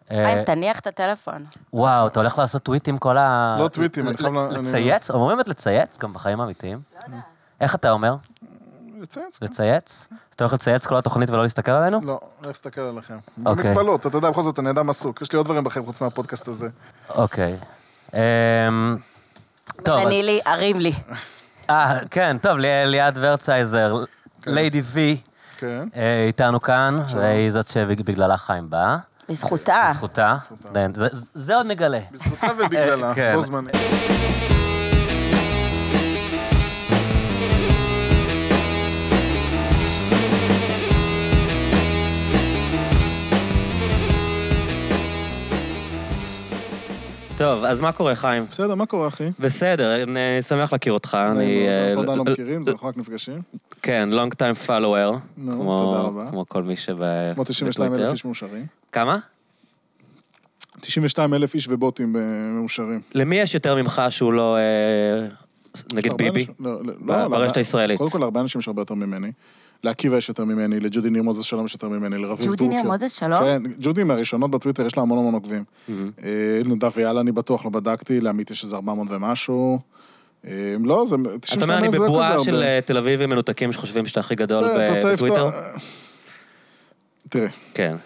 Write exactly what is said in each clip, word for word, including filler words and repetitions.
חיים, תניח את הטלפון. וואו, אתה הולך לעשות טוויטים כל ה... לא טוויטים, אני חייב... לצייץ? אומרים את לצייץ? גם בחיים אמיתיים? לא יודע. איך אתה אומר? לצייץ. לצייץ? אתה הולך לצייץ כל התוכנית ולא להסתכל עלינו? לא, איך להסתכל עליכם? אוקיי. במגבלות, אתה יודע, בכל זאת, אני אדם עסוק. יש לי עוד דברים בחיים חוץ מהפודקאסט הזה. אוקיי. טוב. אני לי, הרים לי. אה, כן, טוב, ליעד ורצייזר, ליידי וי, איתנו כאן, והיא זאת שבגללה חיים בא. בזכותה. בזכותה. זה עוד נגלה. בזכותה ובגללה, בו זמני. טוב, אז מה קורה, חיים? בסדר, מה קורה, אחי? בסדר, אני שמח להכיר אותך. אני... אנחנו עדיין לא מכירים, זה אנחנו רק נפגשים. כן, long time follower. נו, תודה רבה. כמו כל מי שב... כמו תשעים ושתיים אלף איש מאושרים. כמה? תשעים ושתיים אלף איש ובוטים מאושרים. למי יש יותר ממך שהוא לא... נגיד ביבי? ברשת הישראלית. קודם כל, הרבה אנשים יש הרבה יותר ממני. לעקיבא יש יותר ממני, לג'ודי ניר מוזס שלום יש יותר ממני, לרביב טורקר. ג'ודי ניר מוזס שלום? כן, ג'ודי מהראשונות בטוויטר, יש לה המון המון עוקבים. נדב ויאללה, אני בטוח, לא בדקתי, לעמית יש איזה ארבע מאות ומשהו. לא, זה... אתה אומר, אני בבועה של תל אביב מנותקים שחושבים שאתה הכי גדול בטוויטר? תראה. כן.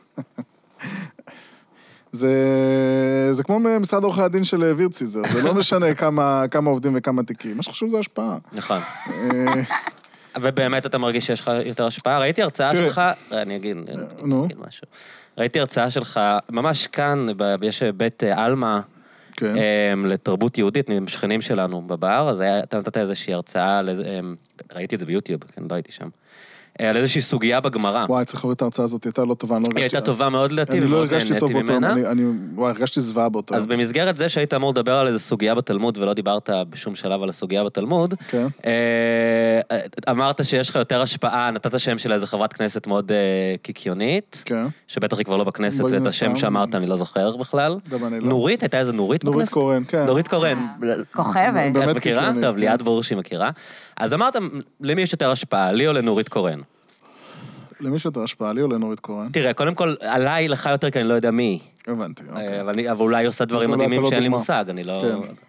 זה כמו משרד עורכי הדין של וירציזר, זה לא משנה כמה עובדים וכמה תיקים, מה שחשוב זה השפעה. נכון. ובאמת אתה מרגיש שיש לך יותר השפעה? ראיתי הרצאה שלך, אני אגיד משהו. ראיתי הרצאה שלך, ממש כאן, יש בית אלמה, לתרבות יהודית, משכנים שלנו בבר, אז אתה נתת איזושהי הרצאה, ראיתי את זה ביוטיוב, לא הייתי שם. על איזושהי סוגיה בגמרא. וואי, צריך לראות את ההרצאה הזאת, הייתה לא טובה, אני לא הרגשתי... היא הייתה טובה מאוד לדעתי, אני לא הרגשתי טוב באותו, וואי, הרגשתי זוועה באותו. אז במסגרת זה שהיית אמור לדבר על איזו סוגיה בתלמוד, ולא דיברת בשום שלב על הסוגיה בתלמוד, אמרת שיש לך יותר השפעה, נתת שם של איזו חברת כנסת מאוד קיקיונית, שבטח היא כבר לא בכנסת, ואת השם שאמרת אני לא זוכר בכלל. נורית, הייתה איזו נורית בכנסת? נורית קורן, כן. נורית קורן. כוכבת. את מכירה? טוב, ליעד ברור שהיא מכירה. אז אמרת, למי יש יותר השפעה, לי או לנורית קורן? למי יש יותר השפעה, לי או לנורית קורן? תראה, קודם כל, עליי לך יותר, כי אני לא יודע מי. הבנתי, אוקיי. אבל אולי היא עושה דברים מדהימים שאין לי מושג, אני לא...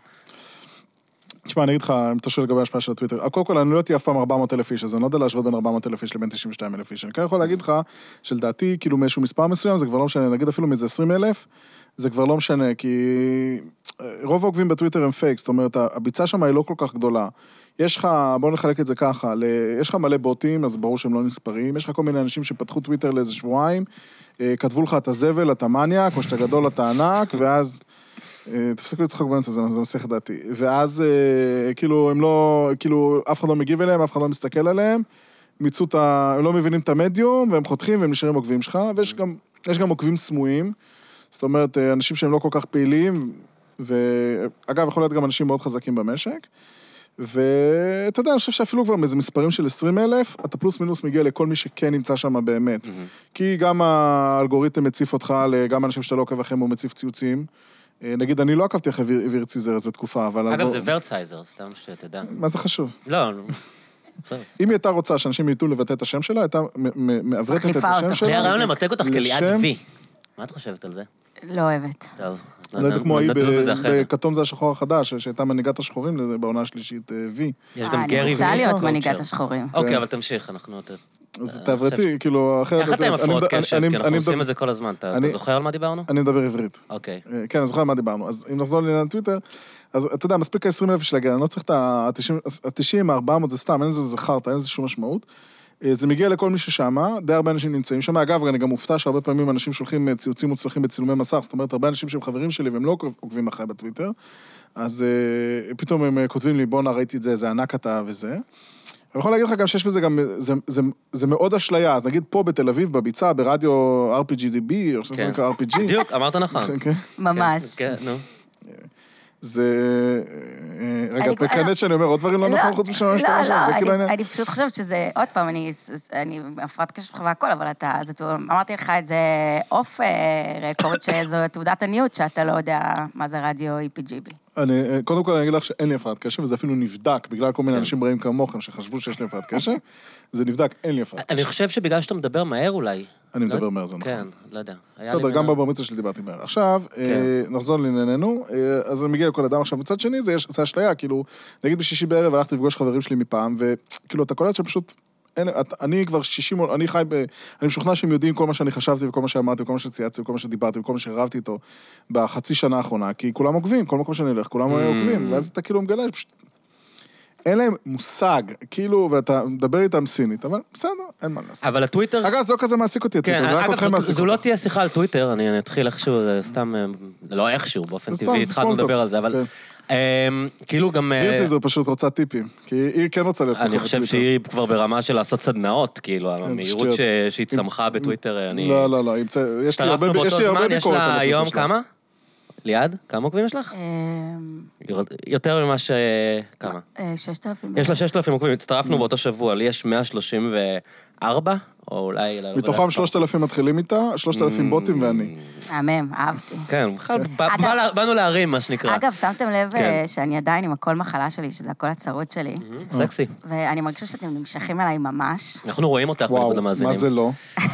תשמע, אני אגיד לך, אם אתה שואל לגבי ההשפעה של הטוויטר, קודם כל, אני לא תהיה אף פעם ארבע מאות אלף איש, אז אני לא יודע להשוות בין ארבע מאות אלף איש לבין תשעים ושתיים אלף איש. אני כאן יכול להגיד לך, שלדעתי, כאילו, מאיזשהו מספר מסוים, זה כבר לא משנה, נגיד אפילו מאיזה עשרים אלף, זה כבר לא משנה, כי רוב העוקבים בטוויטר הם פייק, זאת אומרת, הביצה שם היא לא כל כך גדולה. יש לך, בואו נחלק את זה ככה, יש לך מלא בוטים, אז ברור שהם לא נספרים, יש לך כל מיני אנשים שפתחו טוויטר לאיזה שבועיים, כתבו לך את הזבל, את המניאק, או שאתה גדול, אתה ענק, ואז, תפסיקו לצחוק באמצע, זה, זה מסך דעתי, ואז, כאילו, הם לא, כאילו, אף אחד לא מגיב אליהם, אף אחד לא מסתכל עליהם, מיצו את ה, הם לא מבינים את המדיום, והם חותכים, והם נשארים עוקבים שלך, ויש גם, יש גם עוקבים סמויים, זאת אומרת, אנשים שהם לא כל כך פעילים, ואגב, יכול להיות גם אנשים מאוד חזקים במשק, ואתה יודע, אני חושב שאפילו כבר מאיזה מספרים של עשרים אלף, אתה פלוס מינוס מגיע לכל מי שכן נמצא שם באמת. כי גם האלגוריתם מציף אותך, גם אנשים שאתה לא עוקב אחריהם, הוא מציף ציוצים. נגיד, אני לא עקבתי אחרי וירציזר איזו תקופה, אבל... אגב, זה ורצייזר, סתם שתדע. מה זה חשוב? לא, אם היא הייתה רוצה שאנשים יתנו לבטא את השם שלה, הייתה מעברתת את השם שלה. זה הרעיון למתק אותך כליעד וי. מה את חושבת על זה? לא אוהבת. טוב. אולי זה כמו היא בכתום זה השחור החדש, שהייתה מנהיגת השחורים בעונה השלישית, וי. יש גם גרי אני רוצה להיות מנהיגת השחורים. אוקיי, אבל תמשיך, אנחנו... אז תעברתי, כאילו, אחרת... איך אתה עם הפרעות קשב? כי אנחנו עושים את זה כל הזמן. אתה זוכר על מה דיברנו? אני מדבר עברית. אוקיי. כן, אני זוכר על מה דיברנו. אז אם נחזור לעניין הטוויטר, אז אתה יודע, מספיק ה-עשרים אלף של הגן, אני לא צריך את ה-תשעים, ה-ארבע מאות, זה סתם, אין לזה חרטא, אין לזה שום משמעות. זה מגיע לכל מי ששמה, די הרבה אנשים נמצאים שם. אגב, אני גם מופתע שהרבה פעמים אנשים שולחים ציוצים מוצלחים בצילומי מסך, זאת אומרת, הרבה אנשים שהם חברים שלי והם לא עוקבים אחרי בטוויטר, אז פתאום הם כותבים לי, בוא נראיתי את זה, זה ענק אתה וזה. אני יכול להגיד לך גם שיש בזה גם, זה, זה, זה מאוד אשליה, אז נגיד פה בתל אביב, בביצה, ברדיו אר פי ג'י די בי, או שזה נקרא אר פי ג'י. בדיוק, אמרת נכון. ממש. כן, נו. זה... רגע, את מקנאת שאני אומר עוד דברים לא נכון חוץ משמע משפחה שלך, זה כאילו העניין. אני פשוט חושבת שזה, עוד פעם, אני הפרעת קשב שלך והכל, אבל אתה, אמרתי לך את זה אוף רקורד, שזו תעודת עניות, שאתה לא יודע מה זה רדיו אי פי ג'י בי. אני, קודם כל אני אגיד לך שאין לי הפרעת קשב, וזה אפילו נבדק, בגלל כל מיני אנשים ברעים כמוכם שחשבו שיש לי הפרעת קשב, זה נבדק, אין לי הפרעת קשב. אני חושב שבגלל שאתה מדבר מהר אולי. אני מדבר מהר, זה נכון. כן, לא יודע. בסדר, גם בבר מצווה שלי דיברתי מהר. עכשיו, נחזור לענייננו, אז אני מגיע לכל אדם עכשיו מצד שני, זה אשליה, כאילו, נגיד בשישי בערב הלכתי לפגוש חברים שלי מפעם, וכאילו, אתה קולט שפשוט, אני כבר שישים, אני חי ב... אני משוכנע שהם יודעים כל מה שאני חשבתי וכל מה שאמרתי וכל מה שצייצתי וכל מה שדיברתי וכל מה שרבתי איתו בחצי שנה האחרונה, כי כולם עוקבים, כל מקום שאני הולך, כולם עוקבים, ואז אתה כאילו מגלה, פשוט... אין להם מושג, כאילו, ואתה מדבר איתם סינית, אבל בסדר, אין מה לעשות. אבל הטוויטר... אגב, זה לא כזה מעסיק אותי, כן, זה רק אתכם מעסיק אותי. זו לא תהיה שיחה על טוויטר, אני אתחיל איכשהו, סתם, לא איכשהו, באופן טבעי, התחלנו לדבר על זה, אבל... כאילו גם... וירצי זה פשוט רוצה טיפים, כי היא כן רוצה להיות ככה בטוויטר. אני חושב שהיא כבר ברמה של לעשות סדנאות, כאילו, המהירות שהיא צמחה בטוויטר, אני... לא, לא, לא, יש לי הרבה ביקורת על הטוויטר שלה. היום כמה? ליעד? כמה עוקבים יש לך? יותר ממה ש... כמה? ששת אלפים. יש לה ששת אלפים עוקבים, הצטרפנו באותו שבוע, לי יש מאה שלושים וארבע, או אולי... מתוכם שלושת אלפים מתחילים איתה, שלושת אלפים בוטים ואני. מהמם, אהבתי. כן, באנו להרים, מה שנקרא. אגב, שמתם לב שאני עדיין עם הכל מחלה שלי, שזה הכל הצרות שלי. סקסי. ואני מרגישה שאתם נמשכים אליי ממש. אנחנו רואים אותך בנקוד המאזינים. מה זה לא?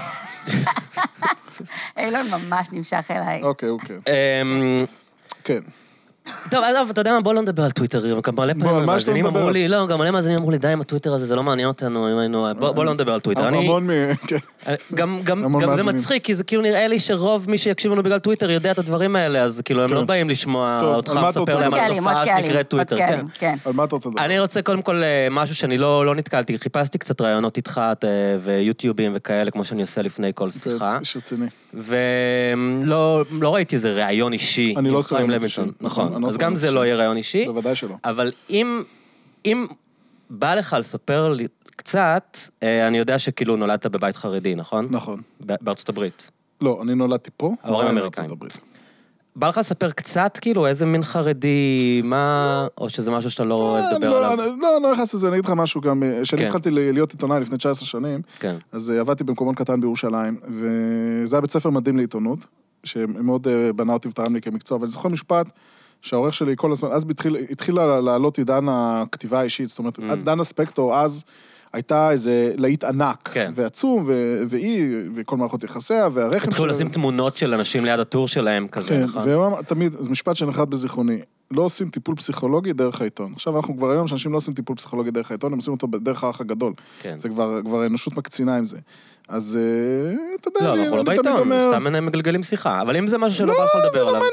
אילון ממש נמשך אליי. אוקיי, אוקיי. כן. טוב, עזוב, אתה יודע מה, בוא לא נדבר על טוויטר, גם מלא פעמים המאזינים אמרו לי, לא, גם מלא מאזינים אמרו לי, די עם הטוויטר הזה, זה לא מעניין אותנו, בוא לא נדבר על טוויטר. המון מ... גם זה מצחיק, כי זה כאילו נראה לי שרוב מי שיקשיב לנו בגלל טוויטר יודע את הדברים האלה, אז כאילו הם לא באים לשמוע אותך מספר להם על תופעה שנקראת טוויטר. על מה אתה רוצה לדבר? אני רוצה קודם כל משהו שאני לא נתקלתי, חיפשתי קצת רעיונות איתך ויוטיובים וכאלה, כמו שאני עושה לפני כל שיחה. איש רציני. ולא ראיתי איזה רעיון אישי. אני לא סורים אישי. נכון, אז גם זה לא יהיה רעיון אישי. בוודאי שלא. אבל אם, אם בא לך לספר לי קצת, אני יודע שכאילו נולדת בבית חרדי, נכון? נכון. בארצות הברית. לא, אני נולדתי פה. ההורים אמריקאים. בא לך לספר קצת, כאילו, איזה מין חרדי, מה, או שזה משהו שאתה לא רואה לדבר עליו? לא, לא נכנס לזה, אני אגיד לך משהו גם, כשאני התחלתי להיות עיתונאי לפני תשע עשרה שנים, אז עבדתי במקומון קטן בירושלים, וזה היה בית ספר מדהים לעיתונות, שמאוד בנה אותי ותרם לי כמקצוע, אבל אני זוכר משפט שהעורך שלי כל הזמן, אז התחילה לעלות עידן הכתיבה האישית, זאת אומרת, דנה ספקטור אז הייתה איזה להיט ענק, ועצום, והיא, וכל מערכות יחסיה, והרחם שלה. התחילו לשים תמונות של אנשים ליד הטור שלהם כזה, נכון? כן, ותמיד, זה משפט שנחת בזיכרוני, לא עושים טיפול פסיכולוגי דרך העיתון. עכשיו אנחנו כבר היום שאנשים לא עושים טיפול פסיכולוגי דרך העיתון, הם עושים אותו בדרך האח הגדול. זה כבר אנושות מקצינה עם זה. אז אתה יודע, לא, אנחנו לא בעיתון, סתם הם מגלגלים שיחה, אבל אם זה משהו שלא בא לך לדבר עליו.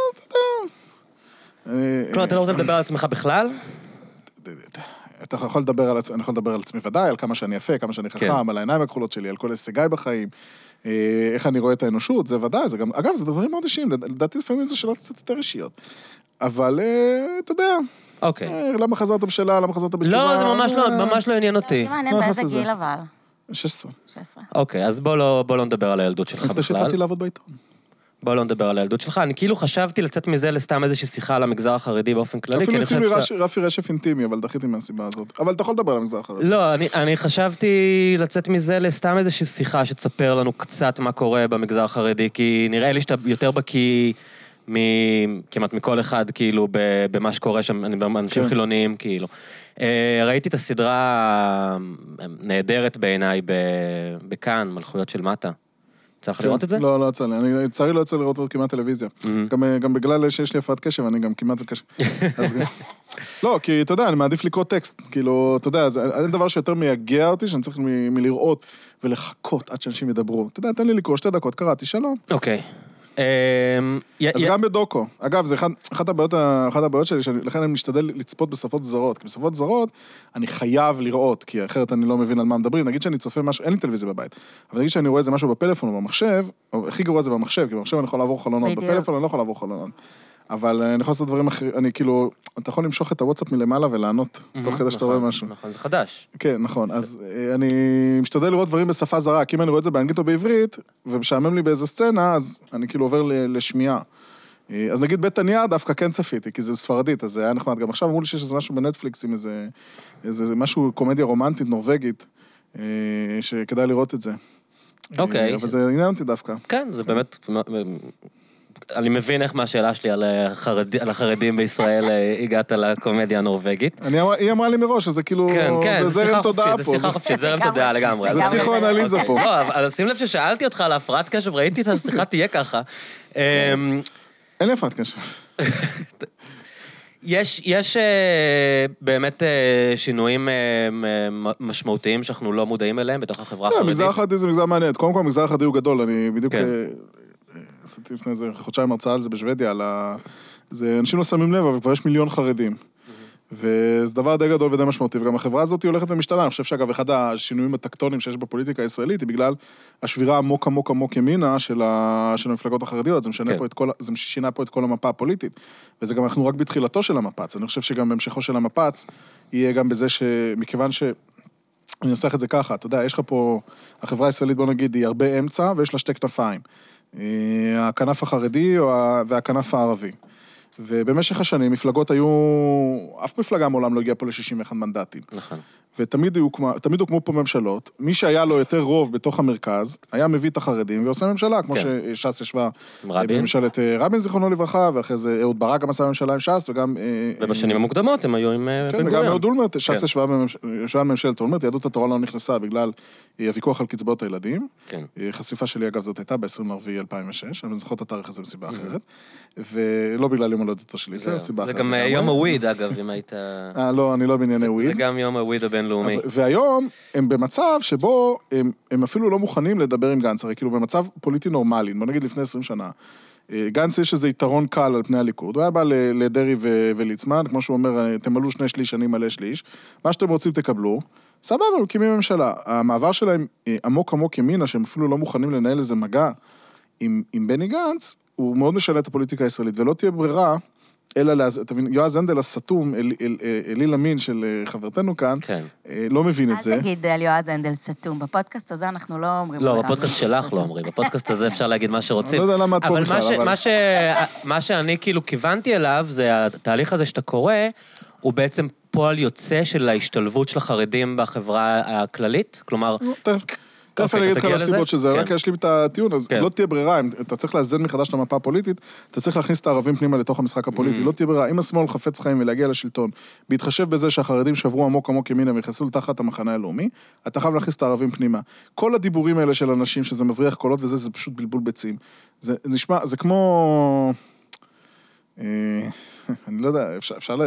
כלומר, אתה לא רוצה לדבר על עצמך בכלל? אתה יכול לדבר על עצמי, אני יכול לדבר על עצמי ודאי, על כמה שאני יפה, כמה שאני חכם, על העיניים הכחולות שלי, על כל הישגיי בחיים, איך אני רואה את האנושות, זה ודאי, זה גם, אגב, זה דברים מאוד אישיים, לדעתי לפעמים זה שאלות קצת יותר אישיות. אבל, אתה יודע, למה חזרת בשאלה, למה חזרת בתשובה? לא, זה ממש לא עניין אותי. זה מעניין באיזה גיל אבל. שש עשרה. שש עשרה. אוקיי, אז בוא לא נדבר על הילדות שלך בכלל. לפני שהתחלתי לעבוד בעיתון. בוא לא נדבר על הילדות שלך, אני כאילו חשבתי לצאת מזה לסתם איזושהי שיחה על המגזר החרדי באופן כללי. אפילו יוצאים לי רפי רשף אינטימי, אבל דחיתי מהסיבה הזאת. אבל אתה יכול לדבר על המגזר החרדי. לא, אני חשבתי לצאת מזה לסתם איזושהי שיחה שתספר לנו קצת מה קורה במגזר החרדי, כי נראה לי שאתה יותר בקיא כמעט מכל אחד, כאילו, במה שקורה שם, אנשים חילוניים, כאילו. ראיתי את הסדרה נהדרת בעיניי בכאן, מלכויות של מטה. צריך לראות את זה? לא, לא יצא לי. אני צערי לא יצא לראות עוד כמעט טלוויזיה. גם בגלל שיש לי הפרעת קשב, אני גם כמעט קשב. לא, כי אתה יודע, אני מעדיף לקרוא טקסט. כאילו, אתה יודע, אין דבר שיותר מייגע אותי, שאני צריך מלראות ולחכות עד שאנשים ידברו. אתה יודע, תן לי לקרוא שתי דקות, קראתי, שלום. אוקיי. אז גם בדוקו. אגב, זה אחת הבעיות שלי, לכן אני משתדל לצפות בשפות זרות. כי בשפות זרות אני חייב לראות, כי אחרת אני לא מבין על מה מדברים. נגיד שאני צופה משהו, אין לי טלוויזיה בבית, אבל נגיד שאני רואה איזה משהו בפלאפון או במחשב, או הכי גרוע זה במחשב, כי במחשב אני יכול לעבור חלונות, בפלאפון אני לא יכול לעבור חלונות. אבל אני יכול לעשות דברים אחרים, אני כאילו, אתה יכול למשוך את הוואטסאפ מלמעלה ולענות, תוך כדי שאתה רואה משהו. נכון, זה חדש. כן, נכון, אז אני משתדל לראות דברים בשפה זרה, כי אם אני רואה את זה באנגלית או בעברית, ומשעמם לי באיזה סצנה, אז אני כאילו עובר לשמיעה. אז נגיד בית הנייר דווקא כן צפיתי, כי זה ספרדית, אז זה היה נחמד. גם עכשיו אמרו לי שיש איזה משהו בנטפליקס עם איזה, איזה משהו קומדיה רומנטית, נורווגית, שכדאי לראות את זה. אוקיי. אבל זה עניין אותי דווקא. כן, זה באמת אני מבין איך מהשאלה שלי על החרדים בישראל הגעת לקומדיה הנורווגית. היא אמרה לי מראש, שזה כאילו, זה זרם תודעה פה. זה שיחה חופשית, זרם תודעה לגמרי. זה פסיכואנליזה פה. לא, אבל שים לב ששאלתי אותך על הפרעת קשב, ראיתי את השיחה תהיה ככה. אין לי הפרעת קשב. יש, יש באמת שינויים משמעותיים שאנחנו לא מודעים אליהם בתוך החברה החרדית? מגזר החרדי זה מגזר מעניין. קודם כל, מגזר החרדי הוא גדול. אני בדיוק עשיתי לפני איזה חודשיים הרצאה על זה בשוודיה, אנשים לא שמים לב, אבל כבר יש מיליון חרדים. וזה דבר די גדול ודי משמעותי, וגם החברה הזאת היא הולכת ומשתנה. אני חושב שאגב, אחד השינויים הטקטונים שיש בפוליטיקה הישראלית, היא בגלל השבירה עמוק עמוק עמוק ימינה של המפלגות החרדיות, זה משנה פה את כל, זה שינה פה את כל המפה הפוליטית, וזה גם אנחנו רק בתחילתו של המפץ. אני חושב שגם בהמשכו של המפץ, יהיה גם בזה שמכיוון ש... אני אנסח את זה ככה, אתה יודע, יש לך פה, החברה הישראלית, בוא נגיד, היא הרבה אמצע, ויש לה שתי כנפיים. הכנף החרדי והכנף הערבי. ובמשך השנים מפלגות היו, אף מפלגה מעולם לא הגיעה פה ל-שישים ואחד מנדטים. נכון. ותמיד הוקמו פה ממשלות, מי שהיה לו יותר רוב בתוך המרכז, היה מביא את החרדים ועושה ממשלה, כמו שש"ס ישבה בממשלת רבין, זיכרונו לברכה, ואחרי זה אהוד ברק גם עשה ממשלה עם ש"ס, וגם... ובשנים המוקדמות הם היו עם בן גוריון. וגם אהוד אולמרט, ש"ס ישבה בממשלת אולמרט, יהדות התורה לא נכנסה בגלל הוויכוח על קצבאות הילדים. חשיפה שלי, אגב, זאת הייתה ב-עשרים לאפריל אלפיים ושש, אני זוכר את התאריך הזה מסיבה אחרת, ולא בגלל יום הולדתו שלי, סיבה אחרת. זה גם יום הוויד, אגב, אם היית... אה, לא, אני לא בענייני וויד. זה גם יום הוויד הבינלאומי. והיום הם במצב שבו הם, הם אפילו לא מוכנים לדבר עם גנץ, הרי כאילו במצב פוליטי נורמלי, בוא נגיד לפני עשרים שנה, גנץ יש איזה יתרון קל על פני הליכוד, הוא היה בא לדרי וליצמן, כמו שהוא אומר, תמלאו שני שליש, אני מלא שליש, מה שאתם רוצים תקבלו, סבבה, מקימים ממשלה. המעבר שלהם עמוק עמוק ימינה, שהם אפילו לא מוכנים לנהל איזה מגע עם, עם בני גנץ, הוא מאוד משנה את הפוליטיקה הישראלית, ולא תהיה ברירה, אלא, תבין, יועז הנדל הסתום, אליל אמין של חברתנו כאן, לא מבין את זה. אל תגיד על יועז הנדל סתום, בפודקאסט הזה אנחנו לא אומרים... לא, בפודקאסט שלך לא אומרים, בפודקאסט הזה אפשר להגיד מה שרוצים. אני לא יודע למה את פה בכלל, אבל מה שאני כאילו כיוונתי אליו, זה התהליך הזה שאתה קורא, הוא בעצם פועל יוצא של ההשתלבות של החרדים בחברה הכללית, כלומר... תכף אני אגיד לך לסיבות שזה, רק יש לי את הטיעון, אז לא תהיה ברירה, אתה צריך לאזן מחדש את המפה הפוליטית, אתה צריך להכניס את הערבים פנימה לתוך המשחק הפוליטי, לא תהיה ברירה, אם השמאל חפץ חיים ולהגיע לשלטון, בהתחשב בזה שהחרדים שברו עמוק עמוק ימינה ונכנסו לתחת המחנה הלאומי, אתה חייב להכניס את הערבים פנימה. כל הדיבורים האלה של אנשים שזה מבריח קולות וזה, זה פשוט בלבול ביצים. זה נשמע, זה כמו... אני לא יודע, אפשר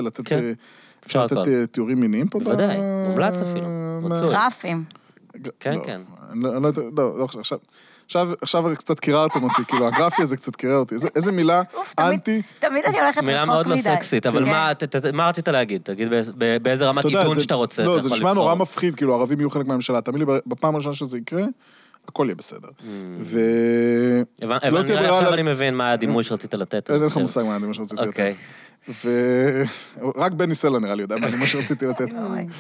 לתת תיאורים מיניים פה? בוודאי, מומלץ אפילו. גרפים. כן, כן. לא, לא, עכשיו, עכשיו קצת קיררתם אותי, כאילו, הגרפיה זה קצת קירר אותי. איזה מילה אנטי... תמיד אני הולכת רחוק מדי. מילה מאוד לא סקסית, אבל מה רצית להגיד? תגיד באיזה רמת עידון שאתה רוצה. לא, זה נשמע נורא מפחיד, כאילו, הערבים יהיו חלק מהממשלה. תמיד לי, בפעם הראשונה שזה יקרה, הכל יהיה בסדר. ו... עכשיו אני מבין מה הדימוי שרצית לתת. אין לך מושג מה הדימוי שרציתי לתת. ורק בני סלע נראה לי יודע מה הדימוי שרציתי לתת.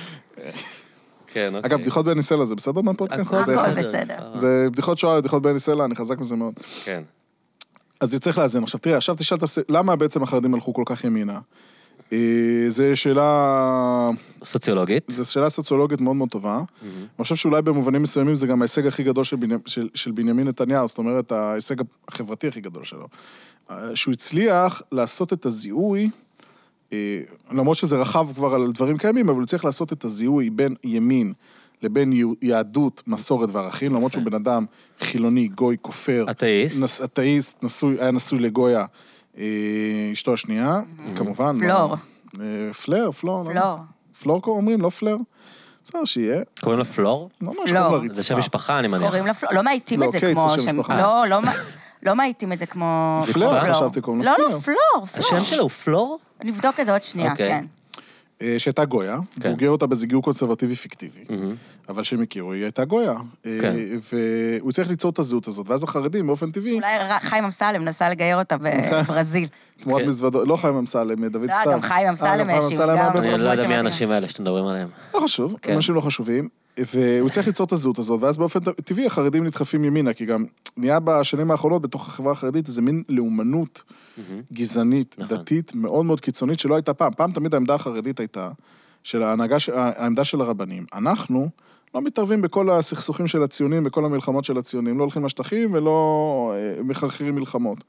אגב, בדיחות בני סלע, זה בסדר מהפודקאסט? הכל בסדר. זה בדיחות שואה, בדיחות בני סלע, אני חזק מזה מאוד. כן. אז זה צריך לאזן. עכשיו, תראה, עכשיו תשאל, למה בעצם החרדים הלכו כל כך ימינה? זו שאלה... סוציולוגית. זו שאלה סוציולוגית מאוד מאוד טובה. אני חושב שאולי במובנים מסוימים זה גם ההישג הכי גדול של בנימין נתניהו, זאת אומרת, ההישג החברתי הכי גדול שלו. שהוא הצליח לעשות את הזיהוי, למרות שזה רחב כבר על דברים קיימים, אבל הוא צריך לעשות את הזיהוי בין ימין לבין יהדות, מסורת וערכים, למרות שהוא בן אדם חילוני, גוי, כופר. אתאיסט. אתאיסט, היה נשוי לגויה, אשתו השנייה, כמובן. פלור. פלר, פלור. פלור. פלור אומרים, לא פלר. בסדר, שיהיה. קוראים לה פלור? לא, מה שקוראים לה רצפה. זה שם משפחה, אני מניח. קוראים לה פלור, לא מעיטים את זה כמו... לא, לא... לא מעיטים את זה כמו... פלר, חשבתי קוראים לה פלר. לא, לא, פלור, פלור. השם שלה הוא פלור? נבדוק את זה עוד שנייה, כן. שהייתה גויה, והוא גיר אותה בזיגור קונסרבטיבי פיקטיבי, אבל שהם הכירו, היא הייתה גויה, והוא צריך ליצור את הזהות הזאת, ואז החרדים באופן טבעי... אולי חיים אמסלם נסע לגייר אותה בברזיל. תמורת מזוודות, לא חיים אמסלם, דוד סתיו. לא, גם חיים אמסלם האשים, גם... אני לא יודע מי האנשים האלה שאתם מדברים עליהם. לא חשוב, אנשים לא חשובים, והוא צריך ליצור את הזהות הזאת, ואז באופן טבעי החרדים נדחפים ימינה, כי גם נהיה בשנים האחרונות בתוך החברה החרדית איזה מין לאומנות גזענית, דתית, מאוד מאוד קיצונית, שלא הייתה פעם. פעם תמיד העמדה החרדית הייתה, של ההנהגה, העמדה של הרבנים. אנחנו לא מתערבים בכל הסכסוכים של הציונים, בכל המלחמות של הציונים, לא הולכים לשטחים ולא מחרחרים מלחמות.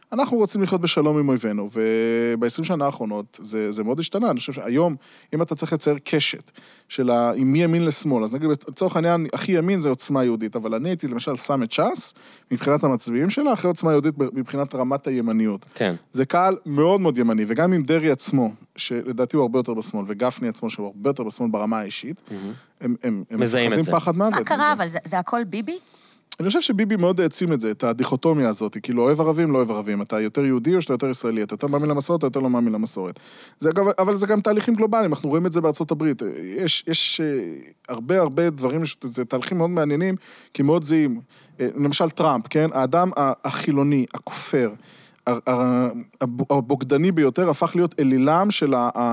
אנחנו רוצים לחיות בשלום עם אויבינו, וב-עשרים שנה האחרונות זה, זה מאוד השתנה. אני חושב שהיום, אם אתה צריך לצייר קשת של עם מי ימין לשמאל, אז נגיד, לצורך העניין, הכי ימין זה עוצמה יהודית, אבל אני הייתי למשל שם את ש"ס, מבחינת המצביעים שלה, אחרי עוצמה יהודית מבחינת רמת הימניות. כן. זה קהל מאוד מאוד ימני, וגם עם דרי עצמו, שלדעתי הוא הרבה יותר בשמאל, וגפני עצמו שהוא הרבה יותר בשמאל ברמה האישית, הם, הם, הם מפחדים פחד מוות. מה קרה, אבל זה, זה הכל ביבי? אני חושב שביבי מאוד העצים את זה, את הדיכוטומיה הזאת, כאילו אוהב ערבים, לא אוהב ערבים, אתה יותר יהודי או שאתה יותר ישראלי, אתה יותר מאמין למסורת, אתה יותר לא מאמין למסורת. זה, אבל זה גם תהליכים גלובליים, אנחנו רואים את זה בארצות הברית, יש, יש הרבה הרבה דברים, זה תהליכים מאוד מעניינים, כי מאוד זהים, למשל טראמפ, כן, האדם החילוני, הכופר, הבוגדני ביותר, הפך להיות אלילם של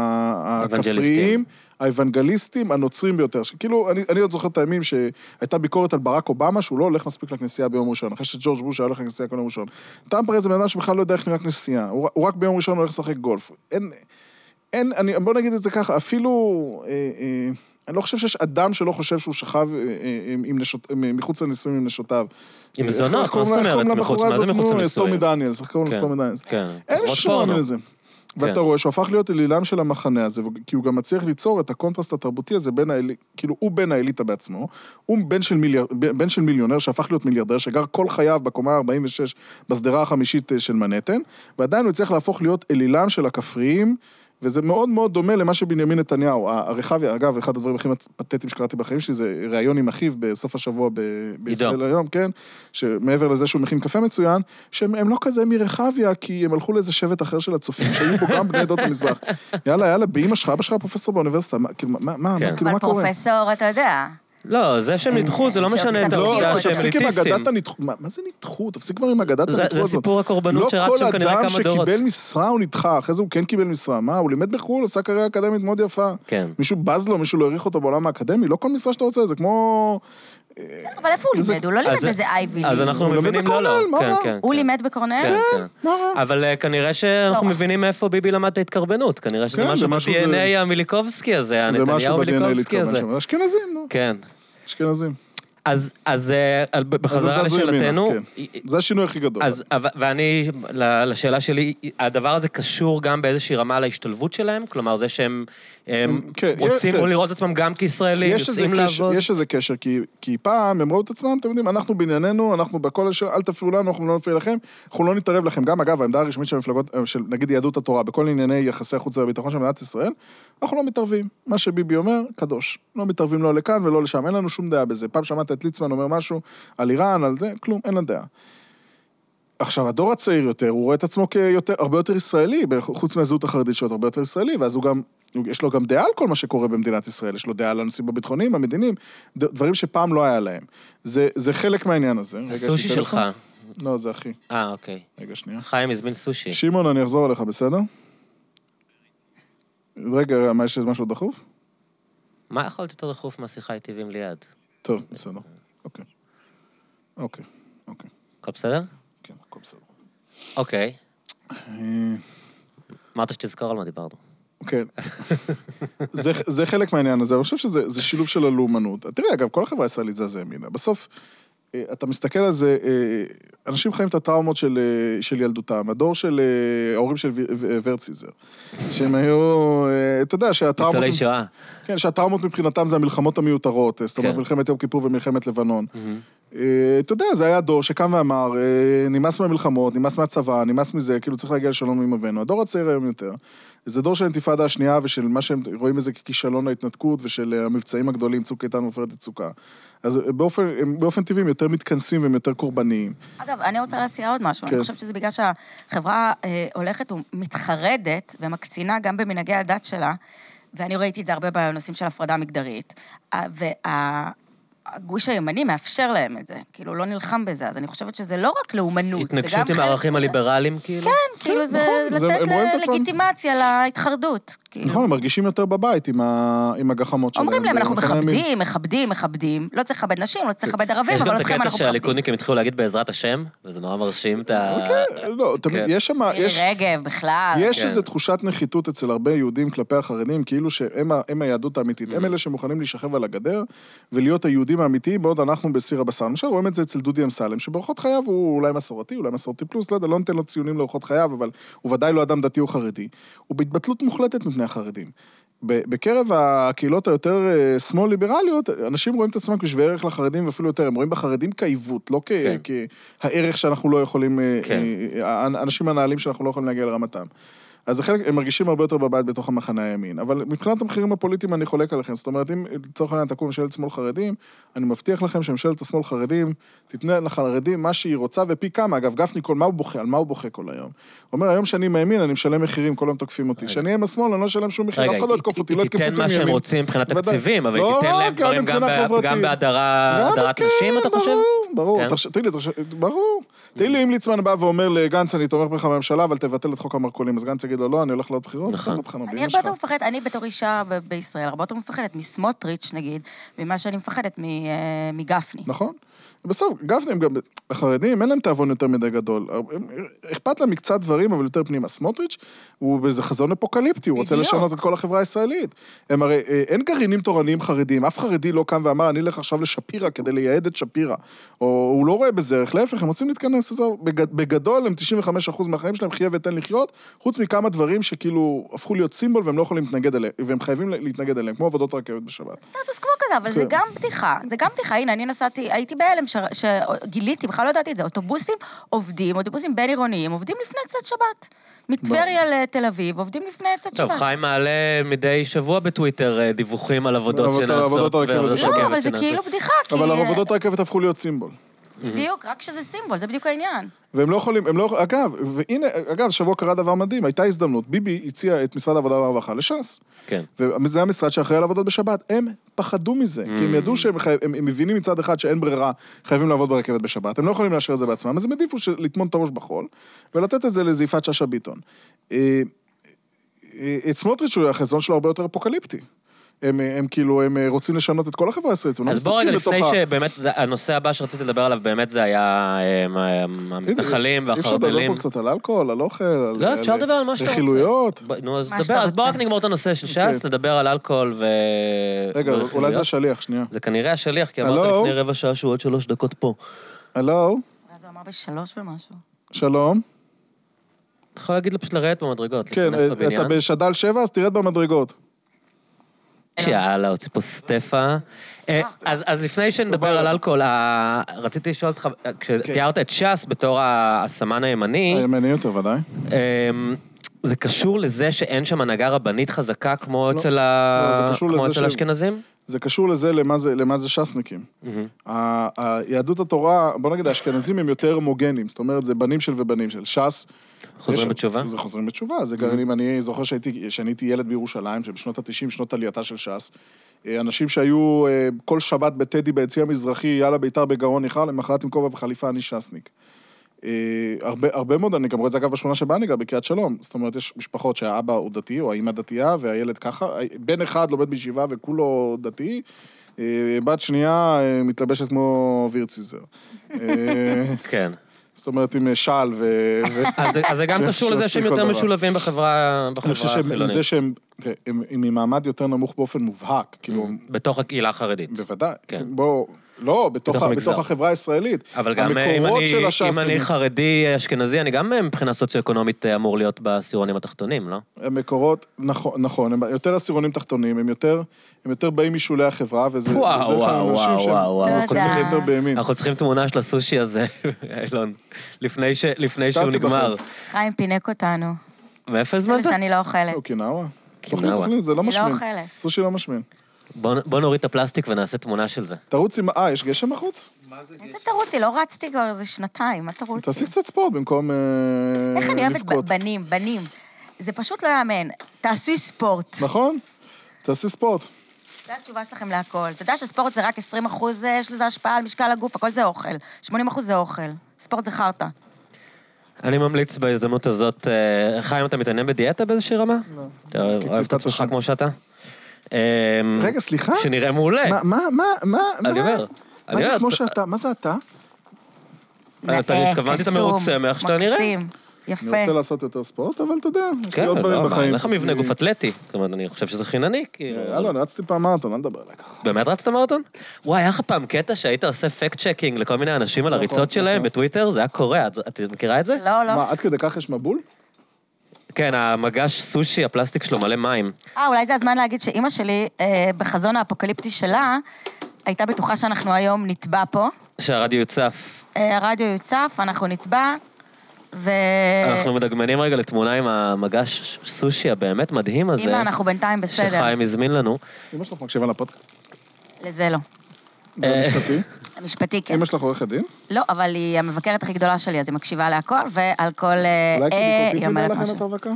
הכפריים, האבנגליסטים, הנוצרים ביותר. כאילו, אני, אני עוד זוכר את הימים שהייתה ביקורת על ברק אובמה, שהוא לא הולך מספיק לכנסייה ביום ראשון, אחרי שג'ורג' בוש היה הולך לכנסייה כל יום ראשון. טראמפ הרי זה בן אדם שבכלל לא יודע איך נראה כנסייה, הוא, הוא רק ביום ראשון הולך לשחק גולף. אין, אין, אני, בוא נגיד את זה ככה, אפילו, אה, אה, אני לא חושב שיש אדם שלא חושב שהוא שכב אה, אה, עם נשות, מחוץ לנישואים עם נשותיו. עם זונות, מה זאת אומרת? מה זה מחוץ לנישואים? סטורמי דניאלס, איך קוראים לסטורמי דניאלס? אין שום מזה. ואתה רואה שהוא הפך להיות אלילם של המחנה הזה, כי הוא גם מצליח ליצור את הקונטרסט התרבותי הזה בין האליטה, כאילו הוא בין האליטה בעצמו, הוא בן של, מיליאר, בן של מיליונר שהפך להיות מיליארדר, שגר כל חייו בקומה ארבעים ושש בסדרה החמישית של מנהטן, ועדיין הוא הצליח להפוך להיות אלילם של הכפריים, וזה מאוד מאוד דומה למה שבנימין נתניהו, הרחביה, אגב, אחד הדברים הכי פתטיים שקראתי בחיים שלי, זה ראיון עם אחיו בסוף השבוע ב- בישראל היום, כן? שמעבר לזה שהוא מכין קפה מצוין, שהם לא כזה מרחביה, כי הם הלכו לאיזה שבט אחר של הצופים, שהיו בו גם בני עדות המזרח. יאללה, יאללה, באמא שלך, אבא שלך פרופסור באוניברסיטה, כאילו, מה, מה, כאילו, מה קורה? אבל פרופסור, אתה יודע. לא, זה שהם נדחו, זה לא משנה את העובדה שהם תפסיק עם אגדת הנדחו, מה זה נדחו? תפסיק כבר עם אגדת הנדחו הזאת. זה סיפור הקורבנות שרץ שם כנראה כמה דורות. לא כל אדם שקיבל משרה הוא נדחה, אחרי זה הוא כן קיבל משרה, מה? הוא לימד בחו"ל, עשה קריירה אקדמית מאוד יפה. מישהו בז לו, מישהו לא העריך אותו בעולם האקדמי, לא כל משרה שאתה רוצה, זה כמו... אבל איפה הוא לימד? הוא לא לימד בזה אייבי. אז אנחנו מבינים, לא, לא. הוא לימד בקורנל? כן, אבל כנראה שאנחנו מבינים מאיפה ביבי למד את ההתקרבנות, כנראה שזה משהו ב-די אן איי המיליקובסקי הזה, הנתניהו מיליקובסקי הזה. אשכנזים, נו. כן. אשכנזים. אז, אז בחזרה לשאלתנו... זה השינוי הכי גדול. אז, ואני, לשאלה שלי, הדבר הזה קשור גם באיזושהי רמה להשתלבות שלהם? כלומר, זה שהם רוצים לראות עצמם גם כישראלים, יוצאים לעבוד? יש איזה קשר, כי פעם הם ראו את עצמם, אתם יודעים, אנחנו בענייננו, אנחנו בכל השאלה, אל תפריעו לנו, אנחנו לא נפריע לכם, אנחנו לא נתערב לכם. גם, אגב, העמדה הרשמית של המפלגות, של נגיד יהדות התורה, בכל ענייני יחסי החוץ והביטחון של מדינת ישראל, אנחנו לא מתערבים. מה שביבי אומר, קדוש. לא מתערבים לא לכאן ולא לשם. אין לנו שום דעה בזה. פעם שמעת את ליצמן אומר משהו על איראן, על זה, כלום, אין לה דעה. עכשיו, הדור הצעיר יותר, הוא רואה את עצמו כיותר, הרבה יותר ישראלי, חוץ מהזהות החרדית שלו, הרבה יותר ישראלי, ואז הוא גם, יש לו גם דעה על כל מה שקורה במדינת ישראל, יש לו דעה על הנושאים הביטחוניים, המדיניים, דברים שפעם לא היה להם. זה, זה חלק מהעניין הזה. הסושי שלך. לא, זה אחי. אה, אוקיי. רגע, שנייה. חיים הזמין סושי. שמעון, אני אחזור אליך, בסדר? רגע, מה, יש משהו דחוף? מה יכולת יותר דחוף מהשיחה איתי ועם ליד? טוב, בסדר. אוקיי. אוקיי, אוקיי. הכל בסדר? כן, הכל בסדר. אוקיי. אמרת שתזכור על מה דיברנו. כן. זה חלק מהעניין הזה, אני חושב שזה שילוב של הלאומנות. תראה, אגב, כל החברה הישראלית זה זה ימינה. בסוף, אתה מסתכל על זה, אנשים חיים את הטראומות של, של ילדותם, הדור של ההורים של ורציזר, שהם היו, אתה יודע, שהטראומות... ניצולי שואה. כן, שהטראומות מבחינתם זה המלחמות המיותרות, זאת אומרת, מלחמת יום כיפור ומלחמת לבנון. אתה יודע, זה היה דור שקם ואמר, נמאס מהמלחמות, נמאס מהצבא, נמאס מזה, כאילו צריך להגיע לשלום עם אבינו. הדור הצעיר היום יותר. זה דור של האינתיפאדה השנייה, ושל מה שהם רואים איזה ככישלון ההתנתקות, ושל המבצעים הגדולים, צוק איתן ועופרת יצוקה. אז באופן, באופן טבעי הם יותר מתכנסים והם יותר קורבניים. אגב, אני רוצה להציע עוד משהו. כן. אני חושבת שזה בגלל שהחברה אה, הולכת ומתחרדת ומקצינה גם במנהגי הדת שלה, ואני ראיתי את זה הרבה בנושאים של הפרדה מגדרית, וה... הגוש הימני מאפשר להם את זה, כאילו לא נלחם בזה, אז אני חושבת שזה לא רק לאומנות, התנגשות עם הערכים הליברליים, כאילו? כן, כאילו זה לתת לגיטימציה להתחרדות. נכון, הם מרגישים יותר בבית עם הגחמות שלהם. אומרים להם, אנחנו מכבדים, מכבדים, מכבדים, לא צריך לכבד נשים, לא צריך לכבד ערבים, אבל אתכם אנחנו מכבדים. יש גם את הקטע שהליכודניקים התחילו להגיד בעזרת השם, וזה נורא מרשים את ה... לא, תמיד, יש שם... רגב, בכלל. יש איזו תחושת נחיתות אצל הרבה יהודים כלפי החרדים, כאילו שהם היהדות האמיתית. הם אלה שמוכנים להישכב על הגדר ולהיות היהודים האמיתיים, בעוד אנחנו בסיר הבשר. למשל, רואים את זה אצל דודי אמסלם, שבאורחות חייו הוא אולי מסורתי, אולי מסורתי פלוס, לא יודע, לא נותן לו ציונים לאורחות חייו, אבל הוא ודאי לא אדם דתי או חרדי. הוא בהתבטלות מוחלטת מפני החרדים. בקרב הקהילות היותר שמאל ליברליות, אנשים רואים את עצמם כשווה ערך לחרדים, ואפילו יותר, הם רואים בחרדים כעיוות, לא כערך שאנחנו לא יכולים, אנשים הנעלים שאנחנו לא יכולים להגיע לרמתם. אז החלק, הם מרגישים הרבה יותר בבית בתוך המחנה הימין, אבל מבחינת המחירים הפוליטיים אני חולק עליכם, זאת אומרת, אם לצורך העניין תקום ממשלת שמאל חרדים, אני מבטיח לכם שממשלת השמאל חרדים תתנה לחרדים מה שהיא רוצה, ופי כמה, אגב, גפני כל, מה הוא בוכה, על מה הוא בוכה כל היום? הוא אומר, היום שאני מהימין, אני משלם מחירים, כל היום תוקפים אותי, שאני עם השמאל, אני לא משלם שום מחיר, אף אחד לא יתקוף אותי, לא יתקוף אותי מימין. תיתן מה שהם רוצים מבחינת תקציבים, אבל תיתן להם דברים גם בהדרת נשים, אתה חושב? ברור, ברור. תראי לי אם ליצמן בא ואומר לגנץ, אני תומך בך בממשלה, אבל תבטל את חוק המרכולים. אז גנץ יגיד לו, לא, אני הולך לעוד בחירות. אני הרבה יותר מפחדת, אני בתור אישה בישראל, הרבה יותר מפחדת מסמוטריץ' נגיד, ממה שאני מפחדת מגפני. נכון. בסוף, גפני הם גם, החרדים, אין להם תאבון יותר מדי גדול. אכפת להם מקצת דברים, אבל יותר פנימה. סמוטריץ' הוא באיזה חזון אפוקליפטי, הוא רוצה לשנות את כל החברה הישראלית. הם הרי, אין גרעינים תורניים חרדים, אף חרדי לא קם ואמר, אני אלך עכשיו לשפירה כדי לייעד את שפירה. או הוא לא רואה בזה ערך, להפך, הם רוצים להתכנס לזה. בגדול, הם תשעים וחמישה אחוז מהחיים שלהם חיה ותן לחיות, חוץ מכמה דברים שכאילו הפכו להיות סימבול והם לא יכולים להתנגד אליהם, והם חייבים להתנגד אליהם, כמו עבודות רכבת בשבת. סטטוס קוו כזה, אבל זה גם בדיחה. זה גם בדיחה. הנה, אני נסעתי, הייתי בהלם שגיליתי, בכלל לא ידעתי את זה, אוטובוסים עובדים, אוטובוסים בין עירוניים, עובדים לפני צאת שבת. מטבריה לתל אביב, עובדים לפני צאת שבת. טוב, חיים מעלה מדי שבוע בטוויטר דיווחים על עבודות שנעשות. עבודות הרכבת. לא, אבל זה כאילו בדיחה. אבל עבודות הרכבת הפכו להיות סימבול. בדיוק, רק שזה סימבול, זה בדיוק העניין. והם לא יכולים, הם לא, אגב, והנה, אגב, שבוע קרה דבר מדהים, הייתה הזדמנות, ביבי הציע את משרד העבודה והרווחה לש"ס. כן. וזה המשרד שאחראי על עבודות בשבת. הם פחדו מזה, כי הם ידעו שהם הם מבינים מצד אחד שאין ברירה, חייבים לעבוד ברכבת בשבת. הם לא יכולים לאשר את זה בעצמם, אז הם עדיפו לטמון את הראש בחול, ולתת את זה לזיפת שאשא ביטון. את סמוטריץ' החזון שלו הרבה יותר אפוקליפטי. הם, הם כאילו, הם רוצים לשנות את כל החברה הישראלית. אז בוא רגע, לפני שבאמת, הנושא הבא שרציתי לדבר עליו, באמת זה היה המתנחלים והחרדלים. אפשר לדבר פה קצת על אלכוהול, על אוכל, על לא, אפשר לדבר על מה שאתה רוצה. רכילויות. נו, אז דבר, אז בוא רק נגמור את הנושא של ש"ס, נדבר על אלכוהול ו... רגע, אולי זה השליח, שנייה. זה כנראה השליח, כי אמרת לפני רבע שעה שהוא עוד שלוש דקות פה. הלו? אז הוא אמר בשלוש ומשהו. שלום. אתה יכול להגיד לו פשוט לרדת במדרגות. כן, אתה בשדל שבע, אז תרד במדרגות. שיאללה, הוציא פה סטפה. אז לפני שנדבר על אלכוהול, רציתי לשאול אותך, כשתיארת את ש"ס בתור הסמן הימני... הימני יותר, ודאי. זה קשור לזה שאין שם הנהגה רבנית חזקה כמו אצל האשכנזים? זה קשור לזה למה זה ש"סניקים. היהדות התורה, בוא נגיד, האשכנזים הם יותר הומוגנים, זאת אומרת, זה בנים של ובנים של ש"ס. חוזרים בתשובה? זה חוזרים בתשובה, זה גרעינים, אני זוכר שאני הייתי ילד בירושלים, שבשנות ה-תשעים, שנות עלייתה של ש"ס, אנשים שהיו כל שבת בטדי ביציע המזרחי, יאללה ביתר בגרון ניחר, למחרת עם כובע וחליפה, אני ש"סניק. הרבה, הרבה מאוד, אני גם רואה את זה אגב בשכונה שבה אני גר, בקריית שלום, זאת אומרת, יש משפחות שהאבא הוא דתי, או האמא דתייה, והילד ככה, בן אחד לומד בישיבה וכולו דתי, בת שנייה מתלבשת כמו וירציזר. כן. זאת אומרת, עם שעל ו... אז זה גם קשור לזה שהם יותר משולבים בחברה החילונית. זה שהם ממעמד יותר נמוך באופן מובהק, כאילו... בתוך הקהילה החרדית. בוודאי. בואו... לא, בתוך החברה הישראלית. אבל גם אם אני חרדי אשכנזי, אני גם מבחינה סוציו-אקונומית אמור להיות בעשירונים התחתונים, לא? המקורות, נכון, הם יותר עשירונים תחתונים, הם יותר באים משולי החברה, וזה... וואו, וואו, וואו, וואו. אנחנו אנחנו צריכים תמונה של הסושי הזה, אילון, לפני שהוא נגמר. חיים פינק אותנו. מאיפה הזמנת? זה שאני לא אוכלת. לא, קינאווה. תוכלי, תוכלי, זה לא משמין. אני לא אוכלת. סושי לא משמין. בוא נוריד את הפלסטיק ונעשה תמונה של זה. תרוצי, אה, יש גשם בחוץ? איזה תרוצי? לא רצתי כבר איזה שנתיים, מה תרוצי? תעשי קצת ספורט במקום לבכות. איך אני אוהבת בנים, בנים. זה פשוט לא יאמן. תעשי ספורט. נכון, תעשי ספורט. זו התשובה שלכם להכל. אתה יודע שספורט זה רק עשרים אחוז, יש לזה השפעה על משקל הגוף, הכל זה אוכל. שמונים אחוז זה אוכל. ספורט זה חרטה. אני ממליץ בהזדמנות הזאת, חיים, אתה מתעניין בדיאטה באיזושהי רמה? לא. אתה אוהב את עצמך כמו שאתה? רגע, סליחה? שנראה מעולה. מה, מה, מה, מה? אני אומר. מה זה כמו שאתה? מה זה אתה? אתה התכוונתי את המרוצה מאיך שאתה נראה. מקסים, יפה. אני רוצה לעשות יותר ספורט, אבל אתה יודע, יש כן, עוד דברים לא, בחיים. אין לך מבנה גוף אתלטי. זאת אומרת, אני חושב שזה חינני. לא, אני רצתי פעם מרתון, אל תדבר עליי ככה. באמת רצת מרתון? וואי, היה לך פעם קטע שהיית עושה פקט צ'קינג לכל מיני אנשים על הריצות שלהם בטוויטר? זה היה קורה, את מכירה את זה? לא, לא. מה, עד כדי כך יש מבול? כן, המגש סושי, הפלסטיק שלו מלא מים. אה, אולי זה הזמן להגיד שאימא שלי, בחזון האפוקליפטי שלה, הייתה בטוחה שאנחנו היום נטבע פה. שהרדיו יוצף. הרדיו יוצף, אנחנו נטבע, ו... אנחנו מדגמנים רגע לתמונה עם המגש סושי הבאמת מדהים הזה. אמא, אנחנו בינתיים בסדר. שחיים הזמין לנו. אמא שלך מקשיבה לפודקאסט? לזה לא. המשפטי? המשפטי, כן. אמא שלך עורכת דין? לא, אבל היא המבקרת הכי גדולה שלי, אז היא מקשיבה להכל, ועל כל... אולי כי היא אומרת לכם את הרווקה?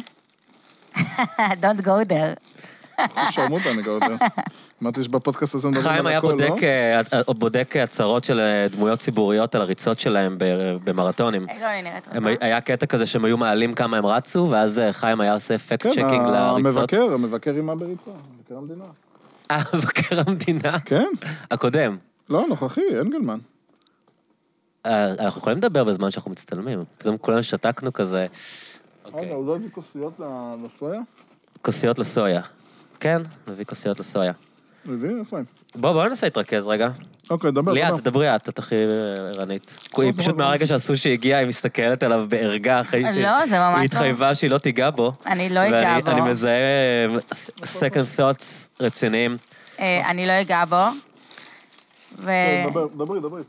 Don't go there. שרמות אני go there. אמרתי שבפודקאסט הזה מדברים חיים על היה הכל, לא? בודק הצהרות של דמויות ציבוריות על הריצות שלהם במרתונים. לא, אני נראית רזה. היה קטע כזה שהם היו מעלים כמה הם רצו, ואז חיים היה עושה אפקט צ'קינג כן, לריצות. המבקר, המבקר עם מה בריצה, מבקר המדינה. אה, מבקר המדינה? כן. הקודם. לא, נוכחי, אנגלמן. אנחנו יכולים לדבר בזמן שאנחנו מצטלמים. פתאום כולנו שתקנו כזה. רגע, הוא לא הביא כוסיות לסויה? כוסיות לסויה. כן, נביא כוסיות לסויה. מביא? איפה הם? בוא, בוא ננסה להתרכז רגע. אוקיי, דבר, דבר. ליאת, תדברי את, את הכי ערנית. היא פשוט מהרגע שהסושי הגיע, היא מסתכלת עליו בערגה אחרי שהיא... לא, זה ממש לא. היא התחייבה שהיא לא תיגע בו. אני לא אגע בו. ואני מזהה second thoughts רציניים. אני לא אגע בו. ו... דברי, דברי.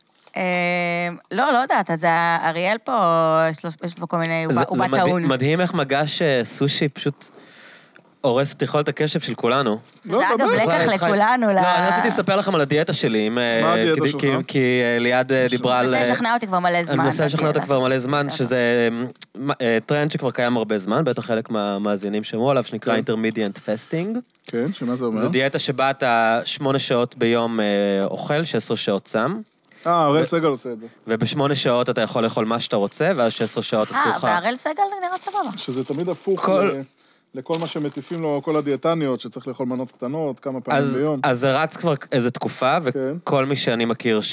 לא, לא יודעת, אז אריאל פה, יש פה כל מיני, הוא בא טעון. מדהים איך מגש סושי פשוט הורס את יכולת הקשב של כולנו. זה אגב לקח לכולנו. לא, אני רציתי לספר לכם על הדיאטה שלי. מה הדיאטה שלך? כי ליעד דיברה על... אני מנסה לשכנע אותי כבר מלא זמן. אני מנסה לשכנע אותי כבר מלא זמן, שזה טרנד שכבר קיים הרבה זמן, בטח חלק מהמאזינים שמעו עליו, שנקרא intermediate fasting. כן, שמה זה אומר? זו דיאטה שבה אתה שמונה שעות ביום אוכל, שש עשרה שעות צם. אה, הראל סגל עושה את זה. ובשמונה שעות אתה יכול לאכול מה שאתה רוצה, ואז שש עשרה שעות אסור לך. אה, והראל סגל נראה סבבה. שזה תמיד הפוך לכל מה שמטיפים לו, כל הדיאטניות, שצריך לאכול מנות קטנות, כמה פעמים ביום. אז זה רץ כבר איזו תקופה, וכל מי שאני מכיר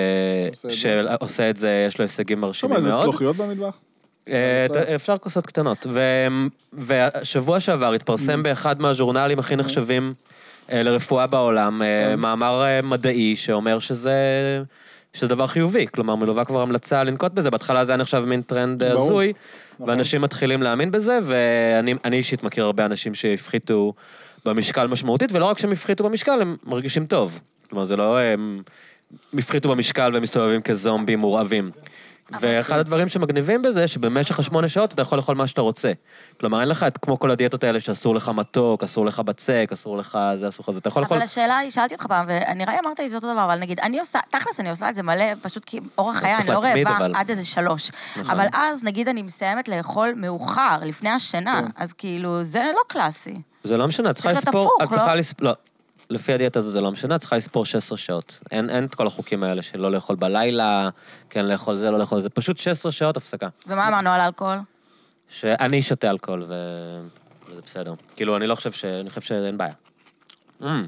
שעושה את זה, יש לו הישגים מרשימים מאוד. שמה, איזה צלוחיות במטבח? אפשר כוסות קטנות. והשבוע שעבר התפרסם באחד מהז'ורנלים הכי נחשבים לרפואה בעולם, מאמר מדעי שאומר שזה... שזה דבר חיובי, כלומר, מלווה כבר המלצה לנקוט בזה, בהתחלה זה היה נחשב מין טרנד הזוי, ואנשים מתחילים להאמין בזה, ואני אישית מכיר הרבה אנשים שהפחיתו במשקל משמעותית, ולא רק שהם הפחיתו במשקל, הם מרגישים טוב. כלומר, זה לא הם הפחיתו במשקל והם מסתובבים כזומבים מורעבים. ואחד הדברים שמגניבים בזה, שבמשך השמונה שעות אתה יכול לאכול מה שאתה רוצה. כלומר, אין לך את כמו כל הדיאטות האלה שאסור לך מתוק, אסור לך בצק, אסור לך זה, אסור לך זה. אתה יכול לאכול... אבל השאלה היא, שאלתי אותך פעם, ונראה אמרת לי זאת אותו דבר, אבל נגיד, אני עושה, תכלס אני עושה את זה מלא, פשוט כי אורח חיי, אני לא רעבה עד איזה שלוש. אבל אז, נגיד, אני מסיימת לאכול מאוחר, לפני השינה, אז כאילו, זה לא קלאסי. זה לא משנה, צריכה לספור, את צריכה לספור, לא. לפי הדיאטה הזו זה לא משנה, צריכה לספור שש עשרה שעות. אין, אין את כל החוקים האלה של לא לאכול בלילה, כן לאכול זה, לא לאכול זה, פשוט שש עשרה שעות הפסקה. ומה אמרנו על אלכוהול? שאני שותה אלכוהול, ו... וזה בסדר. כאילו, אני לא חושב ש... אני חושב שאין בעיה. אני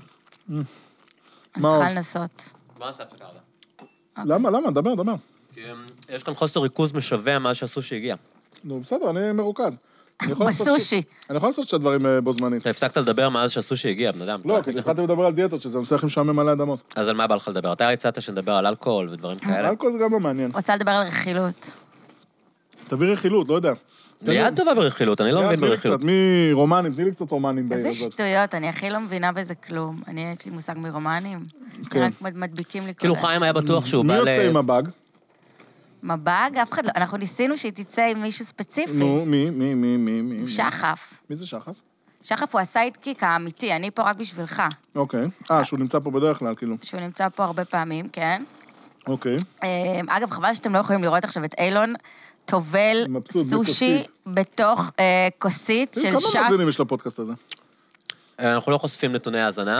צריכה לנסות. בוא נעשה הפסקה רגע. למה, למה? דבר, דבר. כי יש כאן חוסר ריכוז משווע מה שעשו שהגיע. נו, בסדר, אני מרוכז. בסושי. אני יכול לעשות שתי דברים בו זמנית. אתה הפסקת לדבר מאז שהסושי הגיע, בן אדם. לא, כי התחלתי לדבר על דיאטות, שזה נושא הכי משעמם מלא אדמות. אז על מה בא לך לדבר? אתה הצעת שנדבר על אלכוהול ודברים כאלה? אלכוהול זה גם לא מעניין. רוצה לדבר על רכילות. תביא רכילות, לא יודע. ליד טובה ברכילות, אני לא מבין ברכילות. מי רומנים, תני לי קצת רומנים בעיר הזאת. איזה שטויות, אני הכי לא מבינה בזה כלום. אני, יש לי מושג מרומנים. רק מדביקים לי כל... כאילו חיים היה בטוח שהוא בא ל... מי יוצא עם הבאג? מבאג? אף אחד לא. אנחנו ניסינו שהיא תצא עם מישהו ספציפי. נו, מי, מי, מי, מי, מי? שחף. מי זה שחף? שחף הוא הסיידקיק האמיתי, אני פה רק בשבילך. אוקיי. אה, שהוא נמצא פה בדרך כלל, כאילו. שהוא נמצא פה הרבה פעמים, כן. אוקיי. אגב, חבל שאתם לא יכולים לראות עכשיו את אילון טובל סושי בתוך כוסית של שט. כמה מאזינים יש לפודקאסט הזה? אנחנו לא חושפים נתוני האזנה.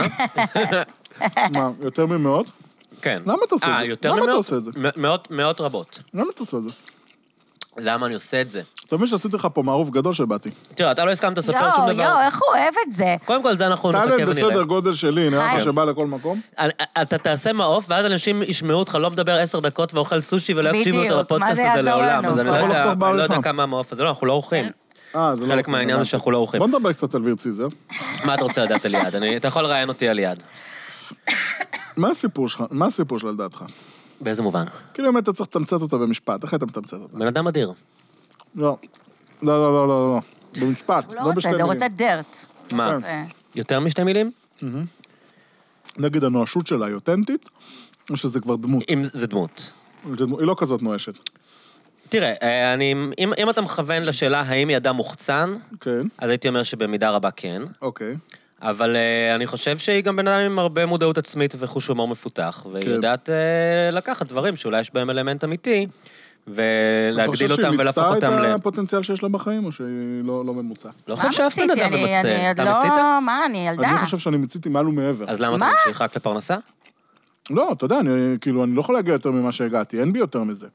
מה, יותר ממאות? כן. למה אתה עושה את זה? יותר למה ממאות? אתה עושה את זה? מאות, מאות רבות. למה אתה עושה את זה? למה אני עושה את זה. אתה מבין שעשיתי לך פה מערוף גדול שבאתי. תראה, אתה לא הסכמת לספר שום דבר. יואו, יואו, איך הוא אוהב את זה? קודם כל, זה אנחנו נסכם ונראה. בסדר גודל שלי, נראה לך שבא לכל מקום. אתה תעשה מעוף, ואז אנשים ישמעו אותך, לא מדבר עשר דקות ואוכל סושי, ולא יקשיבו אותו לפודקאסט הזה לעולם. אז אני לא יודע כמה המעוף הזה, לא, אנחנו לא אורחים. חלק מהעניין זה שאנחנו לא אורחים. בוא נדבר קצת על וירציזר. מה אתה רוצה לדעת על יד? אתה יכול לראיין אותי על יד. מה הסיפור שלך? מה הסיפור של לדעתך? באיזה מובן? כאילו באמת אתה צריך לתמצת אותה במשפט, איך אתה מתמצת אותה? בן אדם אדיר. לא, לא, לא, לא, לא, לא, במשפט, לא בשתי מילים. הוא רוצה דרט. מה? יותר משתי מילים? נגיד הנואשות שלה היא אותנטית, או שזה כבר דמות? אם זה דמות. היא לא כזאת נואשת. תראה, אני, אם, אם אתה מכוון לשאלה האם היא אדם מוחצן, כן. אז הייתי אומר שבמידה רבה כן. אוקיי. אבל uh, אני חושב שהיא גם בן אדם עם הרבה מודעות עצמית וחוש הומור מפותח, והיא כן. יודעת uh, לקחת דברים שאולי יש בהם אלמנט אמיתי, ולהגדיל אותם ולהפוך אותם ל... אתה חושב שהיא מיצתה את הפוטנציאל שיש לה בחיים, או שהיא לא, לא ממוצע? לא חושב שאף בן אדם ממצא. אתה מיצית? מה, אני ילדה. אני חושב שאני מיציתי מעל ומעבר. אז למה אתה ממשיך רק לפרנסה? לא, אתה יודע, אני, כאילו, אני לא יכול להגיע יותר ממה שהגעתי, אין בי יותר מזה.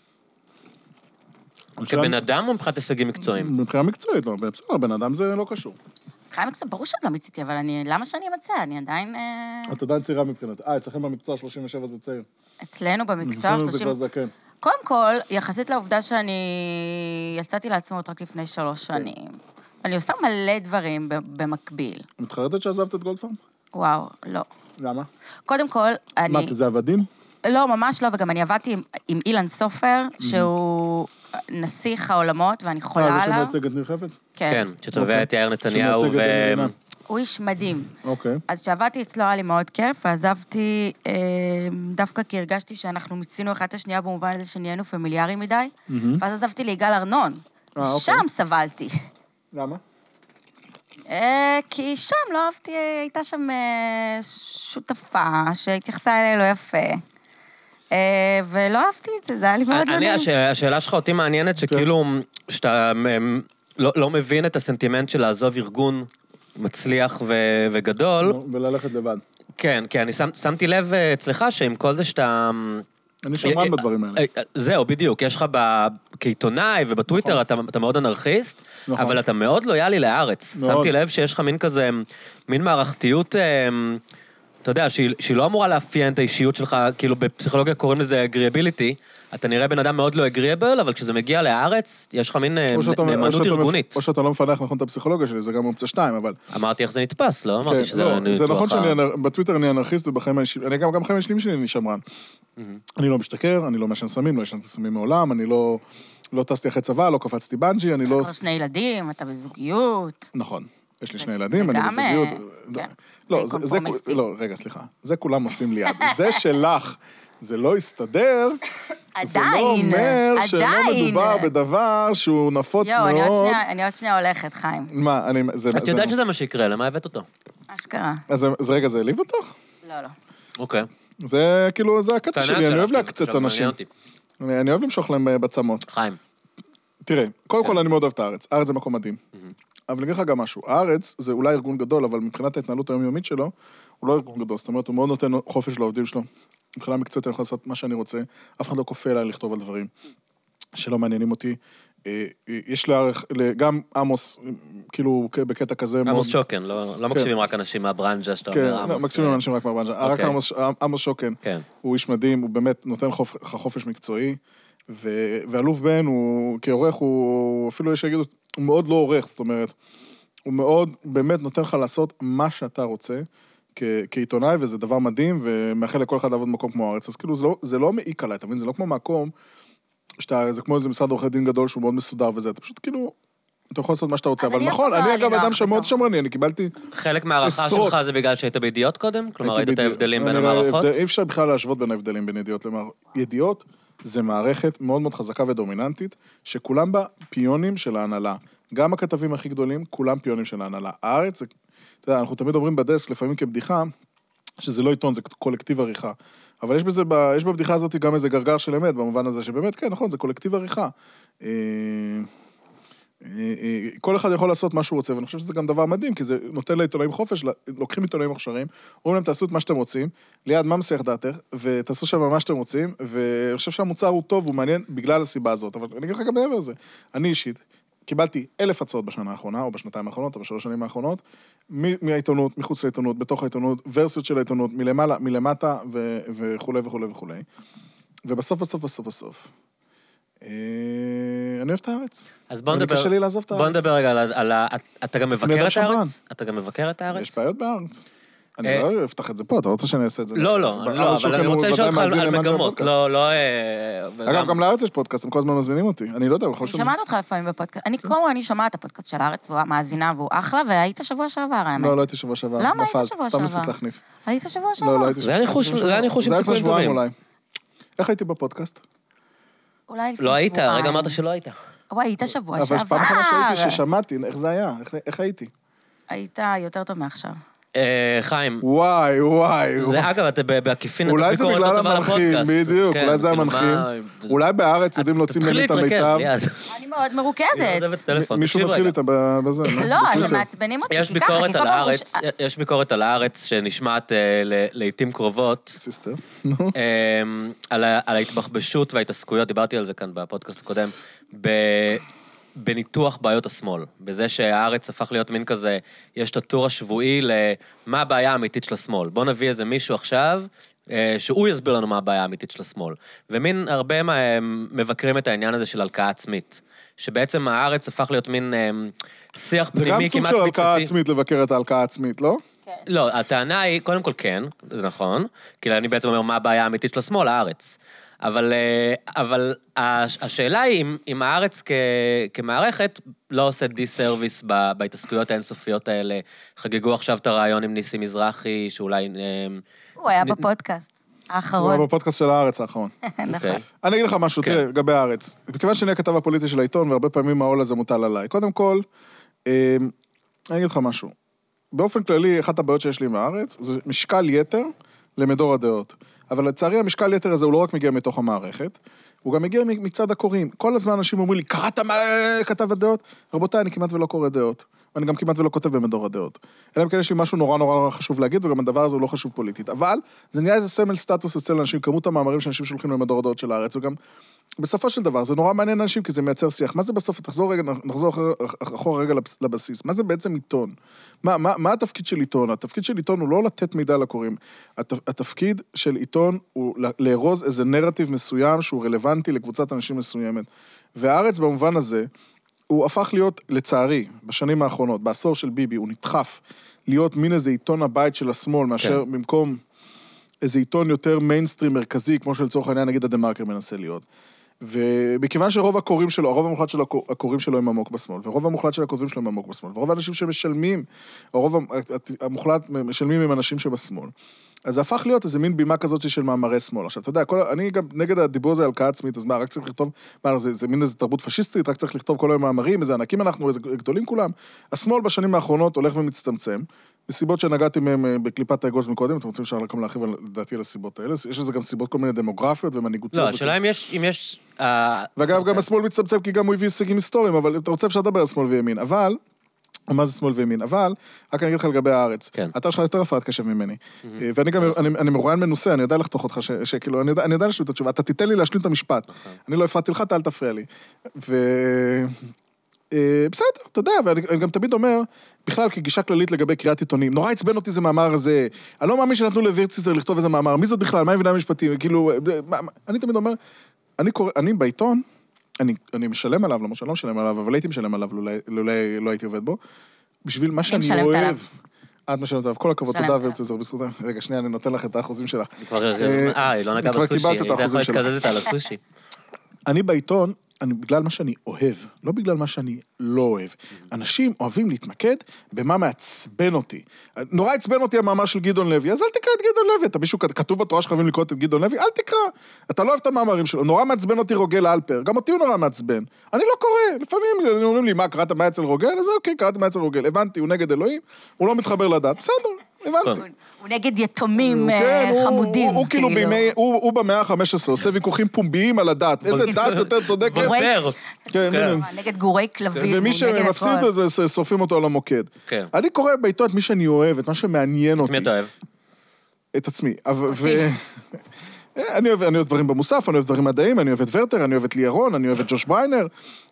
כבן אדם או מבחינת הישגים מקצועיים? מבחינה מקצועית, לא, בסדר, בן אדם זה לא קשור. מבחינה מקצועית, ברור שאת לא מיציתי, אבל אני, למה שאני אמצא? אני עדיין... את עדיין צעירה מבחינת. אה, אצלכם במקצוע שלושים ושבע זה צעיר. אצלנו במקצוע שלושים... קודם כל, יחסית לעובדה שאני יצאתי לעצמאות רק לפני שלוש שנים. אני עושה מלא דברים במקביל. מתחרטת שעזבת את גולדפארם? וואו, לא. למה? קודם כל, אני... מה, כי זה עבדים? לא, ממש לא, וגם אני עבדתי עם, עם אילן סופר, שהוא נסיך העולמות, ואני חולה עליו. אה, זה שמייצג את ניר חפץ? כן. כן, שתובע את יאיר נתניהו ו... הוא איש מדהים. אוקיי. אז כשעבדתי אצלו היה לי מאוד כיף, ועזבתי אה, דווקא כי הרגשתי שאנחנו מיצינו אחת השנייה במובן הזה שנהיינו פמיליארי מדי, ואז עזבתי ליגאל ארנון. שם סבלתי. למה? כי שם לא אהבתי, הייתה שם שותפה שהתייחסה אליי לא יפה. ולא אהבתי את זה, זה היה לי מאוד לא נעים. השאלה שלך אותי מעניינת שכאילו, שאתה לא מבין את הסנטימנט של לעזוב ארגון מצליח וגדול. וללכת לבד. כן, כי אני שמתי לב אצלך שעם כל זה שאתה... אני שמרן בדברים האלה. זהו, בדיוק, יש לך כעיתונאי ובטוויטר אתה מאוד אנרכיסט, אבל אתה מאוד לויאלי לארץ. שמתי לב שיש לך מין כזה, מין מערכתיות, אתה יודע, שהיא לא אמורה לאפיין את האישיות שלך, כאילו בפסיכולוגיה קוראים לזה אגריאביליטי, אתה נראה בן אדם מאוד לא אגריאבל, אבל כשזה מגיע לארץ, יש לך מין נאמנות ארגונית. או שאתה לא מפנח נכון את הפסיכולוגיה שלי, זה גם אופציה שתיים, אבל... אמרתי איך זה נתפס, לא? אמרתי שזה... זה נכון שבטוויטר אני אנרכיסט, ובחיים האישיים, אני גם בחיים האישיים שלי אני שמרן. אני לא משתכר, אני לא משן סמים, לא ישן סמים מעולם, אני לא... לא טסתי אחרי צבא, לא קפצתי בנג'י, אני לא... יש לך שני ילדים, אתה בזוגיות. נכון. יש לי שני ילדים, אני בזוגיות. לא, זה... לא, רגע, סליחה. זה כולם עושים ליד. זה שלך. זה לא יסתדר, זה לא אומר שלא מדובר בדבר שהוא נפוץ מאוד. יואו, אני עוד שנייה הולכת, חיים. מה, אני... את יודעת שזה מה שיקרה, למה הבאת אותו? אשכרה. אז רגע, זה העליב אותך? לא, לא. אוקיי. זה כאילו, זה הקטע שלי, אני אוהב להקצץ אנשים. אני אוהב למשוך להם בצמות. חיים. תראה, קודם כל אני מאוד אוהב את הארץ. הארץ זה מקום מדהים. אבל אני אגיד לך גם משהו. הארץ זה אולי ארגון גדול, אבל מבחינת ההתנהלות היומיומית שלו, הוא לא ארגון גדול. זאת אומרת, הוא מאוד נותן חופש לעובדים שלו. מבחינה מקצועית אני יכול לעשות מה שאני רוצה, אף אחד לא כופה אליי לכתוב על דברים שלא מעניינים אותי. יש לערך, גם עמוס, כאילו בקטע כזה מאוד... עמוס שוקן, לא מקשיבים רק אנשים מהברנג'ה שאתה אומר עמוס. כן, מקשיבים אנשים רק מהברנג'ה, רק עמוס שוקן, הוא איש מדהים, הוא באמת נותן לך חופש מקצועי, ואלוף בן, כעורך, הוא אפילו יש שיגידו, הוא מאוד לא עורך, זאת אומרת, הוא מאוד באמת נותן לך לעשות מה שאתה רוצה, כעיתונאי, וזה דבר מדהים, ומאחל לכל אחד לעבוד במקום כמו הארץ, אז כאילו זה לא, זה לא מעיק עליי, אתה מבין? זה לא כמו מקום, שאתה, זה כמו איזה משרד עורכי דין גדול, שהוא מאוד מסודר וזה, אתה פשוט כאילו, אתה יכול לעשות מה שאתה רוצה, אבל נכון, אני אגב אדם שמאוד שמרני, אני קיבלתי חלק מהערכה שלך זה בגלל שהיית בידיעות קודם? כלומר, ראית את ההבדלים בין המערכות? אי אפשר בכלל להשוות בין ההבדלים בין ידיעות, כלומר, ידיעות זה מערכת מאוד מאוד חזקה ודומיננטית, שכולם בה פיונים של ההנהלה. גם הכתבים הכי גדולים, כולם פיונים של ההנהלה. הארץ, אתה יודע, אנחנו תמיד אומרים בדסק, לפעמים כבדיחה, שזה לא עיתון, זה קולקטיב עריכה. אבל יש בזה, יש בבדיחה הזאת גם איזה גרגר של אמת, במובן הזה שבאמת, כן, נכון, זה קולקטיב עריכה. כל אחד יכול לעשות מה שהוא רוצה, ואני חושב שזה גם דבר מדהים, כי זה נותן לעיתונאים חופש, לוקחים עיתונאים מוכשרים, אומרים להם, תעשו את מה שאתם רוצים, ליד מה מסיח דעתך, ותעשו שם מה שאתם רוצים, ואני חושב שהמוצר הוא טוב, הוא מעניין בגלל הסיבה הזאת, אבל אני אגיד לך גם מעבר לזה, אני אישית, קיבלתי אלף הצעות בשנה האחרונה, או בשנתיים האחרונות, או בשלוש שנים האחרונות, מהעיתונות, מחוץ לעיתונות, בתוך העיתונות, ורסיות של העיתונות, מלמעלה, מלמטה, וכו' וכו' וכו'. ובסוף, בסוף, בסוף, בסוף. אני אוהב את הארץ. אז בוא נדבר, בוא נדבר רגע על ה... אתה גם מבקר את הארץ? אתה גם מבקר את הארץ? יש בעיות בארץ. אני לא אפתח את זה פה, אתה רוצה שאני אעשה את זה? לא, לא, לא, אבל אני רוצה לשאול אותך על מגמות, לא, לא... אגב, גם לארץ יש פודקאסט, הם כל הזמן מזמינים אותי, אני לא יודע, אני שמעת אותך לפעמים בפודקאסט, אני כמו, אני שומעת את הפודקאסט של הארץ, והוא מאזינה והוא אחלה, והיית שבוע שעבר, האמת. לא, לא הייתי שבוע שעבר, למה היית שבוע שעבר? סתם ניסית להחניף. היית שבוע שעבר? לא, לא הייתי שבוע שעבר. זה היה ניחוש עם סיפורים טובים. איך הייתי בפודקאסט? אולי לפני לא היית, רגע אמרת שלא היית. וואי, היית שבוע שעבר. אבל פעם אחת שהייתי ששמעתי, איך זה היה? איך הייתי? היית יותר טוב מעכשיו. חיים. וואי, וואי. זה אגב, אתה בעקיפין, אולי זה בגלל המנחים, בדיוק, אולי זה המנחים. אולי בארץ יודעים להוציא ממני את המיטב. אני מאוד מרוכזת. מישהו מתחיל איתה בזה. לא, אתם מעצבנים אותי. יש ביקורת על הארץ שנשמעת לעתים קרובות. סיסטר. על ההתבחבשות וההתעסקויות, דיברתי על זה כאן בפודקאסט הקודם, בניתוח בעיות השמאל, בזה שהארץ הפך להיות מין כזה, יש את הטור השבועי למה הבעיה האמיתית של השמאל. בוא נביא איזה מישהו עכשיו, שהוא יסביר לנו מה הבעיה האמיתית של השמאל. ומין הרבה מבקרים את העניין הזה של הלקאה עצמית, שבעצם הארץ הפך להיות מין שיח פנימי כמעט מצאתי. זה גם סוג של הלקאה עצמית לבקר את ההלקאה עצמית, לא? לא, הטענה היא, קודם כל כן, זה נכון, כי אני בעצם אומר מה הבעיה האמיתית של השמאל, הארץ. אבל, אבל השאלה היא אם, אם הארץ כ, כמערכת לא עושה דיסרוויס בהתעסקויות האינסופיות האלה. חגגו עכשיו את הרעיון עם ניסי מזרחי, שאולי... הוא היה בפודקאסט האחרון. הוא היה בפודקאסט של הארץ האחרון. נכון. אני אגיד לך משהו, תראה, לגבי הארץ. מכיוון שאני הכתב הפוליטי של העיתון, והרבה פעמים העול הזה מוטל עליי. קודם כל, אני אגיד לך משהו. באופן כללי, אחת הבעיות שיש לי עם הארץ, זה משקל יתר למדור הדעות. אבל לצערי המשקל יתר הזה הוא לא רק מגיע מתוך המערכת, הוא גם מגיע מצד הקוראים. כל הזמן אנשים אומרים לי, קראת מה כתב הדעות? רבותיי, אני כמעט ולא קורא דעות. ואני גם כמעט ולא כותב במדור הדעות. אלא אם כן יש לי משהו נורא נורא חשוב להגיד, וגם הדבר הזה הוא לא חשוב פוליטית. אבל זה נהיה איזה סמל סטטוס אצל אנשים, כמות המאמרים שאנשים שולחים למדור הדעות של הארץ, וגם בסופו של דבר, זה נורא מעניין אנשים, כי זה מייצר שיח. מה זה בסוף? תחזור רגע, נחזור אחורה רגע לבסיס. מה זה בעצם עיתון? מה, מה, מה התפקיד של עיתון? התפקיד של עיתון הוא לא לתת מידע לקוראים. התפקיד של עיתון הוא לארוז איזה נרטיב מסוים, שהוא רלוונטי לקבוצת אנשים מסוימת. והארץ במובן הזה, הוא הפך להיות, לצערי, בשנים האחרונות, בעשור של ביבי, הוא נדחף להיות מין איזה עיתון הבית של השמאל, מאשר כן. במקום איזה עיתון יותר מיינסטרים מרכזי, כמו שלצורך העניין, נגיד הדה-מרקר מנסה להיות. ובכיוון שרוב הקוראים שלו, הרוב המוחלט של הקוראים שלו הם עמוק בשמאל, ורוב המוחלט של הכותבים שלו הם עמוק בשמאל, ורוב האנשים שמשלמים, הרוב המוחלט משלמים עם אנשים שבשמאל. אז זה הפך להיות איזה מין בימה כזאת של מאמרי שמאל. עכשיו, אתה יודע, כל, אני גם נגד הדיבור הזה על הלקאה עצמית, אז מה, רק צריך לכתוב, מה, זה, זה מין איזה תרבות פשיסטית, רק צריך לכתוב כל היום מאמרים, איזה ענקים אנחנו, איזה גדולים כולם. השמאל בשנים האחרונות הולך ומצטמצם, מסיבות שנגעתי מהם בקליפת האגוז מקודם, אתם רוצים אפשר לקום להרחיב לדעתי על הסיבות האלה, יש לזה גם סיבות כל מיני דמוגרפיות ומנהיגותיות. לא, השאלה אם יש, אם יש... ואגב, גם השמאל מצטמצם, כי גם הוא הביא הישגים היסטוריים, אבל אתה רוצה אפשר לדבר על שמאל וימין, אבל מה זה שמאל וימין? אבל, רק אני אגיד לך לגבי הארץ. כן. אתה שלך יותר הפרעת קשב ממני. Mm-hmm. ואני גם, אני, אני מרואיין מנוסה, אני יודע לחתוך אותך, ש, שכאילו, אני יודע, אני יודע להשלים את התשובה. אתה תיתן לי להשלים את המשפט. Okay. אני לא הפרעתי לך, אתה אל תפריע לי. ו... בסדר, אתה יודע, ואני גם תמיד אומר, בכלל כגישה כללית לגבי קריאת עיתונים, נורא עצבן אותי זה מאמר הזה, אני לא מאמין שנתנו לווירציזר לכתוב איזה מאמר, מי זאת בכלל, מה מבינה המשפטים, כאילו, אני תמיד אומר, אני קורא, אני בעיתון, אני, אני משלם עליו, למרות שאני לא משלם עליו, אבל הייתי משלם עליו, לולי לא הייתי עובד בו, בשביל מה שאני אוהב, את משלמת עליו, כל הכבוד, תודה וירציזר, בזכותה, רגע, שנייה, אני נותן לך את האחוזים שלך. אה, היא לא נגעה בסושי, היא יכולה להתקזזת על הסושי. אני בעיתון, אני, בגלל מה שאני אוהב, לא בגלל מה שאני לא אוהב. אנשים אוהבים להתמקד במה מעצבן אותי. נורא עצבן אותי המאמר של גדעון לוי, אז אל תקרא את גדעון לוי. אתה מישהו כתוב בתורה שחייבים לקרוא את גדעון לוי, אל תקרא. אתה לא אוהב את המאמרים שלו. נורא מעצבן אותי רוגל אלפר, גם אותי הוא נורא מעצבן. אני לא קורא. לפעמים אומרים לי, מה, קראת מה אצל רוגל? אז אוקיי, קראתי מה אצל רוגל. הבנתי, הוא נגד אלוהים, הוא לא מתחבר לדעת. בסדר. הבנתי. הוא נגד יתומים חמודים. הוא כאילו בימי, הוא במאה ה-חמש עשרה, עושה ויכוחים פומביים על הדת. איזה דת יותר צודקת? כן, נגד גורי כלבים. ומי שמפסיד את זה, שורפים אותו על המוקד. אני קורא בעיתון את מי שאני אוהב, את מה שמעניין אותי. את מי אתה אוהב? את עצמי. אני אוהב דברים במוסף, אני אוהב דברים מדעיים, אני אוהב את ורטר, אני אוהב את לירון, אני אוהב את ג'וש בריינר,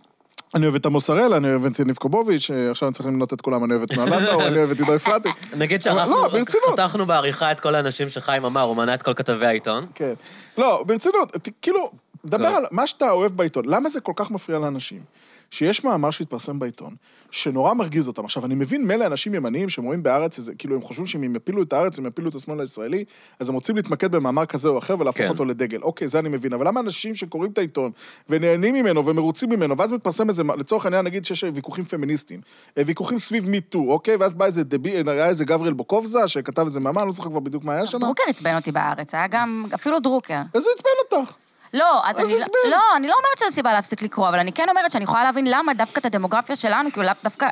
אני אוהב את עמוס הראל, אני אוהב את ניב קובוביץ', עכשיו אני צריך למנות את כולם, אני אוהב את נולנדאו, אני אוהב את עידו אפרתי. נגיד שאנחנו חתכנו בעריכה את כל האנשים שחיים אמר, הוא מנה את כל כתבי העיתון. כן. לא, ברצינות, כאילו, דבר על מה שאתה אוהב בעיתון, למה זה כל כך מפריע לאנשים? שיש מאמר שהתפרסם בעיתון, שנורא מרגיז אותם. עכשיו, אני מבין מלא אנשים ימניים שרואים בארץ, כאילו הם חושבים שאם הם יפילו את הארץ, הם יפילו את השמאל הישראלי, אז הם רוצים להתמקד במאמר כזה או אחר ולהפוך אותו לדגל. אוקיי, זה אני מבין. אבל למה אנשים שקוראים את העיתון ונהנים ממנו ומרוצים ממנו, ואז מתפרסם איזה, לצורך העניין נגיד שיש ויכוחים פמיניסטיים, ויכוחים סביב מיטו, אוקיי? ואז בא איזה דביל, היה איזה גבריאל בוקובזה שכתב איזה מאמר, לא זוכר כבר בדיוק מה היה שם. דרוקר עצבן אותי בארץ, היה גם אפילו דרוקר. אז הוא עצבן אותך. לא, אז אני, לא, אני לא אומרת שזה סיבה להפסיק לקרוא, אבל אני כן אומרת שאני יכולה להבין למה דווקא את הדמוגרפיה שלנו, כאילו דווקא,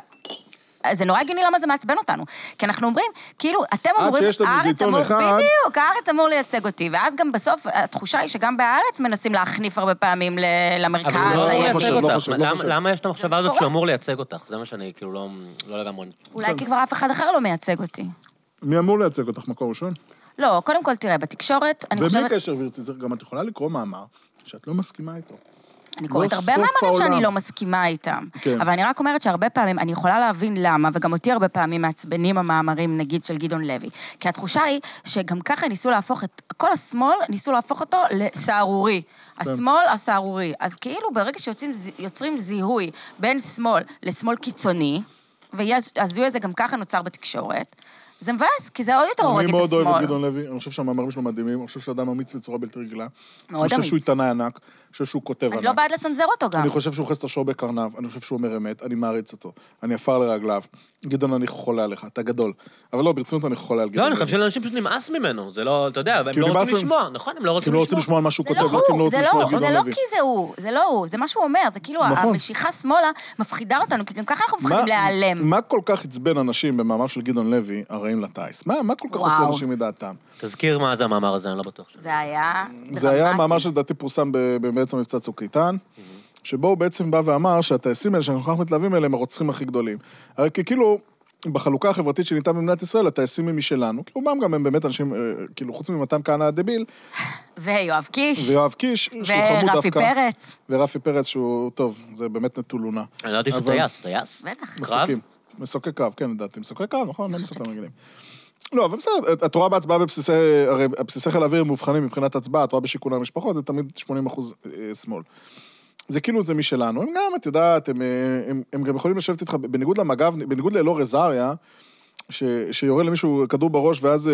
זה נורא הגיוני למה זה מעצבן אותנו. כי אנחנו אומרים, כאילו, אתם אומרים, הארץ אמור, בדיוק, הארץ אמור לייצג אותי, ואז גם בסוף, התחושה היא שגם בארץ מנסים להחניף הרבה פעמים למרכז. אבל הוא לא לייצג אותך. למה יש את המחשבה הזאת שהוא אמור לייצג אותך? זה מה שאני, כאילו, לא לגמרי. אולי כי כבר אף אחד אחר לא מייצג אותי. מי אמור לייצג אותך, מקור ראשון? לא, קודם כל תראה, בתקשורת, אני חושבת... ובלי קשר וירצי, גם את יכולה לקרוא מאמר שאת לא מסכימה איתו. אני קוראת הרבה מאמרים שאני לא מסכימה איתם. אבל אני רק אומרת שהרבה פעמים, אני יכולה להבין למה, וגם אותי הרבה פעמים מעצבנים המאמרים, נגיד, של גדעון לוי. כי התחושה היא שגם ככה ניסו להפוך את... כל השמאל, ניסו להפוך אותו לסערורי. השמאל הסערורי. אז כאילו ברגע שיוצרים זיהוי בין שמאל לשמאל קיצוני, והזיהוי הזה גם ככה נוצר בתקשורת, זה מבאס, כי זה עוד יותר הורג את השמאל. אני מאוד אוהב את גדעון לוי, אני חושב שהמאמרים שלו מדהימים, אני חושב שאדם אמיץ בצורה בלתי רגילה. אני חושב שהוא עיתונאי ענק, אני חושב שהוא כותב ענק. אני לא בעד לצנזר אותו גם. אני חושב שהוא חס את השור בקרנב, אני חושב שהוא אומר אמת, אני מעריץ אותו, אני אפר לרגליו. גדעון, אני חולה עליך, אתה גדול. אבל לא, ברצינות אני חולה על גדעון. לא, אני חושב שאנשים פשוט נמאס ממנו, זה לא, אתה יודע, הם לא רוצים לשמוע, נכון, הם לא רוצים לשמוע מה שהוא כותב, לא כי הם לא רוצים לשמוע גדעון לוי. זה לא כי זה הוא, זה לא הוא, זה מה שהוא אומר, זה כאילו המשיכה שמאלה מפחידה אותנו, כי גם ככה אנחנו מפחידים להיעלם. מה כל כך עצבן אנשים במאמר של גדעון לוי, הרעים לטייס? מה, מה כל כך הוצא אנשים מדעתם? תזכיר מה זה המאמר הזה, אני לא בטוח. זה היה... זה היה מאמר שלדעתי פורסם בעצם מבצע צוק איתן, שבו הוא בעצם בא ואמר שהטייסים האלה, שאנחנו כל כך מתלהבים אליהם, הרוצחים הכי גדולים. הרי כאילו, בחלוקה החברתית שניתן במדינת ישראל, הטייסים הם משלנו, כי רובם גם הם באמת אנשים, כאילו, חוץ ממתן כהנא הדביל. ויואב קיש. ויואב קיש, שהוא חמוד דווקא. ורפי פרץ. ורפי פרץ, שהוא, טוב, זה באמת נטולונה. אני יודעתי שהוא טייס, טייס? בטח. מסוקים. מסוקי קרב, כן, לדעתי. מסוקי קרב, נכון? לא מסוקים רגילים. לא, אבל בסדר, את רואה בהצבעה בבסיסי, הרי הבסיסי חיל האוויר הם מובחנים מבחינת הצבעה, את רואה בשיקולי המשפחות, זה תמיד שמונים אחוז שמאל. זה כאילו זה משלנו, הם גם, את יודעת, הם, הם, הם גם יכולים לשבת איתך, בניגוד למג"ב, בניגוד לאלאור עזריה, ש, שיורה למישהו כדור בראש, ואז,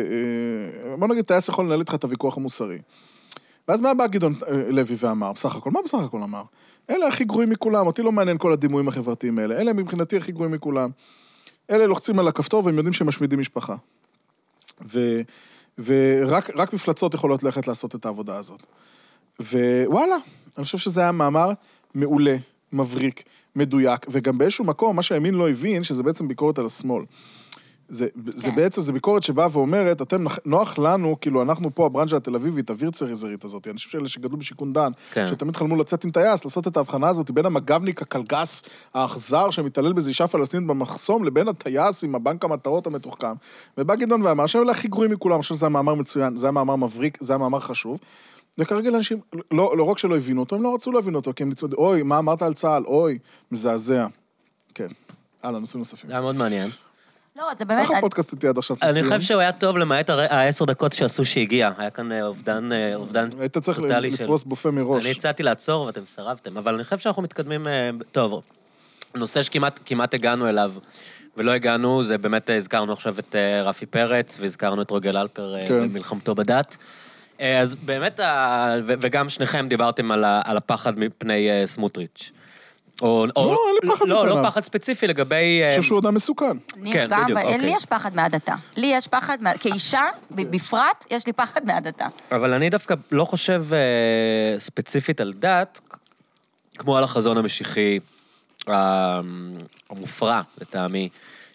בוא נגיד, טייס יכול לנהל איתך את הוויכוח המוסרי. ואז מה בא גדעון לוי ואמר? בסך הכל, מה בסך הכל אמר? אלה הכי גרועים מכולם, אותי לא מעניין כל הדימויים החברתיים האלה, אלה מבחינתי הכי גרועים מכולם. אלה לוחצים על הכפתור והם יודעים שהם משמידים משפחה. ו, ורק, רק מפלצות יכולות ללכת לעשות את העבודה הזאת. ווואלה, אני חושב שזה היה מאמר מעולה, מבריק, מדויק, וגם באיזשהו מקום, מה שהימין לא הבין, שזה בעצם ביקורת על השמאל. זה, זה בעצם, זה ביקורת שבאה ואומרת, אתם נוח לנו, כאילו אנחנו פה, הברנז'ה התל אביבית, הווירצריזרית הזאת, אני חושב שאלה שגדלו בשיקון דן, כן. שתמיד חלמו לצאת עם טייס, לעשות את ההבחנה הזאת, בין המגבניק, הקלגס, האכזר, שמתעלל בזה אישה פלסטינית במחסום, לבין הטייס עם הבנק המטרות המתוחכם. ובא גדעון ואמר, שאלה הכי גרועים מכולם, עכשיו זה המאמר מצוין, זה המאמר מבריק, זה המאמר חשוב. וכרגע לאנשים, לא, לא רק שלא הבינו אותו, הם לא רצו להבין אותו, כי הם ניצודו, אוי, מה אמרת על צה"ל? אוי, מזעזע. כן. הלאה, נושאים נוספים. זה היה מאוד מעניין. לא, זה באמת... איך הפודקאסט איתי עד עכשיו? אני חושב שהוא היה טוב למעט העשר דקות שעשו שהגיע. היה כאן אובדן טוטלי של... היית צריך לפרוס בופה מראש. אני הצעתי לעצור ואתם שרבתם, אבל אני חושב שאנחנו מתקדמים... טוב, נושא שכמעט הגענו אליו, ולא הגענו, זה באמת הזכרנו עכשיו את רפי פרץ, והזכרנו את רוגל אלפר במלחמתו בדת. אז באמת, וגם שניכם דיברתם על הפחד מפני סמוטריץ'. לא, אין לי פחד לא, לא פחד ספציפי לגבי... אני חושב שהוא אדם מסוכן. כן, בדיוק, אוקיי. לי יש פחד מהדתה. לי יש פחד, כאישה, בפרט, יש לי פחד מהדתה. אבל אני דווקא לא חושב ספציפית על דת, כמו על החזון המשיחי המופרע, לטעמי,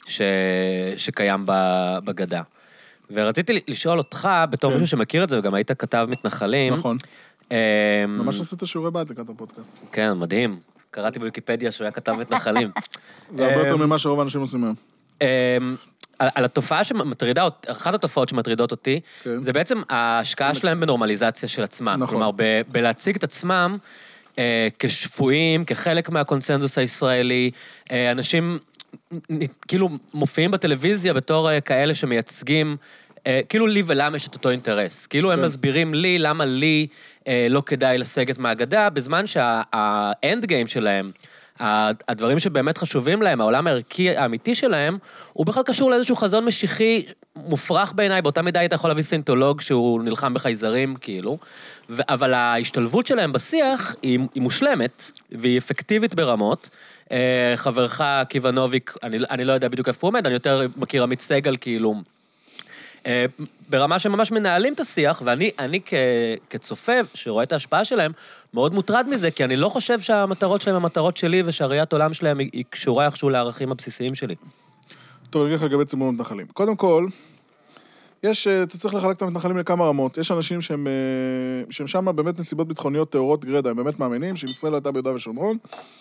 ש... שקיים בגדה. ורציתי לשאול אותך, בתור מישהו שמכיר את זה, וגם היית כתב מתנחלים. נכון. ממש עשית שיעורי בית לקראת הפודקאסט. כן, מדהים. קראתי בוויקיפדיה שהוא היה כתב מתנחלים. זה הרבה יותר ממה שרוב האנשים עושים היום. על התופעה שמטרידה, אחת התופעות שמטרידות אותי, זה בעצם ההשקעה שלהם בנורמליזציה של עצמם. כלומר, בלהציג את עצמם כשפויים, כחלק מהקונצנזוס הישראלי, אנשים כאילו מופיעים בטלוויזיה בתור כאלה שמייצגים, כאילו לי ולמה יש את אותו אינטרס. כאילו הם מסבירים לי למה לי לא כדאי לסגת מהגדה, בזמן שהאנד גיים שלהם, הדברים שבאמת חשובים להם, העולם הערכי האמיתי שלהם, הוא בכלל קשור לאיזשהו חזון משיחי מופרך בעיניי, באותה מידה היית יכול להביא סינטולוג שהוא נלחם בחייזרים, כאילו, אבל ההשתלבות שלהם בשיח היא, היא מושלמת, והיא אפקטיבית ברמות. חברך קיוונוביק, אני, אני לא יודע בדיוק איפה הוא עומד, אני יותר מכיר עמית סגל, כאילו, ברמה שממש מנהלים את השיח, ואני אני כ, כצופה שרואה את ההשפעה שלהם, מאוד מוטרד מזה, כי אני לא חושב שהמטרות שלהם המטרות שלי, ושהראיית עולם שלהם היא, היא קשורה איכשהו לערכים הבסיסיים שלי. טוב, אני אגיד לך לגבי ציבור המתנחלים. קודם כל, יש, אתה צריך לחלק את המתנחלים לכמה רמות. יש אנשים שהם, שהם שם באמת נסיבות ביטחוניות תיאורות גרדה, הם באמת מאמינים שישראל הייתה ביהודה ושומרון,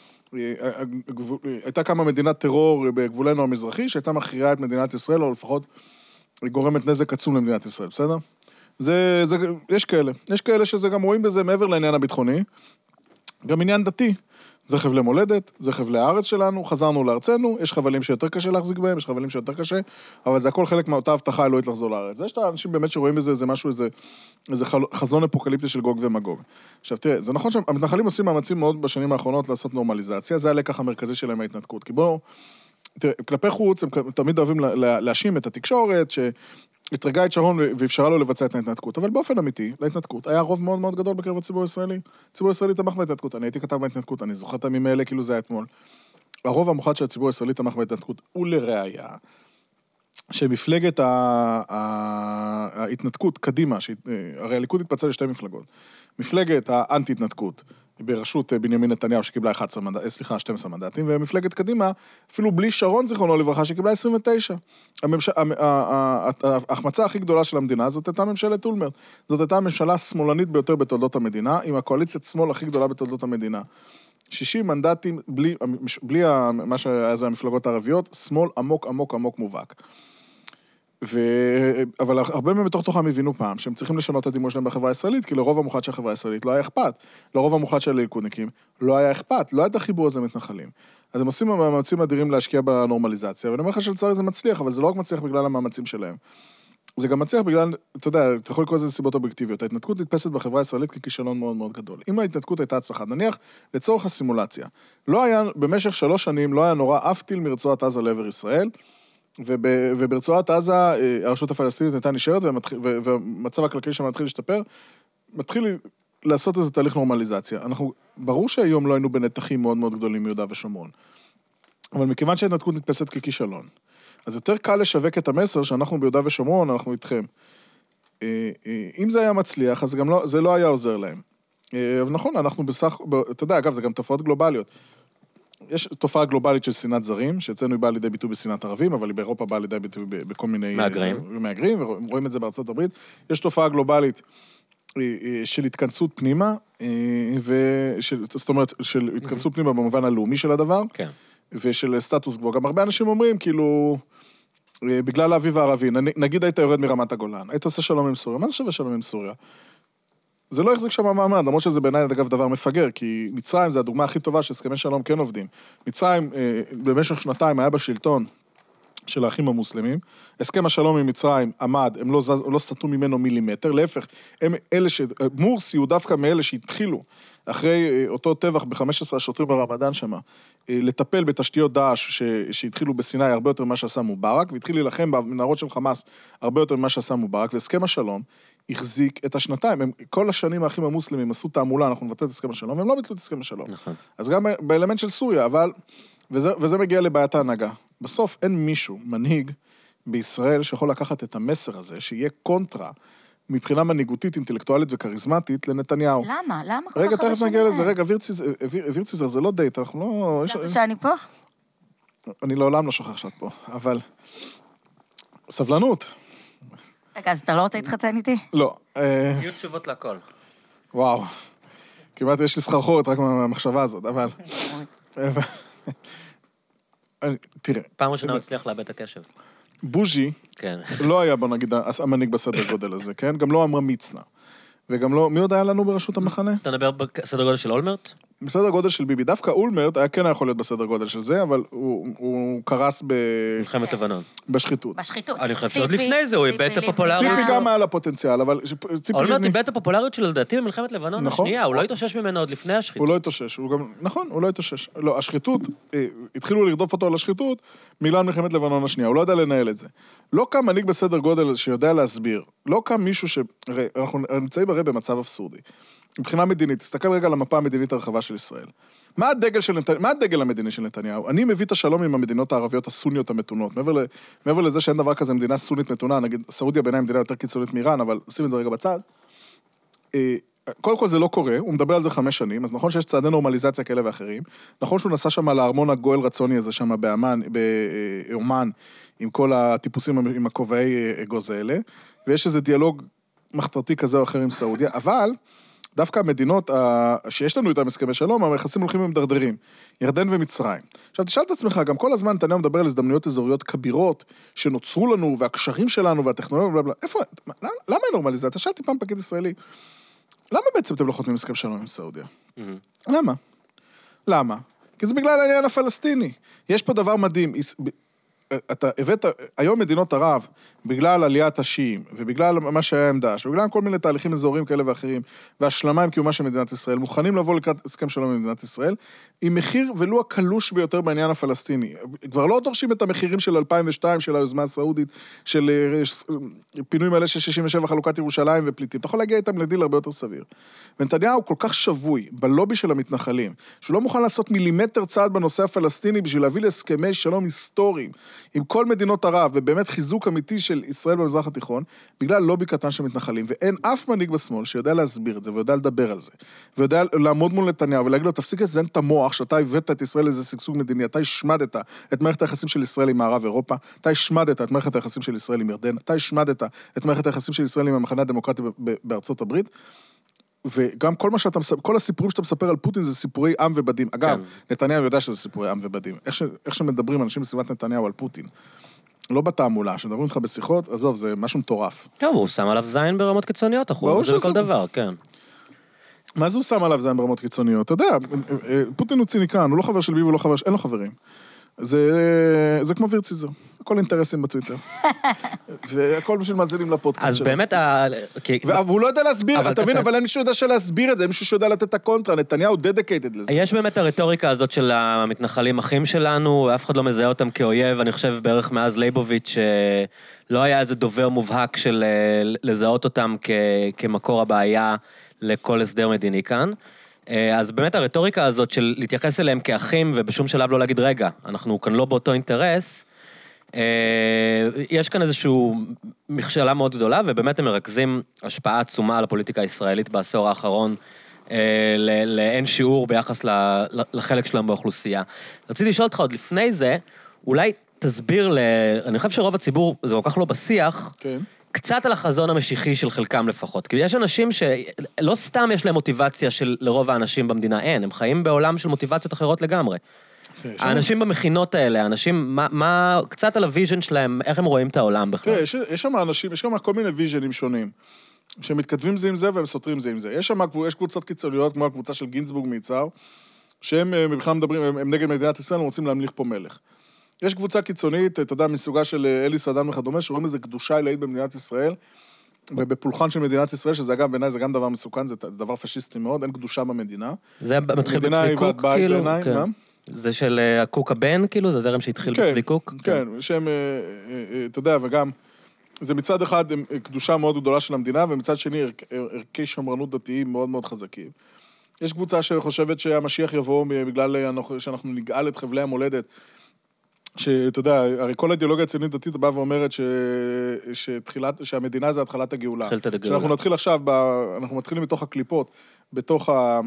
הייתה כמה מדינת טרור בגבולנו המזרחי, שהייתה מכריעה את מדינת ישראל, או לפחות גורמת נזק עצום למדינת ישראל, בסדר? זה, זה, יש כאלה. יש כאלה שזה גם רואים בזה מעבר לעניין הביטחוני, גם עניין דתי. זה חבלי מולדת, זה חבלי הארץ שלנו, חזרנו לארצנו, יש חבלים שיותר קשה להחזיק בהם, יש חבלים שיותר קשה, אבל זה הכל חלק מאותה הבטחה אלוהית לחזור לארץ. יש את האנשים באמת שרואים בזה, זה משהו, איזה, איזה חזון אפוקליפטי של גוג ומגוג. עכשיו תראה, זה נכון שהמתנחלים עושים מאמצים מאוד בשנים האחרונות לעשות נורמליזציה, זה הלקח המרכזי שלהם ההתנתקות, כי בואו, תראה, כלפי חוץ, הם תמיד אוהבים להאשים את התקשורת, שהתרגע את שרון ואפשרה לו לבצע את ההתנתקות, אבל באופן אמיתי, להתנתקות, היה רוב מאוד מאוד גדול בקרב הציבור הישראלי. הציבור הישראלי תמך בהתנתקות, אני הייתי כתב בהתנתקות, אני זוכר את הימים האלה כאילו זה היה אתמול. הרוב המוחד של הציבור הישראלי תמך בהתנתקות, ולראיה, שמפלגת ההתנתקות קדימה, הרי הליכוד התפצל לשתי מפלגות, מפלגת האנטי-התנתקות, בראשות בנימין נתניהו שקיבלה אחת עשרה מנדטים, סליחה, שנים עשר מנדטים, ומפלגת קדימה, אפילו בלי שרון זיכרונו לברכה, שקיבלה עשרים ותשע. ההחמצה הכי גדולה של המדינה, זאת הייתה ממשלת אולמרט. זאת הייתה הממשלה השמאלנית ביותר בתולדות המדינה, עם הקואליציית שמאל הכי גדולה בתולדות המדינה. שישים מנדטים, בלי, בלי מה שהיה זה המפלגות הערביות, שמאל עמוק, עמוק, עמוק מובהק. ו... אבל הרבה מהם בתוך תוכם הבינו פעם שהם צריכים לשנות את הדימוי שלהם בחברה הישראלית, כי לרוב המוחד של החברה הישראלית לא היה אכפת. לרוב המוחד של הליכודניקים לא היה אכפת, לא היה את החיבור הזה מתנחלים. אז הם עושים מאמצים אדירים להשקיע בנורמליזציה, ואני אומר לך שלצערי זה מצליח, אבל זה לא רק מצליח בגלל המאמצים שלהם. זה גם מצליח בגלל, אתה יודע, אתה יכול לקרוא לזה סיבות אובייקטיביות. ההתנתקות נתפסת בחברה הישראלית ככישלון מאוד מאוד גדול. אם ההתנתקות הייתה הצלחה, נניח לצורך הסימולציה, לא היה, במשך שלוש שנים לא היה נורא אף טיל מרצועת עזה לעבר ישראל, וברצועת עזה הרשות הפלסטינית הייתה נשארת, והמצב הכלכלי שם מתחיל להשתפר, מתחיל לעשות איזה תהליך נורמליזציה. אנחנו, ברור שהיום לא היינו בנתחים מאוד מאוד גדולים מיהודה ושומרון, אבל מכיוון שההתנתקות נתפסת ככישלון, אז יותר קל לשווק את המסר שאנחנו ביהודה ושומרון, אנחנו איתכם. אם זה היה מצליח, אז גם לא, זה לא היה עוזר להם. אבל נכון, אנחנו בסך, אתה יודע, אגב, זה גם תופעות גלובליות. יש תופעה גלובלית של שנאת זרים, שאצלנו היא באה לידי ביטוי בשנאת ערבים, אבל היא באירופה באה לידי ביטוי בכל מיני... מהגרים. מהגרים, ורואים את זה בארצות הברית. יש תופעה גלובלית של התכנסות פנימה, ושל, זאת אומרת, של התכנסות פנימה במובן הלאומי של הדבר, כן. ושל סטטוס גבוה. גם הרבה אנשים אומרים, כאילו, בגלל האביב הערבי, נגיד היית יורד מרמת הגולן, היית עושה שלום עם סוריה. מה זה שווה שלום עם סוריה? זה לא יחזיק שם המעמד, למרות שזה בעיניי, אגב, דבר מפגר, כי מצרים זה הדוגמה הכי טובה שהסכמי שלום כן עובדים. מצרים, במשך שנתיים היה בשלטון של האחים המוסלמים, הסכם השלום עם מצרים עמד, הם לא, זז, לא סתו ממנו מילימטר, להפך, הם אלה ש... מורסי הוא דווקא מאלה שהתחילו, אחרי אותו טבח ב-חמישה עשר השוטרים ברמדאן שמה, לטפל בתשתיות דאעש שהתחילו בסיני הרבה יותר ממה שעשה מובארק, והתחיל להילחם במנהרות של חמאס הרבה יותר ממה שעשה מובארק, והסכם השלום החזיק את השנתיים. הם, כל השנים האחים המוסלמים עשו תעמולה, אנחנו נבטל את הסכם השלום, והם לא ביטלו את הסכם השלום. נכון. אז גם באלמנט של סוריה, אבל, וזה, וזה מגיע לבעיית ההנהגה. בסוף אין מישהו, מנהיג בישראל, שיכול לקחת את המסר הזה, שיהיה קונטרה, מבחינה מנהיגותית, אינטלקטואלית וכריזמטית, לנתניהו. למה? למה כל כך רגע, תכף נגיע לזה. רגע, וירציזר זה לא דייט, אנחנו לא... שאני פה? אני לעולם לא שוכח שאת פה, אבל סבלנות. רגע, אז אתה לא רוצה להתחתן איתי? לא. יהיו תשובות לכל. וואו. כמעט יש לי סחרחורת רק מהמחשבה הזאת, אבל... תראה. פעם ראשונה הוא הצליח לאבד את הקשב. בוז'י, כן. לא היה, בוא נגיד, המנהיג בסדר גודל הזה, כן? גם לא אמרה מצנע. וגם לא, מי עוד היה לנו בראשות המחנה? אתה מדבר בסדר גודל של אולמרט? בסדר גודל של ביבי. דווקא אולמרט היה כן יכול להיות בסדר גודל של זה, אבל הוא, הוא קרס ב... מלחמת לבנון. בשחיתות. בשחיתות. אני חושב שעוד לפני זה, הוא איבד את הפופולריות. ציפי גם היה לה פוטנציאל, אבל... אולמרט איבד את הפופולריות שלו, לדעתי, במלחמת לבנון השנייה, הוא לא התאושש ממנו עוד לפני השחיתות. הוא לא התאושש, הוא גם... נכון, הוא לא התאושש. לא, השחיתות, התחילו לרדוף אותו על השחיתות, בגלל מלחמת לבנון השנייה, הוא לא יודע לנהל את זה. לא קם מנהיג בסדר גודל שיודע להסביר, לא קם מישהו ש... אנחנו נמצאים הרי במצב אבסורדי. מבחינה מדינית, תסתכל רגע על המפה המדינית הרחבה של ישראל. מה הדגל של נתניהו? מה הדגל המדיני של נתניהו? אני מביא את השלום עם המדינות הערביות הסוניות המתונות. מעבר, ל... מעבר לזה שאין דבר כזה מדינה סונית מתונה, נגיד, סעודיה בעיניי מדינה יותר קיצונית מאיראן, אבל שים את זה רגע בצד. קודם כל זה לא קורה, הוא מדבר על זה חמש שנים, אז נכון שיש צעדי נורמליזציה כאלה ואחרים, נכון שהוא נסע שם לארמון הגואל רצוני הזה שם באמן, באומן, עם כל הטיפוסים, עם הכובעי אגוז האלה, ויש איזה דיאלוג מחתרתי כזה או אחר עם סעודיה, אבל דווקא המדינות שיש לנו איתם הסכמי שלום, היחסים הולכים ומדרדרים, ירדן ומצרים. עכשיו תשאל את עצמך, גם כל הזמן נתניהו מדבר על הזדמנויות אזוריות כבירות, שנוצרו לנו, והקשרים שלנו, והטכנולוגיה, בלה, איפה, למה אין נורמליזציה? שאלתי פעם פקיד ישראלי, למה בעצם אתם לא חותמים הסכם שלום עם סעודיה? למה? למה? כי זה בגלל העניין הפלסטיני. יש פה דבר מדהים, אתה הבאת, היום מדינות ערב, בגלל עליית השיעים, ובגלל מה שהיה עם דאעש, ובגלל כל מיני תהליכים אזוריים כאלה ואחרים, והשלמה עם קיומה של מדינת ישראל, מוכנים לבוא לקראת הסכם שלום עם מדינת ישראל, עם מחיר ולו הקלוש ביותר בעניין הפלסטיני. כבר לא דורשים את המחירים של אלפיים ושתיים, של היוזמה הסעודית, של פינוי מלא של שישים ושבע, חלוקת ירושלים ופליטים. אתה יכול להגיע איתם לדיל הרבה יותר סביר. ונתניהו כל כך שבוי בלובי של המתנחלים, שהוא לא מוכן לעשות מילימטר צעד בנושא הפלסטיני בשביל להביא להסכמי שלום היסטוריים עם כל מדינות ערב, ובאמת חיזוק אמיתי של ישראל במזרח התיכון, בגלל לובי קטן של מתנחלים, ואין אף מנהיג בשמאל שיודע להסביר את זה, ויודע לדבר על זה, ויודע לעמוד מול נתניהו, ולהגיד לו, תפסיק לזיין את המוח, שאתה הבאת את ישראל לאיזה סגסוג מדיני, אתה השמדת את מערכת היחסים של ישראל עם מערב אירופה, אתה השמדת את מערכת היחסים של ישראל עם ירדן, אתה השמדת את מערכת היחסים של ישראל עם המחנה הדמוקרטי בארצות הברית, וגם כל מה שאתה, כל הסיפורים שאתה מספר על פוטין זה סיפורי עם ובדים. אגב, נתניהו יודע שזה סיפורי עם ובדים. איך ש, איך שמדברים אנשים בסביבת נתניהו על פוטין, לא בתעמולה, שמדברים איתך בשיחות, עזוב, זה משהו מטורף. טוב, הוא שם עליו זין ברמות קיצוניות, אחו, זה כל דבר, כן. מה זה הוא שם עליו זין ברמות קיצוניות? אתה יודע, פוטין הוא ציניקן, הוא לא חבר של ביבי, הוא לא חבר, אין לו חברים. זה, זה כמו וירציזר. הכל אינטרסים בטוויטר. והכל בשביל מאזינים לפודקאסט שלו. אז באמת... והוא לא יודע להסביר, אתה מבין, אבל אין מישהו יודע להסביר את זה, אין מישהו שיודע לתת את הקונטרה, נתניהו דדיקייטד לזה. יש באמת הרטוריקה הזאת של המתנחלים אחים שלנו, ואף אחד לא מזהה אותם כאויב, אני חושב בערך מאז לייבוביץ' לא היה איזה דובר מובהק של לזהות אותם כמקור הבעיה לכל הסדר מדיני כאן. אז באמת הרטוריקה הזאת של להתייחס אליהם כאחים, ובשום שלב לא להגיד, רגע, אנחנו כאן לא באותו אינטרס, יש כאן איזשהו מכשלה מאוד גדולה, ובאמת הם מרכזים השפעה עצומה על הפוליטיקה הישראלית בעשור האחרון, לאין שיעור ביחס לחלק שלהם באוכלוסייה. רציתי לשאול אותך עוד לפני זה, אולי תסביר, אני חושב שרוב הציבור, זה כל כך לא בשיח, כן. קצת על החזון המשיחי של חלקם לפחות. כי יש אנשים שלא סתם יש להם מוטיבציה של לרוב האנשים במדינה, אין, הם חיים בעולם של מוטיבציות אחרות לגמרי. האנשים במכינות האלה, האנשים, מה, מה, קצת על הוויז'ן שלהם, איך הם רואים את העולם בכלל? תראה, יש, יש שם אנשים, יש שם כל מיני ויז'נים שונים, שמתכתבים זה עם זה והם סותרים זה עם זה. יש שם, יש קבוצות קיצוניות, כמו הקבוצה של גינצבורג מיצר, שהם בכלל מדברים, הם, הם נגד מדינת ישראל, הם רוצים להמליך פה מלך. יש קבוצה קיצונית, אתה יודע, מסוגה של אלי סדן וכדומה, שרואים איזה קדושה עילאית במדינת ישראל, ובפולחן של מדינת ישראל, שזה אגב בעיניי זה גם דבר מסוכן, זה דבר פשיסטי מאוד, אין קדושה במדינה. זה מתחיל בצבי קוק, כאילו? זה של הקוק הבן, כאילו? זה זרם שהתחיל בצבי קוק? כן, שהם, אתה יודע, וגם, זה מצד אחד קדושה מאוד גדולה של המדינה, ומצד שני ערכי שמרנות דתיים מאוד מאוד חזקים. יש קבוצה שחושבת שהמשיח יבוא בגלל שאנחנו נגאל את חבלי המולדת, שאתה יודע, הרי כל האידיאולוגיה הציונית דתית באה ואומרת ש... שתחילת... שהמדינה זה התחלת הגאולה. שאנחנו נתחיל עכשיו, ב... אנחנו מתחילים מתוך הקליפות, בתוך ה...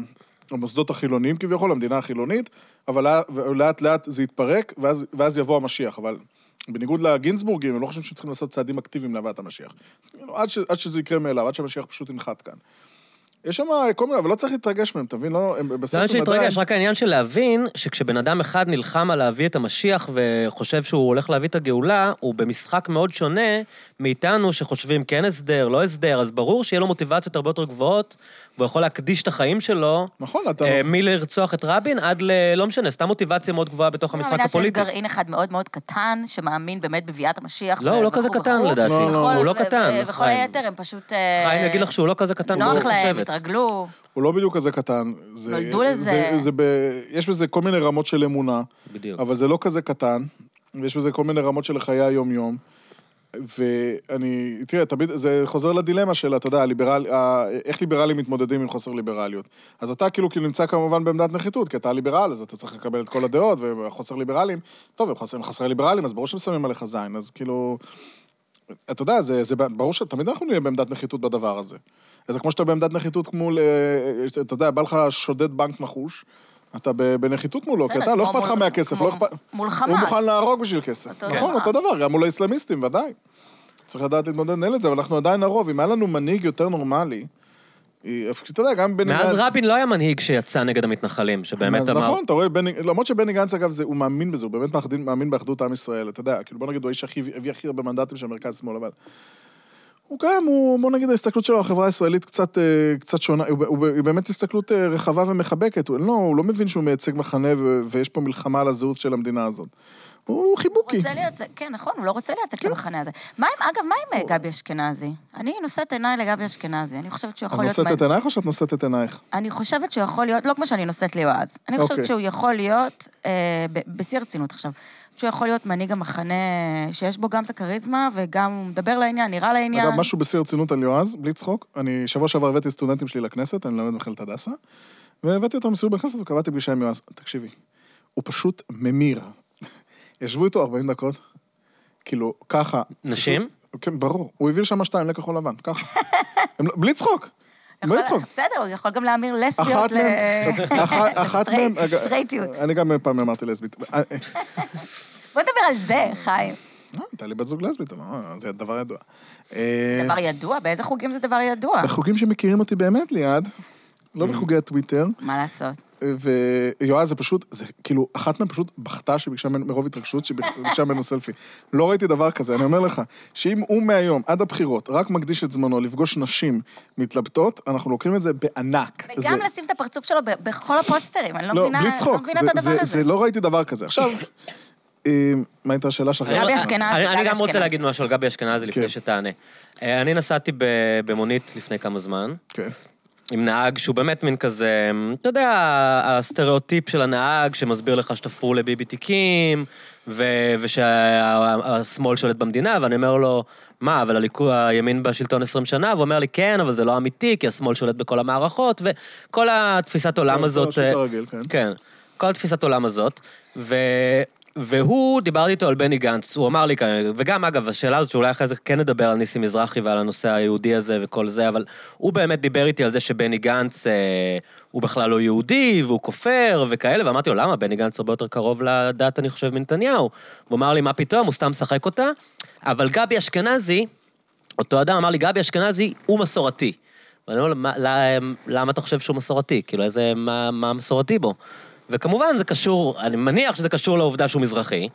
המוסדות החילוניים כביכול, המדינה החילונית, אבל לאט לאט זה יתפרק, ואז, ואז יבוא המשיח, אבל בניגוד לגינסבורגים, הם לא חושבים שצריכים לעשות צעדים אקטיביים להבאת המשיח. עד, ש, עד שזה יקרה מאליו, עד שהמשיח פשוט ינחת כאן. יש שם כל מיני, אבל לא צריך להתרגש מהם, תבין, לא, הם בסוף הם עדיין... להתרגש, רק העניין של להבין, שכשבן אדם אחד נלחם על להביא את המשיח, וחושב שהוא הולך להביא את הגאולה, הוא במשחק מאוד שונה מאיתנו, שחושבים כן הסדר, לא הסדר, אז ברור שיהיה לו מוטיבציות הרבה יותר גבוהות, והוא יכול להקדיש את החיים שלו, נכון, אתה... מלרצוח את רבין, עד ל... לא משנה, סתם מוטיבציה מאוד גבוהה בתוך המשחק הפוליטי. שיש גרעין אחד מאוד מאוד קטן, שמאמין באמת בביאת המשיח. לא, הוא לא כזה קטן לדעתי. הוא לא קטן. וכל היתר הם פשוט... חיים יגיד לך שהוא לא כזה קטן. נוח להם, התרגלו. הוא לא בדיוק כזה קטן. נולדו לזה. יש בזה כל מיני רמות של אמונה. בדיוק. אבל זה לא כזה קטן. ויש בזה כל מיני רמות של חיי היום-יום. ואני, תראה, תמיד, זה חוזר לדילמה שלה, אתה יודע, הליברל, איך ליברלים מתמודדים עם חוסר ליברליות. אז אתה כאילו, כאילו נמצא כמובן בעמדת נחיתות, כי אתה ליברל, אז אתה צריך לקבל את כל הדעות, וחוסר ליברלים, טוב, הם חוסר, חסרי ליברלים, אז ברור שהם שמים עליך זין, אז כאילו, אתה יודע, זה, זה ברור שתמיד אנחנו נהיה בעמדת נחיתות בדבר הזה. אז כמו שאתה בעמדת נחיתות כמו, אתה יודע, בא לך שודד בנק נחוש, אתה בנחיתות מולו, כי אתה לא אכפת לך מהכסף, לא אכפת... מול חמאס. הוא מוכן להרוג בשביל כסף. נכון, אותו דבר, גם מול האסלאמיסטים, ודאי. צריך לדעת להתמודד לנהל את זה, אבל אנחנו עדיין הרוב. אם היה לנו מנהיג יותר נורמלי, אתה יודע, גם בני גנץ... מאז רבין לא היה מנהיג שיצא נגד המתנחלים, שבאמת אמר... נכון, אתה רואה, למרות שבני גנץ, אגב, הוא מאמין בזה, הוא באמת מאמין באחדות עם ישראל, אתה יודע, כאילו בוא נגיד, הוא האיש הביא הכי הרבה מנדטים של מרכז שמאל, אבל... הוא גם, הוא, בוא נגיד, ההסתכלות שלו, החברה הישראלית קצת, קצת שונה, הוא, הוא, הוא באמת הסתכלות רחבה ומחבקת, הוא לא, הוא לא מבין שהוא מייצג מחנה ו, ויש פה מלחמה על הזהות של המדינה הזאת. הוא חיבוקי. הוא רוצה לייצג, כן, נכון, הוא לא רוצה לייצג את המחנה הזה. מה עם, אגב, מה עם גבי אשכנזי? אני נושאת עיניי לגבי אשכנזי, אני חושבת שהוא יכול להיות... את נושאת את עינייך או שאת נושאת את עינייך? אני חושבת שהוא יכול להיות, לא כמו שאני נושאת ליועז, אני חושבת שהוא יכול להיות, בשיא הרצינות עכשיו, שהוא יכול להיות מנהיג המחנה שיש בו גם את הקריזמה, וגם הוא מדבר לעניין, נראה לעניין. אגב, משהו בשיא הרצינות על יועז, בלי צחוק, אני שבוע שעבר הבאתי סטודנטים שלי לכנסת, אני מלמד במכללת הדסה, והבאתי אותם בסיור בכנסת וקבעתי פגישה עם יועז. תקשיבי, הוא פשוט ממיר. ישבו איתו ארבעים דקות, כאילו, ככה. נשים? כן, ברור. הוא העביר שם שתיים לכחול לבן, ככה. בלי צחוק. בלי צחוק. בסדר, הוא יכול גם להמיר לסביות לסטרייטיות. אני גם פעם אמרתי לסבית. בוא נדבר על זה, חיים. הייתה לי בת זוג לסבית, זה דבר ידוע. דבר ידוע? באיזה חוגים זה דבר ידוע? בחוגים שמכירים אותי באמת ליד, לא בחוגי הטוויטר. מה לעשות? ויועז זה פשוט, זה כאילו, אחת מהם פשוט בכתה שביקשה מרוב התרגשות, שביקשה ממנו סלפי. לא ראיתי דבר כזה, אני אומר לך, שאם הוא מהיום, עד הבחירות, רק מקדיש את זמנו לפגוש נשים מתלבטות, אנחנו לוקחים את זה בענק. וגם לשים את הפרצוף שלו בכל הפוסטרים, אני לא מבינה את הדבר הזה. זה לא ראיתי דבר כזה. עכשיו, מה הייתה השאלה שלך? גבי אשכנזי. אני גם רוצה להגיד משהו על גבי אשכנזי לפני שתענה. אני נסעתי במונית לפני כמה זמן. כן. עם נהג שהוא באמת מין כזה, אתה יודע, הסטריאוטיפ של הנהג שמסביר לך שתפרו לביבי תיקים, ושהשמאל שולט במדינה, ואני אומר לו, מה, אבל הליכוד, הימין בשלטון עשרים שנה, והוא אומר לי, כן, אבל זה לא אמיתי, כי השמאל שולט בכל המערכות, וכל התפיסת עולם הזאת, כן, כל התפיסת עולם הזאת, ו... והוא, דיברתי איתו על בני גנץ, הוא אמר לי, וגם אגב, השאלה הזאת שאולי אחרי זה כן נדבר על ניסים מזרחי ועל הנושא היהודי הזה וכל זה, אבל הוא באמת דיבר איתי על זה שבני גנץ אה, הוא בכלל לא יהודי, והוא כופר וכאלה, ואמרתי לו, למה? בני גנץ הרבה יותר קרוב לדת, אני חושב, מנתניהו. הוא אמר לי, מה פתאום? הוא סתם משחק אותה, אבל גבי אשכנזי, אותו אדם אמר לי, גבי אשכנזי הוא מסורתי. ואני אומר לו, למה אתה חושב שהוא מסורתי? כאילו, איזה, מה, מה מסורתי בו? וכמובן זה קשור, אני מניח שזה קשור לעובדה שהוא מזרחי,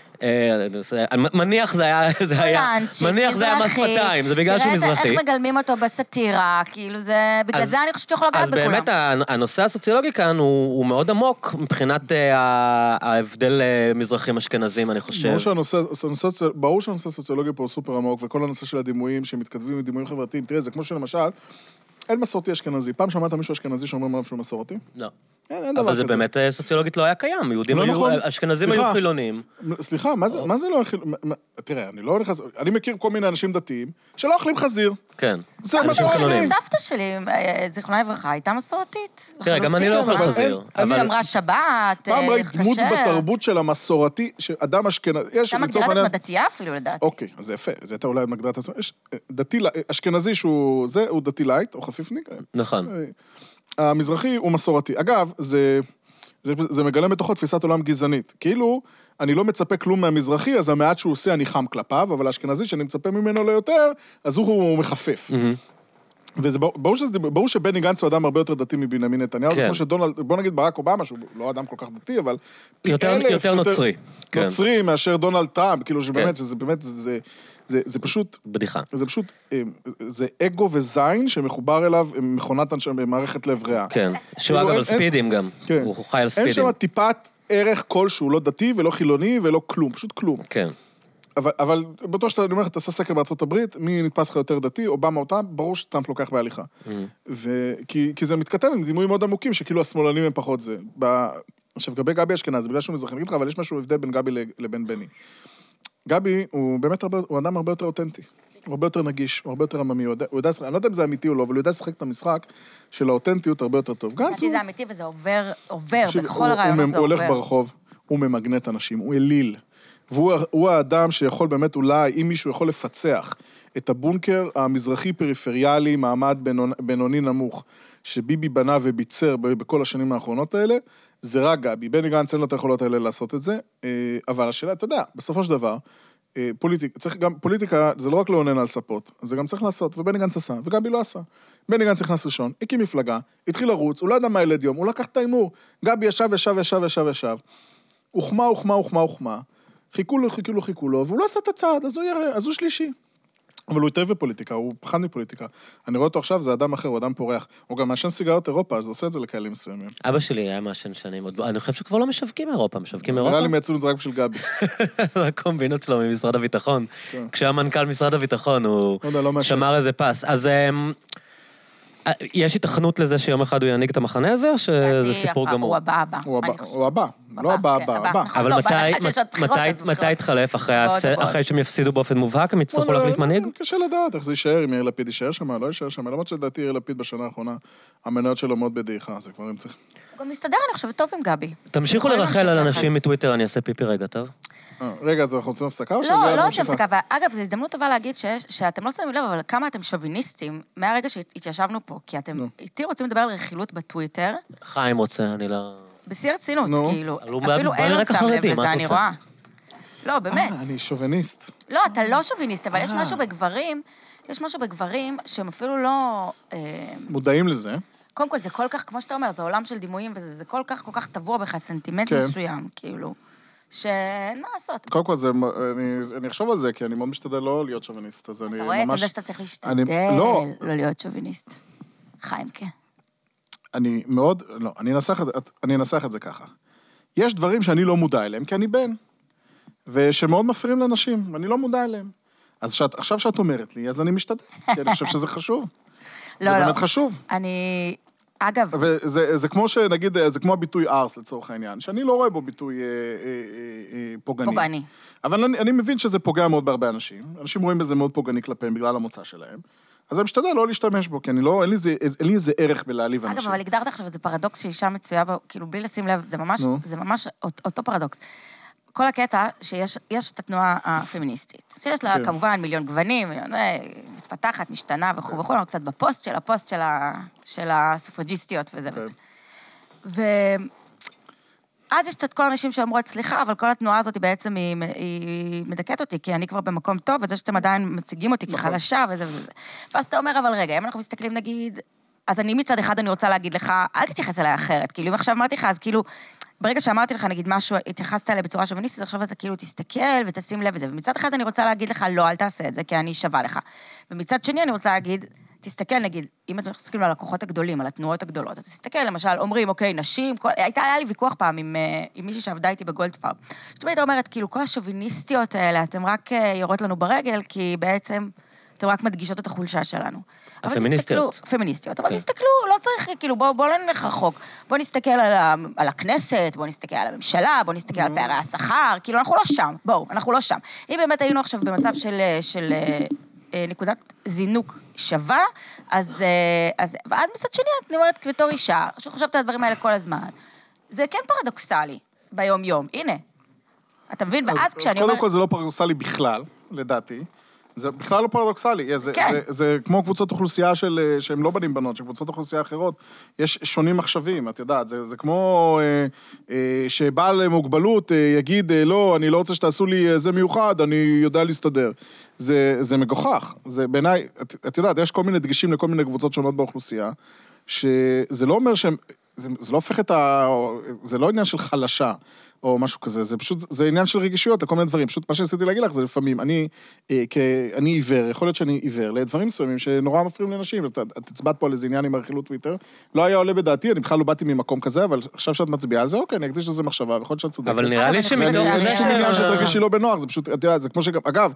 מניח זה היה, זה היה, מניח זה היה מס-פתיים, זה בגלל שהוא מזרחי. תראה איך מגלמים אותו בסטירה, כאילו זה, בגלל זה אני חושבת שיכול לגעת בכולם. אז באמת הנושא הסוציולוגי כאן הוא מאוד עמוק, מבחינת ההבדל מזרחים אשכנזים, אני חושב. ברור שהנושא הסוציולוגי פה הוא סופר עמוק, וכל הנושא של הדימויים שמתכתבים עם דימויים חברתיים, תראה, זה כמו שלמשל, אין מסורתי אשכנזי. פעם שמעת מישהו אשכנזי שאומר מה שהוא מסורתי? לא. אין, אין דבר כזה. אבל זה באמת סוציולוגית לא היה קיים. יהודים היו, אשכנזים היו חילונים. סליחה, מה זה, מה זה לא אכיל... תראה, אני לא נכנס... אני מכיר כל מיני אנשים דתיים שלא אוכלים חזיר. כן. זה מסורתי. סבתא שלי, זיכרונה לברכה, הייתה מסורתית. תראה, גם אני לא אוכל חזיר. שמרה שבת, פעם ראית דמות בתרבות של המסורתי, שאדם אשכנזי... אתה מגדירה את עצמה דתייה אפילו לדעתי. אוקיי, אז זה יפה. זה אתה אולי מגדירה את עצמה. יש דתי, אשכנזי שהוא זה, הוא דתי לייט, או חפיפניק. נכון. המזרחי הוא מסורתי. אגב, זה, זה, זה מגלם בתוכו תפיסת עולם גזענית. כאילו, אני לא מצפה כלום מהמזרחי, אז המעט שהוא עושה אני חם כלפיו, אבל האשכנזי שאני מצפה ממנו לא יותר, אז הוא, הוא מחפף. Mm-hmm. וזה ברור, שזה, ברור שבני גנץ הוא אדם הרבה יותר דתי מבנימין נתניהו, כן. זה כמו שדונלד, בוא נגיד ברק אובמה, שהוא לא אדם כל כך דתי, אבל... יותר, אלף, יותר נוצרי. יותר נוצרי כן. מאשר דונלד טראמפ, כאילו שבאמת, כן. שזה באמת, זה, זה, זה, זה פשוט... בדיחה. זה פשוט, זה אגו וזין שמחובר אליו מכונת מערכת לב ריאה. כן, שהוא אגב על ספידים גם, כן. הוא חי על ספידים. אין שם טיפת ערך כלשהו, לא דתי ולא חילוני ולא כלום, פשוט כלום. כן. אבל, אבל בטוח שאתה אומר, תעשה סקר בארצות הברית, מי נתפס לך יותר דתי, אובמה או טראמפ, ברור שטראמפ לוקח בהליכה. Mm-hmm. ו... כי, כי זה מתכתב עם דימויים מאוד עמוקים, שכאילו השמאלנים הם פחות זה. ב... עכשיו, גבי גבי אשכנז, בגלל שהוא מזרחי, נגיד לך, אבל יש משהו הבדל בין גבי לבין בני. גבי הוא באמת הרבה, הוא אדם הרבה יותר אותנטי. הוא הרבה יותר נגיש, הוא הרבה יותר עממי, הוא יודע, הוא יודע, אני לא יודע אם זה אמיתי או לא, אבל הוא יודע לשחק את המשחק של האותנטיות הרבה יותר טוב. גנץ הוא... זה אמיתי וזה עובר, עובר, בכל הרעיונות זה הוא עובר. הולך ברחוב, הוא ממגנט אנשים, הוא אליל. והוא האדם שיכול באמת אולי, אם מישהו יכול לפצח את הבונקר המזרחי פריפריאלי, מעמד בינוני נמוך, שביבי בנה וביצר בכל השנים האחרונות האלה, זה רק גבי. בני גנץ אין לו את היכולות האלה לעשות את זה, אבל השאלה, אתה יודע, בסופו של דבר, פוליטיקה, צריך גם, פוליטיקה, זה לא רק לעונן על ספות, זה גם צריך לעשות, ובני גנץ עשה, וגבי לא עשה. בני גנץ נכנס ראשון, הקים מפלגה, התחיל לרוץ, הוא לא ידע מה ילד יום, הוא לקח את האימור, גבי ישב, ישב, ישב, ישב, ישב, הוחמה, הוחמה, הוחמה, הוחמה, חיכו לו, חיכו לו, חיכו לו, והוא לא עשה את הצעד, אז הוא, יראה, אז הוא שלישי. אבל הוא התאהב בפוליטיקה, הוא פחד מפוליטיקה. אני רואה אותו עכשיו, זה אדם אחר, הוא אדם פורח. הוא גם מעשן סיגריות אירופה, אז עושה את זה לקהלים מסוימים. אבא שלי היה מעשן שנים, אני חושב שכבר לא משווקים אירופה, משווקים אירופה? נראה לי מייצרים את זה רק בשביל גבי. הקומבינות שלו ממשרד הביטחון. כשהיה מנכ"ל משרד הביטחון, הוא שמר איזה פס. אז יש התכנות לזה שיום אחד הוא ינהיג את המחנה הזה, או שזה סיפור גמור? הוא הבא הבא. הוא הבא, לא הבא הבא, הבא. אבל מתי התחלף אחרי שהם יפסידו באופן מובהק, הם יצטרכו להחליף מנהיג? קשה לדעת, איך זה יישאר, אם יאיר לפיד יישאר שם, לא יישאר שם, למרות שלדעתי יאיר לפיד בשנה האחרונה, המניות שלו מאוד בדעיכה, זה כבר אם צריך. הוא גם מסתדר, אני חושבת, טוב עם גבי. תמשיכו לרחל על אנשים מטוויטר, אני אעשה פיפי רגע, טוב? רגע, אז אנחנו עושים הפסקה או לא, לא עושים הפסקה, ואגב, זו הזדמנות טובה להגיד שאתם לא שמים לב, אבל כמה אתם שוביניסטים מהרגע שהתיישבנו פה, כי אתם איתי רוצים לדבר על רכילות בטוויטר. חיים רוצה, אני לא... בשיא רצינות, כאילו, אפילו אין לו שם לב לזה, אני רואה. לא, באמת. אני שוביניסט. לא, אתה לא שוביניסט, אבל יש משהו בגברים, יש משהו בגברים שהם אפילו לא... מודעים לזה. קודם כל, זה כל כך, כמו שאתה אומר, זה עולם של דימויים, וזה כל כך, כל כך טבוע בך, סנטימנט מסוים, כאילו. שאין מה לעשות. קודם כל, אני אחשוב על זה, כי אני מאוד משתדל לא להיות שוביניסט, אז אני ממש... אתה רואה את זה שאתה צריך להשתדל לא להיות שוביניסט. חיים, כן. אני מאוד, לא, אני אנסח את זה ככה. יש דברים שאני לא מודע אליהם, כי אני בן, ושמאוד מפריעים לאנשים, ואני לא מודע אליהם. אז עכשיו שאת אומרת לי, אז אני משתדל, כי אני חושב שזה חשוב. זה באמת חשוב. אני... אגב... וזה זה כמו שנגיד, זה כמו הביטוי ארס לצורך העניין, שאני לא רואה בו ביטוי אה, אה, אה, פוגעני. פוגעני. אבל אני, אני מבין שזה פוגע מאוד בהרבה אנשים. אנשים רואים בזה מאוד פוגעני כלפיהם בגלל המוצא שלהם. אז אני משתדל לא להשתמש בו, כי אני לא, אין לי זה, אין לי איזה ערך בלהעליב אנשים. אגב, אבל הגדרת עכשיו, זה פרדוקס שאישה מצויה בו, כאילו בלי לשים לב, זה ממש, זה ממש אותו פרדוקס. כל הקטע שיש יש את התנועה הפמיניסטית, שיש לה כמובן מיליון גוונים, מיליון, מתפתחת, משתנה וכו' וכו', אנחנו קצת בפוסט של הפוסט של, ה, של הסופרג'יסטיות וזה וזה. ואז יש את כל האנשים שאומרות, סליחה, אבל כל התנועה הזאת בעצם היא, היא מדכאת אותי, כי אני כבר במקום טוב, וזה שאתם עדיין מציגים אותי כחלשה וזה וזה. ואז אתה אומר, אבל רגע, אם אנחנו מסתכלים נגיד, אז אני מצד אחד אני רוצה להגיד לך, אל תתייחס אליי אחרת, כאילו אם עכשיו אמרתי לך, אז כאילו, ברגע שאמרתי לך, נגיד משהו, התייחסת אליי בצורה שוביניסטית, עכשיו אתה כאילו תסתכל ותשים לב לזה, ומצד אחד אני רוצה להגיד לך, לא, אל תעשה את זה, כי אני שווה לך. ומצד שני אני רוצה להגיד, תסתכל, נגיד, אם אתם מסתכלים על הלקוחות הגדולים, על התנועות הגדולות, אתה תסתכל, למשל, אומרים, אוקיי, נשים, כל... הייתה, היה לי ויכוח פעם עם, עם מישהי שעבדה איתי בגולדפארם. שתמיד הייתה אומרת, כאילו, כל השוביניסטיות האלה, אתם רק יורות לנו ברגל, כי בעצם אתם רק מדגישות את החולשה שלנו. הפמיניסטיות. פמיניסטיות, אבל תסתכלו, לא צריך, כאילו, בואו בוא לא נלך רחוק. בואו נסתכל על, ה, על הכנסת, בואו נסתכל על הממשלה, בואו נסתכל על פערי השכר, כאילו, אנחנו לא שם, בואו, אנחנו לא שם. אם באמת היינו עכשיו במצב של, של נקודת זינוק שווה, אז, אז, ועד מצד שני, אני אומרת, בתור אישה, שחושבת על הדברים האלה כל הזמן, זה כן פרדוקסלי ביום-יום, הנה. אתה מבין? ואז כשאני אומרת... אז קודם כל זה לא פרדוקסלי בכלל, לדעתי. זה בכלל לא פרדוקסלי, זה, כן. זה, זה כמו קבוצות אוכלוסייה של, שהם לא בנים בנות, שקבוצות אוכלוסייה אחרות, יש שונים מחשבים, את יודעת, זה, זה כמו אה, אה, שבעל מוגבלות אה, יגיד, אה, לא, אני לא רוצה שתעשו לי אה, זה מיוחד, אני יודע להסתדר. זה, זה מגוחך, זה בעיניי, את, את יודעת, יש כל מיני דגשים לכל מיני קבוצות שונות באוכלוסייה, שזה לא אומר שהם, זה, זה לא הופך את ה... זה לא עניין של חלשה, או משהו כזה, זה פשוט, זה עניין של רגישויות, כל מיני דברים, פשוט מה שרציתי להגיד לך, זה לפעמים, אני, אה, כ... אני עיוור, יכול להיות שאני עיוור, לדברים מסוימים שנורא מפריעים לאנשים, את, את הצבעת פה על איזה עניין עם הרכילות טוויטר, לא היה עולה בדעתי, אני בכלל לא באתי ממקום כזה, אבל עכשיו שאת מצביעה על זה, אוקיי, אני אקדיש לזה מחשבה, ויכול להיות שאת צודקת. אבל נראה לי שמתוך זה... זה שום עניין שתרגישי לא בנוח, זה פשוט, את יודעת, זה כמו שגם, אגב,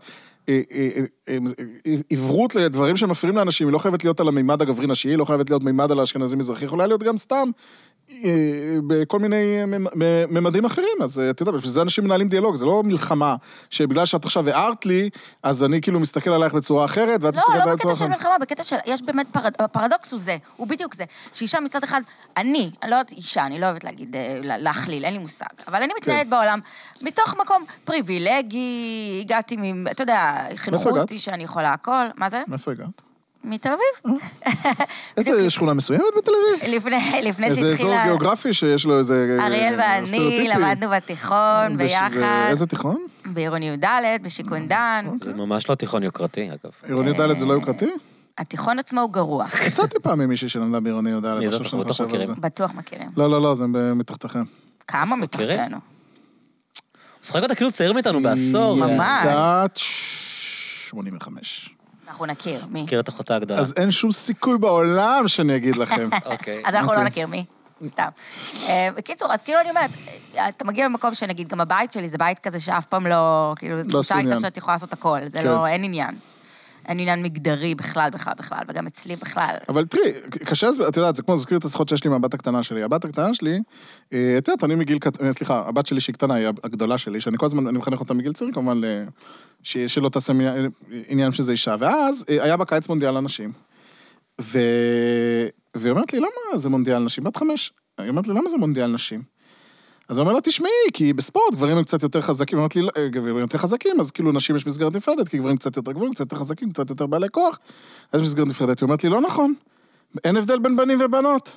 עיוורות לדברים שמפריעים לאנשים, היא לא חייבת להיות על הממד הגברי נשי, היא לא חייבת להיות ממד על האשכנזי מזרחי, יכולה להיות גם סתם בכל מיני ממדים אחרים, אז אתה יודע, בשביל זה אנשים מנהלים דיאלוג, זה לא מלחמה, שבגלל שאת עכשיו הערת לי, אז אני כאילו מסתכל עלייך בצורה אחרת, ואת מסתכלת עלייך בצורה אחרת. לא, לא בקטע של מלחמה, בקטע של, יש באמת פרדוקס הוא זה, הוא בדיוק זה, שאישה מצד אחד, אני, אני לא יודעת אישה, אני לא אוהבת להגיד, להכליל, אין לי מושג, אבל אני מתנהלת בעולם, מתוך מקום פריבילגי, הגעתי, אתה יודע, חינכו אותי שאני יכולה הכל, מה זה? מאיפה הגעת? מתל אביב. איזה שכונה מסוימת בתל אביב? לפני שהתחילה... איזה אזור גיאוגרפי שיש לו איזה... אריאל ואני למדנו בתיכון ביחד. איזה תיכון? בעירוני י"ד, בשיכון דן. זה ממש לא תיכון יוקרתי, אגב. עירוני י"ד זה לא יוקרתי? התיכון עצמו הוא גרוע. יצאתי פעם ממישהי שלמדה בעירוני י"ד. מי זאת? אנחנו בטוח מכירים. בטוח מכירים. לא, לא, לא, זה מתחתכם. כמה מתחתנו? משחק אותה כאילו צעיר מאיתנו בעשור. ממש. דת שמונים וחמש. אנחנו נכיר, מי? נכיר את אחותה הגדולה. אז אין שום סיכוי בעולם שאני אגיד לכם. אוקיי. אז אנחנו לא נכיר, מי? סתם. בקיצור, אז כאילו אני אומרת, אתה מגיע במקום שנגיד, גם הבית שלי זה בית כזה שאף פעם לא, כאילו, תחושה הייתה שאת יכולה לעשות הכל, זה לא, אין עניין. אין עניין מגדרי בכלל, בכלל, בכלל, וגם אצלי בכלל. אבל תראי, קשה, את יודעת, זה כמו זוכר את השיחות שיש לי מהבת הקטנה שלי. הבת הקטנה שלי, את יודעת, אני מגיל, סליחה, הבת שלי שהיא קטנה, היא הגדולה שלי, שאני כל הזמן, אני מחנך אותה מגיל צעיר, כמובן, שלא תעשה עניין שזה אישה. ואז היה בקיץ מונדיאל אנשים. והיא אומרת לי, למה זה מונדיאל נשים? בת חמש. היא אומרת לי, למה זה מונדיאל נשים? אז הוא אומר לה, תשמעי, כי בספורט גברים הם קצת יותר חזקים, אמרת לי, גברים יותר חזקים, אז כאילו נשים יש מסגרת נפרדת, כי גברים קצת יותר גבוהים, קצת יותר חזקים, קצת יותר בעלי כוח, אז יש מסגרת נפרדת. היא אומרת לי, לא נכון, אין הבדל בין בנים ובנות.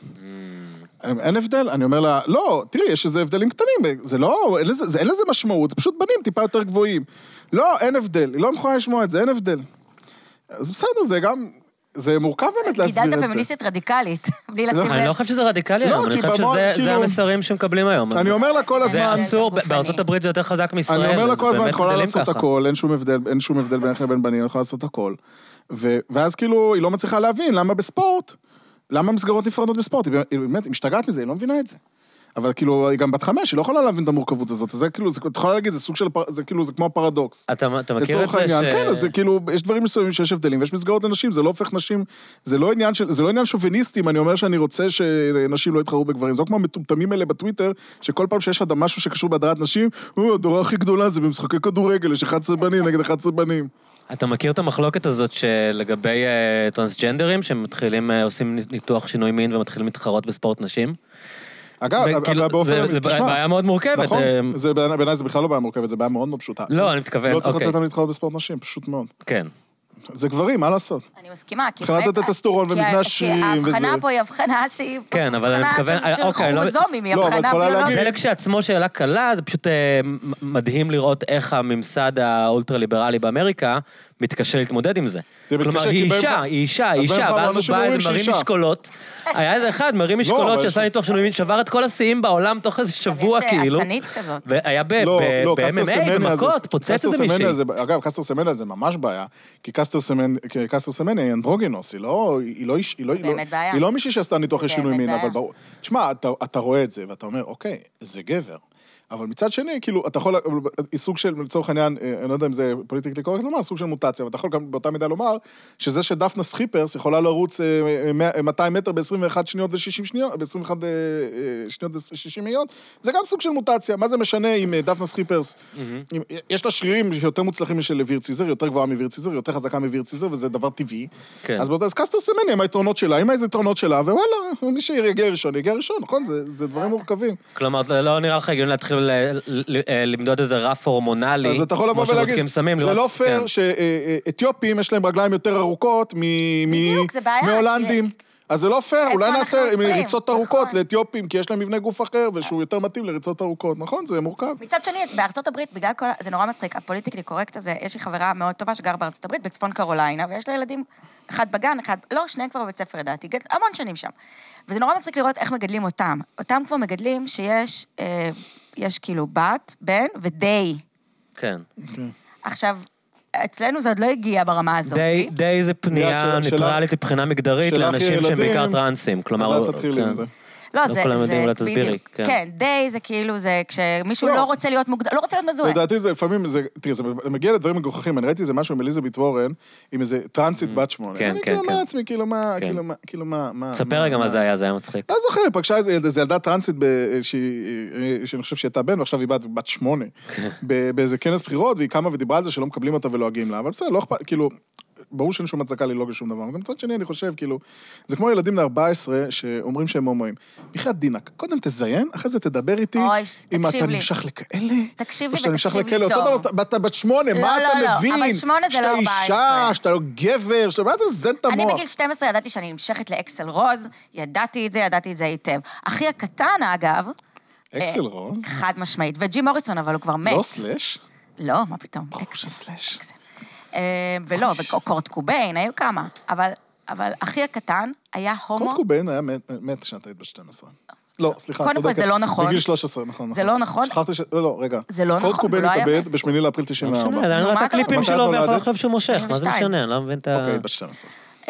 אין הבדל, אני אומר לה, לא, תראי, יש איזה הבדלים קטנים, זה לא, אין לזה, אין לזה משמעות, זה פשוט בנים טיפה יותר גבוהים. לא, אין הבדל, היא לא יכולה לשמוע את זה, אין הבדל. אז בסדר, זה גם... זה מורכב באמת להסביר את זה. גידלת פמיניסטית רדיקלית, בלי לשים לב. אני לא חושב שזה רדיקלי היום, אני חושב שזה המסרים שמקבלים היום. אני אומר לה כל הזמן... זה אסור, בארצות הברית זה יותר חזק מישראל. אני אומר לה כל הזמן, את יכולה לעשות הכל, אין שום הבדל, אין שום הבדל בין אחר בין בנים, אני יכולה לעשות הכל. ואז כאילו, היא לא מצליחה להבין, למה בספורט? למה מסגרות נפרדות בספורט? היא באמת, היא משתגעת מזה, היא לא מבינה את זה. אבל כאילו, היא גם בת חמש, היא לא יכולה להבין את המורכבות הזאת, זה כאילו, את יכולה להגיד, זה סוג של, זה כאילו, זה כמו הפרדוקס. אתה מכיר את זה ש... כן, אז זה כאילו, יש דברים מסוימים שיש הבדלים, ויש מסגרות לנשים, זה לא הופך נשים, זה לא עניין של, זה לא עניין שוביניסטי, אני אומר שאני רוצה שנשים לא יתחרו בגברים, זה כמו המטומטמים האלה בטוויטר, שכל פעם שיש אדם משהו שקשור בהדרת נשים, הוא, הדורה הכי גדולה, זה במשחקי כדורגל, יש אחד עשר בנים נגד אחד עשר בנים. אתה מכיר את המחלוקת הזאת שלגבי טרנסג'נדרים, שמתחילים, עושים ניתוח שינוי מין ומתחילים להתחרות בספורט נשים? אגב, באופן... זה בעיה מאוד מורכבת. נכון, בעיניי זה בכלל לא בעיה מורכבת, זה בעיה מאוד מאוד פשוטה. לא, אני מתכוון, לא צריך לתת לנו להתחרות בספורט נשים, פשוט מאוד. כן. זה גברים, מה לעשות? אני מסכימה, כי... מבחינת הטסטורון ומבנה השירים וזה. כי ההבחנה פה היא הבחנה שהיא... כן, אבל אני מתכוון... של כרומוזומים, היא הבחנה ביולוגית. זה כשעצמו שאלה קלה, זה פשוט מדהים לראות איך הממסד האולטרה-ליברלי באמריקה מתקשה להתמודד עם זה. כלומר, היא אישה, היא אישה, היא אישה, ואז הוא בא איזה מרים משקולות. היה איזה אחד, מרים משקולות שעשה ניתוח שינוי, שבר את כל השיאים בעולם תוך איזה שבוע כאילו. יש עצנית כזאת. והיה ב-אם אם איי, במכות, פוצץ איזה מישהי. אגב, קסטר סמניה זה ממש בעיה, כי קסטר סמניה היא אנדרוגינוס, היא לא מישהי שעשתה ניתוח לשינוי מין, אבל ברור. תשמע, אתה רואה את זה, ואתה אומר, אוקיי, זה גבר. אבל מצד שני, כאילו, אתה יכול, היא סוג של, לצורך העניין, אני לא יודע אם זה פוליטיקלי קורקט לומר, סוג של מוטציה, אבל אתה יכול גם באותה מידה לומר, שזה שדפנה סחיפרס יכולה לרוץ מאתיים מטר ב-עשרים ואחת שניות ו-שישים שניות, ב-עשרים ואחת שניות ו-שישים שניות, זה גם סוג של מוטציה. מה זה משנה אם דפנה סחיפרס, יש לה שרירים יותר מוצלחים משל ויר ציזר, יותר גבוהה מויר ציזר, יותר חזקה מויר ציזר, וזה דבר טבעי. אז באותה, אז קסטר סמניה, עם היתרונות שלה, עם היתרונות שלה, ווואלה, מי שיגיע ראשון, יגיע ראשון, נכון? זה דברים מורכבים. כלומר, לא נראה לך הגיוני להתחיל עכשיו למדוד איזה רף הורמונלי, אז אתה יכול לבוא ולהגיד, זה לא פייר שאתיופים יש להם רגליים יותר ארוכות מהולנדים. אז זה לא פייר, אולי נעשה ריצות ארוכות לאתיופים, כי יש להם מבנה גוף אחר, ושהוא יותר מתאים לריצות ארוכות, נכון? זה מורכב. מצד שני, בארצות הברית, בגלל כל... זה נורא מצחיק, הפוליטיקלי קורקט הזה, יש לי חברה מאוד טובה שגר בארצות הברית, בצפון קרוליינה, ויש לה ילדים, אחד בגן, אחד... לא, שניהם כבר בבית ספר, ידעתי, המון שנים שם. וזה נורא מצחיק לראות איך מגדלים אותם. אותם כבר מגדלים שיש, אה, יש כאילו בת, בן ודי. כן. עכשיו, אצלנו זה עוד לא הגיע ברמה הזאת. די זה פנייה ניטרלית לבחינה מגדרית לאנשים שהם בעיקר טרנסים. אז אל תתחיל עם זה. לא, זה, זה, כן, די זה כאילו, זה כשמישהו לא רוצה להיות מוגדר, לא רוצה להיות מזוהה. לדעתי זה לפעמים, תראה, זה מגיע לדברים מגוחכים, אני ראיתי איזה משהו עם אליזבת וורן, עם איזה טרנסית בת שמונה. כן, אני כן, כאילו כן. מה עצמי, כאילו מה, כאילו מה, כאילו מה, מה... ספר רגע מה זה היה, זה היה מצחיק. לא זוכר, פגשה איזו ילדה טרנסית, שאני חושב שהייתה בן, ועכשיו היא בת שמונה, באיזה כנס בחירות, והיא קמה ודיברה על זה שלא מקבלים אותה ולועגים לה, אבל בסדר, לא אכפת, כאילו, ברור שאין שום הצדקה ללעוג לשום דבר. גם מצד שני, אני חושב, כאילו, זה כמו ילדים ל-ארבע עשרה שאומרים שהם הומואים. בחייאת דינק, קודם תזיין, אחרי זה תדבר איתי, אם אתה נמשך לכאלה, תקשיב לי או שאתה נמשך לכאלה, אותו דבר, אתה בת שמונה, מה אתה מבין? אבל שמונה זה לא ארבע עשרה. שאתה אישה, שאתה לא גבר, שאתה, מה אתה מזן את המוח? אני בגיל שתים עשרה ידעתי שאני נמשכת לאקסל רוז, ידעתי את זה, ידעתי את זה היטב. אחי הקטן, אגב, אקסל רוז? חד משמעית, וג'י מוריסון, אבל הוא כבר מת. לא סלש? לא, מה פתאום? ברור שסלש. ולא, וקורט קוביין, היו כמה, אבל, אבל אחי הקטן היה הומו... קורט קוביין היה מת כשאתה היית ב-שתים עשרה. לא, סליחה, צודקת. קודם כל זה לא נכון. בגיל שלוש עשרה, נכון. זה לא נכון. שכחתי ש... לא, לא, רגע. זה לא נכון, קורט קוביין התאבד בשמיני לאפריל תשעים וארבע. לא משנה, אני רואה את הקליפים שלו ויכול לחשוב שהוא מושך, מה זה משנה, אני לא מבין את ה... אוקיי, ב-שתים עשרה.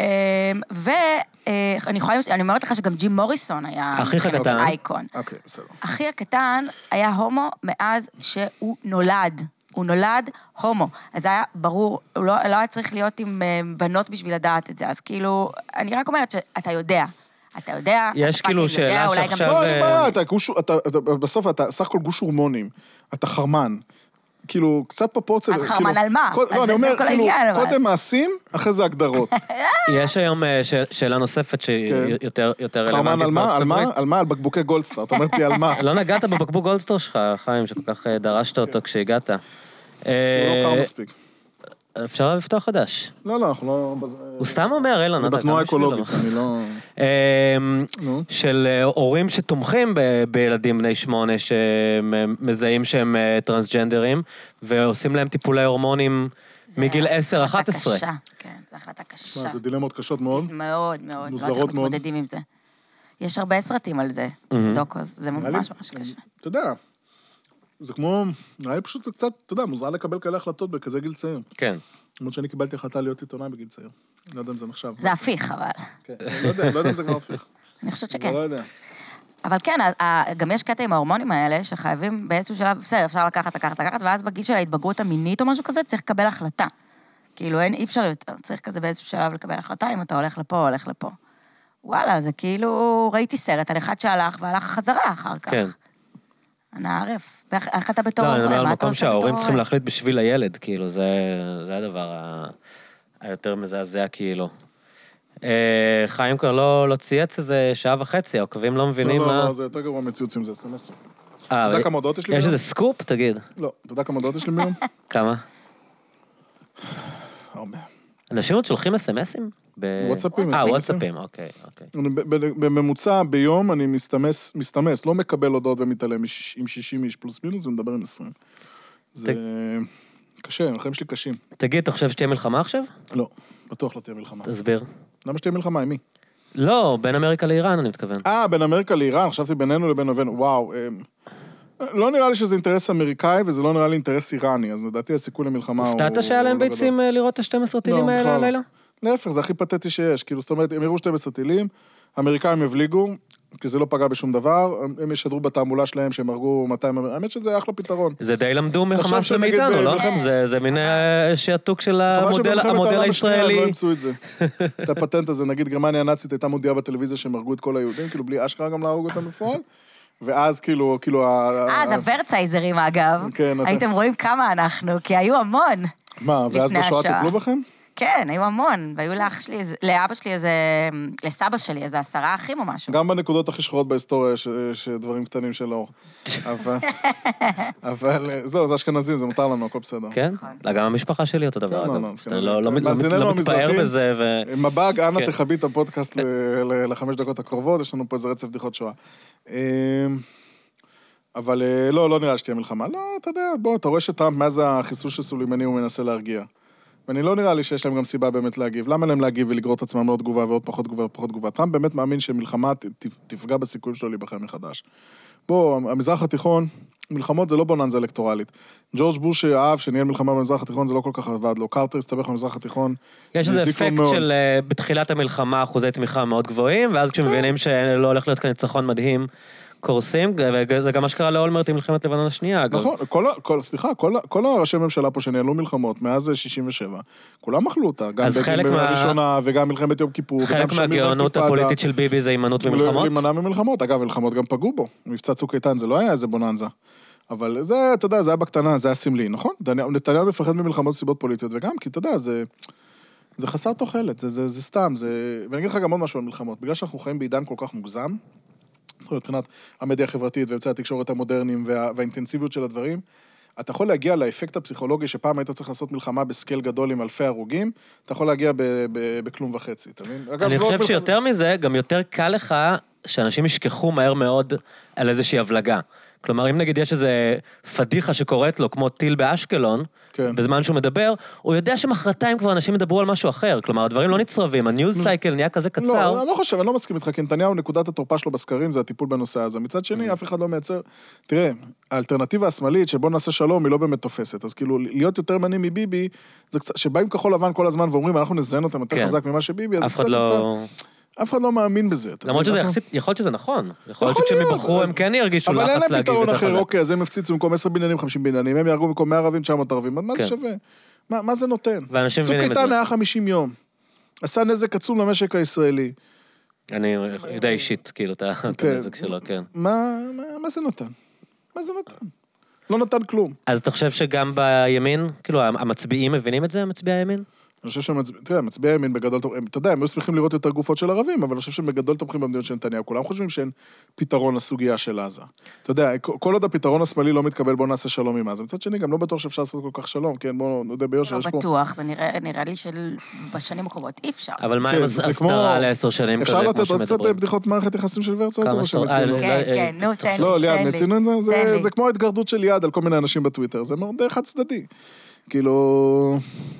ואני יכולה, אני אומרת לך שגם ג'ים מוריסון היה... אחיך הקטן. אייקון. אוקיי, בסדר. אחי הקטן היה הומו מאז שהוא נולד. הוא נולד הומו. אז זה היה ברור, הוא לא, לא היה צריך להיות עם בנות בשביל לדעת את זה. אז כאילו, אני רק אומרת שאתה יודע. אתה יודע, יש כאילו שאלה שעכשיו... לא, יש בעיה, אתה גוש... בסוף אתה סך הכל גוש הורמונים. אתה חרמן. כאילו, קצת פרופורציה... אז חרמן על מה? לא, אני אומר, כאילו, קודם מעשים, אחרי זה הגדרות. יש היום שאלה נוספת שהיא יותר רלוונטית. חרמן על מה? על מה? על מה? על בקבוקי גולדסטאר. אתה אומרת לי על מה? לא נגעת בבקבוק גולדסטאר שלך, חיים, שכל כך דרשת אותו כשהגעת. הוא לא קר מספיק. אפשר לפתוח חדש. לא, לא, אנחנו לא... הוא סתם אומר, אילן, אני בתנועה אקולוגית, אני לא... של הורים שתומכים בילדים בני שמונה, שמזהים שהם טרנסג'נדרים, ועושים להם טיפולי הורמונים מגיל עשר אחת עשרה. זה החלטה קשה, כן, זה החלטה קשה. זה דילמות קשות מאוד. מאוד, מאוד. מוזרות מאוד. מתמודדים עם זה. יש הרבה סרטים על זה, דוקוס, זה ממש ממש קשה. אתה יודע, זה כמו, נראה לי פשוט זה קצת, אתה יודע, מוזר לקבל כאלה החלטות בכזה גיל צעיר. כן. למרות שאני קיבלתי החלטה להיות עיתונאי בגיל צעיר. לא יודע אם זה נחשב. זה הפיך, אבל. כן, לא יודע, לא יודע אם זה כבר הפיך. אני חושבת שכן. לא יודע. אבל כן, גם יש קטע עם ההורמונים האלה, שחייבים באיזשהו שלב, בסדר, אפשר לקחת, לקחת, לקחת, ואז בגיל של ההתבגרות המינית או משהו כזה, צריך לקבל החלטה. כאילו, אין, אי אפשר יותר, צריך כזה באיזשהו שלב לקבל החלטה, אם אתה הולך לפה, הולך לפה. וואלה, זה כאילו, ראיתי סרט על אחד שהלך, והלך חזרה אחר כך. כן. הנערף. ואיך אתה בתור הורה? לא, אני אומר על מקום שההורים צריכים להחליט בשביל הילד, כאילו, זה הדבר היותר מזעזע, כאילו. חיים כבר לא צייץ איזה שעה וחצי, העוקבים לא מבינים מה... לא, לא, זה יותר גרוע מציוצים, זה אס-אם-אס. אתה יודע כמה הודעות יש לי ביום? יש איזה סקופ, תגיד. לא, אתה יודע כמה הודעות יש לי ביום? כמה? הרבה. אנשים עוד שולחים אס-אם-אסים? וואטסאפים. אה, וואטסאפים, אוקיי, אוקיי. בממוצע ביום אני מסתמס, מסתמס, לא מקבל הודעות ומתעלם עם שישים איש פלוס מינוס ומדבר עם עשרים. זה קשה, החיים שלי קשים. תגיד, אתה חושב שתהיה מלחמה עכשיו? לא, בטוח לא תהיה מלחמה. תסביר. למה שתהיה מלחמה, עם מי? לא, בין אמריקה לאיראן, אני מתכוון. אה, בין אמריקה לאיראן, חשבתי בינינו לבין אבינו, וואו. לא נראה לי שזה אינטרס אמריקאי, וזה לא נראה לי אינטרס איראני, אז לדעתי הסיכוי למלחמה הוא... הפתעת שהיה להם ביצים לראות את ה-שתים עשרה טילים האלה הלילה? להפך, זה הכי פתטי שיש, כאילו, זאת אומרת, הם יראו שתים עשרה טילים, האמריקאים יבליגו, כי זה לא פגע בשום דבר, הם ישדרו בתעמולה שלהם שהם הרגו מאתיים, האמת שזה אחלה פתרון. זה די למדו מחמאס ומאיתנו, לא? זה מין שעתוק של המודל הישראלי. לא אמצו את זה. את הפטנט הזה, נגיד גרמניה הנאצית הייתה מודיעה בטלוויזיה שהם הרגו את כל היהודים, כאילו בלי אשכרה גם להרוג אותם בפועל, ואז כאילו, כאילו... אה, זה הוורצייזרים אגב. הייתם רואים כמה אנחנו, כי היו המון. מה, ואז בשואה טיפלו בכם? כן, היו המון, והיו לאח שלי, לאבא שלי איזה, לסבא שלי איזה עשרה אחים או משהו. גם בנקודות הכי שחורות בהיסטוריה, שדברים קטנים של אור. אבל, זהו, זה אשכנזים, זה מותר לנו, הכל בסדר. כן? גם המשפחה שלי אותו דבר, אגב. לא מתפאר בזה ו... מב"ג, אנא תחבי את הפודקאסט לחמש דקות הקרובות, יש לנו פה איזה רצף בדיחות שואה. אבל לא, לא נראה שתהיה מלחמה. לא, אתה יודע, בוא, אתה רואה שטראמפ, מאז החיסול של סולימני, הוא מנסה להרגיע. ואני לא נראה לי שיש להם גם סיבה באמת להגיב. למה להם להגיב ולגרור את עצמם לעוד תגובה ועוד פחות תגובה ופחות תגובה? טראמפ באמת מאמין שמלחמה תפגע בסיכויים שלו להיבחר מחדש. בוא, המזרח התיכון, מלחמות זה לא בוננזה אלקטורלית. ג'ורג' בוש אהב שניהל מלחמה במזרח התיכון, זה לא כל כך עבד לו. קרטר הסתבך במזרח התיכון. יש איזה אפקט של בתחילת המלחמה אחוזי תמיכה מאוד גבוהים, ואז כשמבינים שלא הולך להיות כאן ניצחון מדהים, קורסים, וזה גם מה שקרה לאולמרט עם מלחמת לבנון השנייה. נכון, סליחה, כל הראשי ממשלה פה שניהלו מלחמות, מאז שישים ושבע, כולם אכלו אותה, גם במלחמת הראשונה, וגם מלחמת יום כיפור. חלק מהגאונות הפוליטית של ביבי זה הימנעות ממלחמות? להימנע ממלחמות, אגב, מלחמות גם פגעו בו, מבצע צוק איתן, זה לא היה איזה בוננזה. אבל זה, אתה יודע, זה היה בקטנה, זה היה סמלי, נכון? נתניהו מפחד ממלחמות סיבות פוליטיות, וגם, כי אתה יודע, זה, זה חסר תוחלת, זה, זה, זה סתם, זה, ואני אגיד לך גם עוד משהו על מלחמות, בגלל שאנחנו חיים בעידן כל כך מוגזם, זאת אומרת, מבחינת המדיה החברתית ואמצעי התקשורת המודרניים וה, והאינטנסיביות של הדברים, אתה יכול להגיע לאפקט הפסיכולוגי שפעם היית צריך לעשות מלחמה בסקייל גדול עם אלפי הרוגים, אתה יכול להגיע ב, ב, בכלום וחצי, אתה מבין? אגב, אני חושב מלח... שיותר מזה, גם יותר קל לך שאנשים ישכחו מהר מאוד על איזושהי הבלגה. כלומר, אם נגיד יש איזה פדיחה שקורית לו, כמו טיל באשקלון, כן. בזמן שהוא מדבר, הוא יודע שמחרתיים כבר אנשים מדברו על משהו אחר. כלומר, הדברים לא נצרבים, הניוז סייקל נהיה כזה קצר. לא, אני לא חושב, אני לא מסכים איתך, כי נתניהו, נקודת התורפה שלו בסקרים, זה הטיפול בנושא הזה. מצד שני, אף אחד לא מייצר... תראה, האלטרנטיבה השמאלית, שבוא נעשה שלום, היא לא באמת תופסת. אז כאילו, להיות יותר מני מביבי, זה קצת, שבאים כחול לבן כל הזמן ואומרים, אנחנו נזיין אותם יותר חזק ממה שביבי, אז זה קצת אף אחד לא מאמין בזה. למרות שזה יחסית, יכול להיות שזה נכון. יכול להיות שכשהם יבחרו, הם כן ירגישו לחץ להגיב. אבל אין להם פתרון אחר, אוקיי, אז הם הפציצו במקום עשרה בניינים, חמישים בניינים, הם יהרגו במקום מאה ערבים, תשע מאות ערבים, מה זה שווה? מה זה נותן? צוק איתן היה חמישים יום. עשה נזק עצום למשק הישראלי. אני יודע אישית, כאילו, את הנזק שלו, כן. מה זה נותן? מה זה נותן? לא נתן כלום. אז אתה חושב שגם בימין, כאילו, המצביעים מבינים את זה, מצביעי הימין? אני חושב שמצביעי הימין בגדול, אתה יודע, הם היו שמחים לראות יותר גופות של ערבים, אבל אני חושב שהם בגדול תומכים במדיניות של נתניהו. כולם חושבים שאין פתרון לסוגיה של עזה. אתה יודע, כל עוד הפתרון השמאלי לא מתקבל, בוא נעשה שלום עם עזה. מצד שני, גם לא בטוח שאפשר לעשות כל כך שלום, כן, בוא נודה ביושר, יש פה... לא בטוח, זה נראה לי שבשנים הקרובות אי אפשר. אבל מה עם הסתרה לעשר שנים כזה, אפשר לתת עוד קצת בדיחות מערכת יחסים של ורצה, זה מה שהם הצינו. כן, כן, נו, תן לי. לא, ליד, מצינו את זה, זה כמו ההתגרדות של יד על כל מיני אנשים בטוויטר, זה מאוד חד צדדי. כאילו...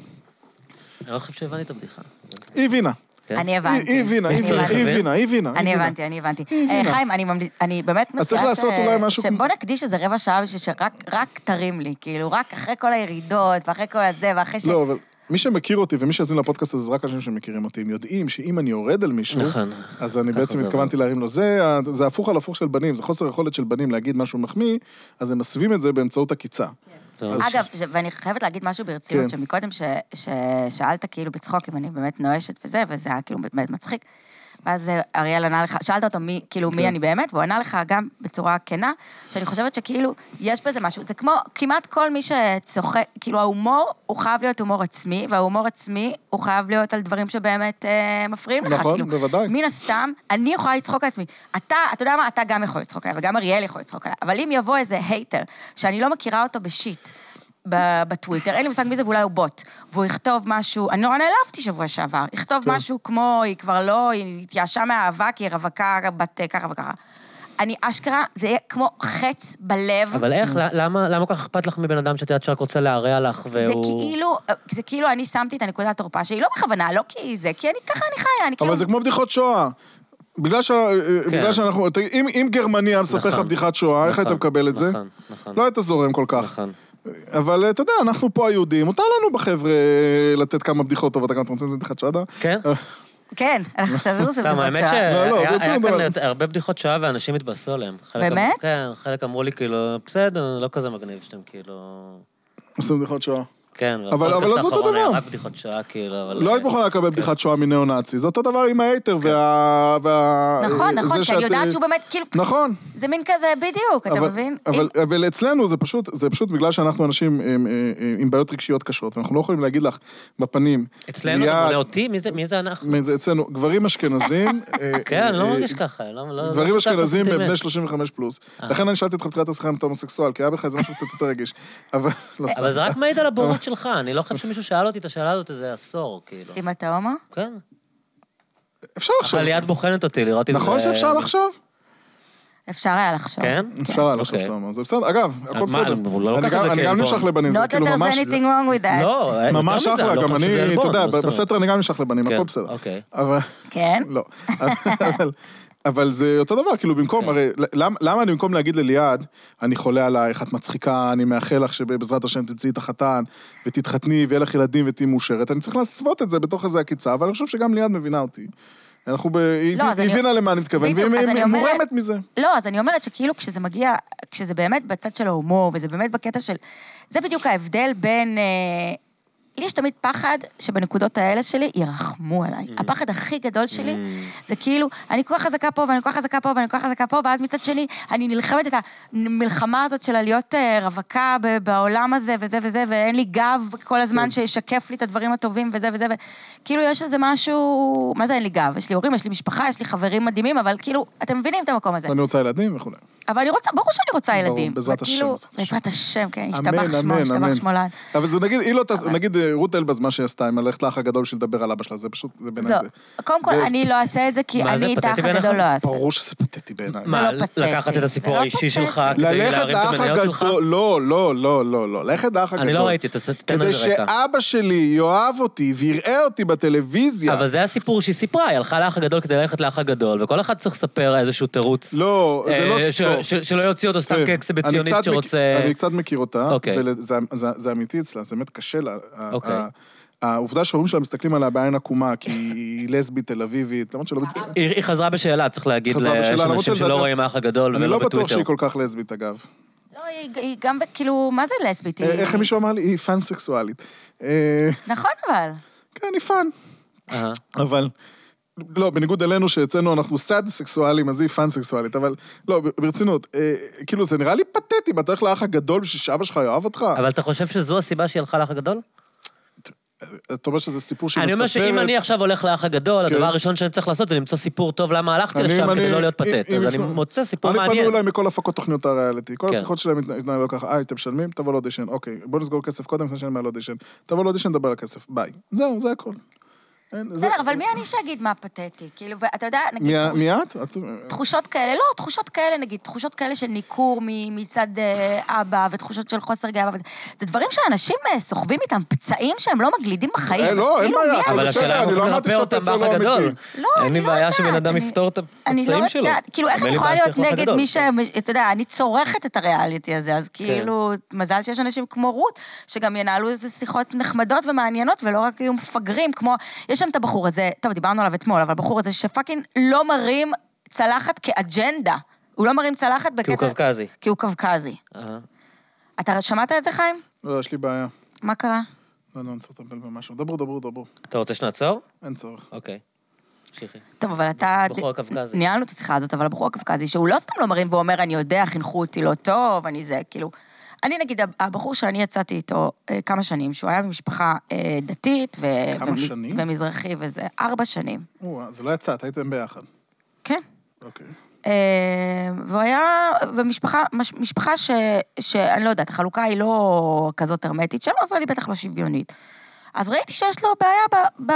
אני לא חושב שהבנתי את הבדיחה. היא הבינה. אני הבנתי. היא הבינה, היא הבינה, היא הבינה. אני הבנתי, אני הבנתי. חיים, אני באמת מציעה ש... אז צריך לעשות אולי משהו... שבוא נקדיש איזה רבע שעה בשביל שרק תרים לי, כאילו, רק אחרי כל הירידות, ואחרי כל הזה, ואחרי ש... לא, אבל מי שמכיר אותי, ומי שיזין לפודקאסט הזה, זה רק אנשים שמכירים אותי, הם יודעים שאם אני יורד על מישהו, אז אני בעצם התכוונתי להרים לו. זה הפוך על הפוך של בנים, זה חוסר יכולת של בנים להגיד משהו מחמיא, אז הם מסווים את זה באמצעות הקיצה. אגב, ואני חייבת להגיד משהו ברצינות, שמקודם ששאלת כאילו בצחוק, אם אני באמת נואשת וזה, וזה היה כאילו באמת מצחיק, ואז אריאל ענה לך, שאלת אותו מי, כאילו מי אני באמת, והוא ענה לך גם בצורה כנה, שאני חושבת שכאילו יש בזה משהו, זה כמו כמעט כל מי שצוחק, כאילו ההומור הוא חייב להיות הומור עצמי, וההומור עצמי הוא חייב להיות על דברים שבאמת אה, מפריעים לך. נכון, כאילו, בוודאי. מן הסתם, אני יכולה לצחוק על עצמי. אתה, אתה יודע מה, אתה גם יכול לצחוק עליי, וגם אריאל יכול לצחוק עליי, אבל אם יבוא איזה הייטר, שאני לא מכירה אותו בשיט, בטוויטר, אין לי מושג מי זה, ואולי הוא בוט, והוא יכתוב משהו, אני נורא נעלבתי שבוע שעבר, יכתוב משהו כמו, היא כבר לא, היא התייאשה מהאהבה, כי היא רווקה בת ככה וככה. אני אשכרה, זה יהיה כמו חץ בלב. אבל איך, למה, למה כך אכפת לך מבן אדם שאת יודעת שרק רוצה להרע לך, והוא... זה כאילו, זה כאילו אני שמתי את הנקודת התורפה, שהיא לא בכוונה, לא כי זה, כי אני ככה אני חיה, אני כאילו... אבל זה כמו בדיחות שואה. בגלל שאנחנו, אם גרמניה מספר לך בדיחת שואה, איך היית מקבל את זה? לא היית זורם כל כך. אבל אתה יודע, אנחנו פה היהודים, מותר לנו בחבר'ה לתת כמה בדיחות טובות, אתם רוצים לזה בדיחת שואה? כן? כן, אנחנו תעבירו את זה בדיחות שואה. האמת שהיה כאן הרבה בדיחות שואה ואנשים התבאסו עליהם. באמת? כן, חלק אמרו לי כאילו, בסדר, לא כזה מגניב שאתם כאילו... עושים בדיחות שואה. כן, אבל לא זאת אותו דבר. רק בדיחות שואה כאילו, אבל... לא היית מוכנה לקבל בדיחת שואה מניאו-נאצי, זה אותו דבר עם ההייטר וה... נכון, נכון, כי אני יודעת שהוא באמת כאילו... נכון. זה מין כזה בדיוק, אתה מבין? אבל אצלנו זה פשוט, זה פשוט בגלל שאנחנו אנשים עם בעיות רגשיות קשות, ואנחנו לא יכולים להגיד לך בפנים. אצלנו אתה מונה אותי? מי זה אנחנו? אצלנו, גברים אשכנזים. כן, לא מרגיש ככה. גברים אשכנזים בני שלושים וחמש פלוס. לכן אני שאלתי אותך בתחילת השיחה אם אתה הומוסקסואל, כי היה בך איזה משהו קצת יותר רגיש. אבל זה רק מעיד על הבורות שלך, אני לא חושב שמישהו שאל אותי את השאלה הזאת איזה עשור, כאילו. אם אתה הומו? כן. אפשר לחשוב. אבל ליד בוחנת אותי, לראות אם זה... נכון שאפשר לחשוב? אפשר היה לחשוב. כן? אפשר היה לחשוב שאתה אומר. זה בסדר, אגב, הכל בסדר. אני גם נמשך לבנים, זה כאילו ממש... Not that there's anything wrong with that. לא, ממש אחלה, גם אני, אתה יודע, בסתר אני גם נמשך לבנים, הכל בסדר. אבל... כן? לא. אבל זה אותו דבר, כאילו במקום, הרי, למה אני במקום להגיד לליעד, אני חולה עלייך, את מצחיקה, אני מאחל לך שבעזרת השם תמצאי את החתן, ותתחתני, ויהיה לך ילדים ותהי מאושרת, אני צריך להסוות את זה בתוך איזה הקיצה, אבל אני חושב שגם ליעד מבינה אותי. אנחנו ב... היא הבינה למה אני מתכוון, והיא מורמת מזה. לא, אז אני אומרת שכאילו כשזה מגיע, כשזה באמת בצד של ההומור, וזה באמת בקטע של... זה בדיוק ההבדל בין... לי יש תמיד פחד שבנקודות האלה שלי ירחמו עליי. הפחד הכי גדול שלי זה כאילו, אני כל כך חזקה פה, ואני כל כך חזקה פה, ואני כל כך חזקה פה, ואז מצד שני, אני נלחמת את המלחמה הזאת של להיות רווקה בעולם הזה, וזה וזה, ואין לי גב כל הזמן שישקף לי את הדברים הטובים, וזה וזה, וכאילו יש איזה משהו, מה זה אין לי גב? יש לי הורים, יש לי משפחה, יש לי חברים מדהימים, אבל כאילו, אתם מבינים את המקום הזה. אני רוצה ילדים וכו'. אבל אני רוצה, ברור שאני רוצה ילדים. בעזרת השם. בעזרת השם, כן, השתבח שמו, השתבח שמולד. אבל זה נגיד, נגיד רות אלבז, מה שהיא עשתה, עם הלכת לאח הגדול של לדבר על אבא שלה, זה פשוט, זה בעיניי זה. קודם כל, אני לא אעשה את זה, כי אני את האח הגדול לא אעשה. ברור שזה פתטי בעיניי. זה לא פתטי. לקחת את הסיפור האישי שלך, כדי להרים את המניות שלך? לא, לא, לא, לא, לא. ללכת לאח הגדול. אני לא ראיתי, תתן כדי על זה רקע. שאבא שלי יאהב אותי ויראה אותי בטלוויזיה. אבל זה הסיפור שהיא סיפרה, היא הלכה לאח הגדול כדי ללכת לאח הגדול, וכל אחד צריך לספר איזשהו תירוץ. לא, זה לא... שלא יוציא אותו סתם כאקסיביציוניסט שרוצה... אני קצת מכיר אותה, וזה אמיתי אצלה, זה באמת קשה לה. העובדה שההורים שלה מסתכלים עליה בעין עקומה, כי היא לסבית תל אביבית, למרות שלא... היא חזרה בשאלה, צריך להגיד לאנשים שלא רואים האח הגדול ולא בטוויטר. אני לא בטוח שהיא כל כך לסבית, אגב. לא, היא גם, כאילו, מה זה לסבית? איך מישהו אמר לי? היא פן סקסואלית. נכון, אבל. כן, היא פן. אבל... לא, בניגוד אלינו שאצלנו אנחנו סד סקסואלים, אז היא פן סקסואלית, אבל לא, ברצינות, כאילו זה נראה לי פתטי, אם אתה הולך לאח הגדול בשביל שאבא שלך יאהב אותך. אבל אתה חושב שזו הסיבה שהיא הלכה לאח הגדול? אתה אומר שזה סיפור שהיא מספרת... אני אומר שאם אני עכשיו הולך לאח הגדול, הדבר הראשון שאני צריך לעשות זה למצוא סיפור טוב למה הלכתי לשם כדי לא להיות פתט. אז אני מוצא סיפור מעניין. אני פנו אליי מכל הפקות תוכניות הריאליטי. כל השיחות שלהם התנהלו ככה, אה, אתם משלמים, תבוא לאודישן, אוקיי, בוא נסגור כסף קודם, נשלם מעל אודישן. תבוא לאודישן, דבר על הכסף, ביי. זהו, זה הכל. בסדר, אבל מי אני שאגיד מה פתטי? כאילו, ואתה יודע, נגיד... מי את? תחושות כאלה, לא, תחושות כאלה, נגיד, תחושות כאלה של ניכור מצד אבא, ותחושות של חוסר גאווה, זה דברים שאנשים סוחבים איתם, פצעים שהם לא מגלידים בחיים. לא, אין בעיה, אבל השאלה אני לא אמרתי שהפצע לא אמיתי. אין לי בעיה שבן אדם יפתור את הפצעים שלו. כאילו, איך אני יכולה להיות נגד מי ש... אתה יודע, אני צורכת את הריאליטי הזה, אז כאילו, מזל שיש אנשים כמו רות, שגם ינהלו איזה שיחות נחמדות ומעניינות, ולא רק יהיו מפגרים, כמו... יש שם את הבחור הזה, טוב, דיברנו עליו אתמול, אבל הבחור הזה שפאקינג לא מרים צלחת כאג'נדה. הוא לא מרים צלחת בקטע... כי הוא קווקזי. כי הוא קווקזי. אתה שמעת את זה, חיים? לא, יש לי בעיה. מה קרה? לא, לא, אני צריך לטפל במשהו. דברו, דברו, דברו. אתה רוצה שנעצור? אין צורך. אוקיי. שליחי. טוב, אבל אתה... בחור הקווקזי. ניהלנו את השיחה הזאת, אבל הבחור הקווקזי, שהוא לא סתם לא מרים ואומר, אני יודע, חינכו אותי לא טוב, אני זה, כאילו... אני נגיד, הבחור שאני יצאתי איתו כמה שנים, שהוא היה במשפחה דתית ו... כמה שנים? ומזרחי וזה, ארבע שנים. זה לא יצאת, הייתם ביחד. כן. אוקיי. והוא היה במשפחה, משפחה ש... שאני לא יודעת, החלוקה היא לא כזאת הרמטית שם, אבל היא בטח לא שוויונית. אז ראיתי שיש לו בעיה ב... ב...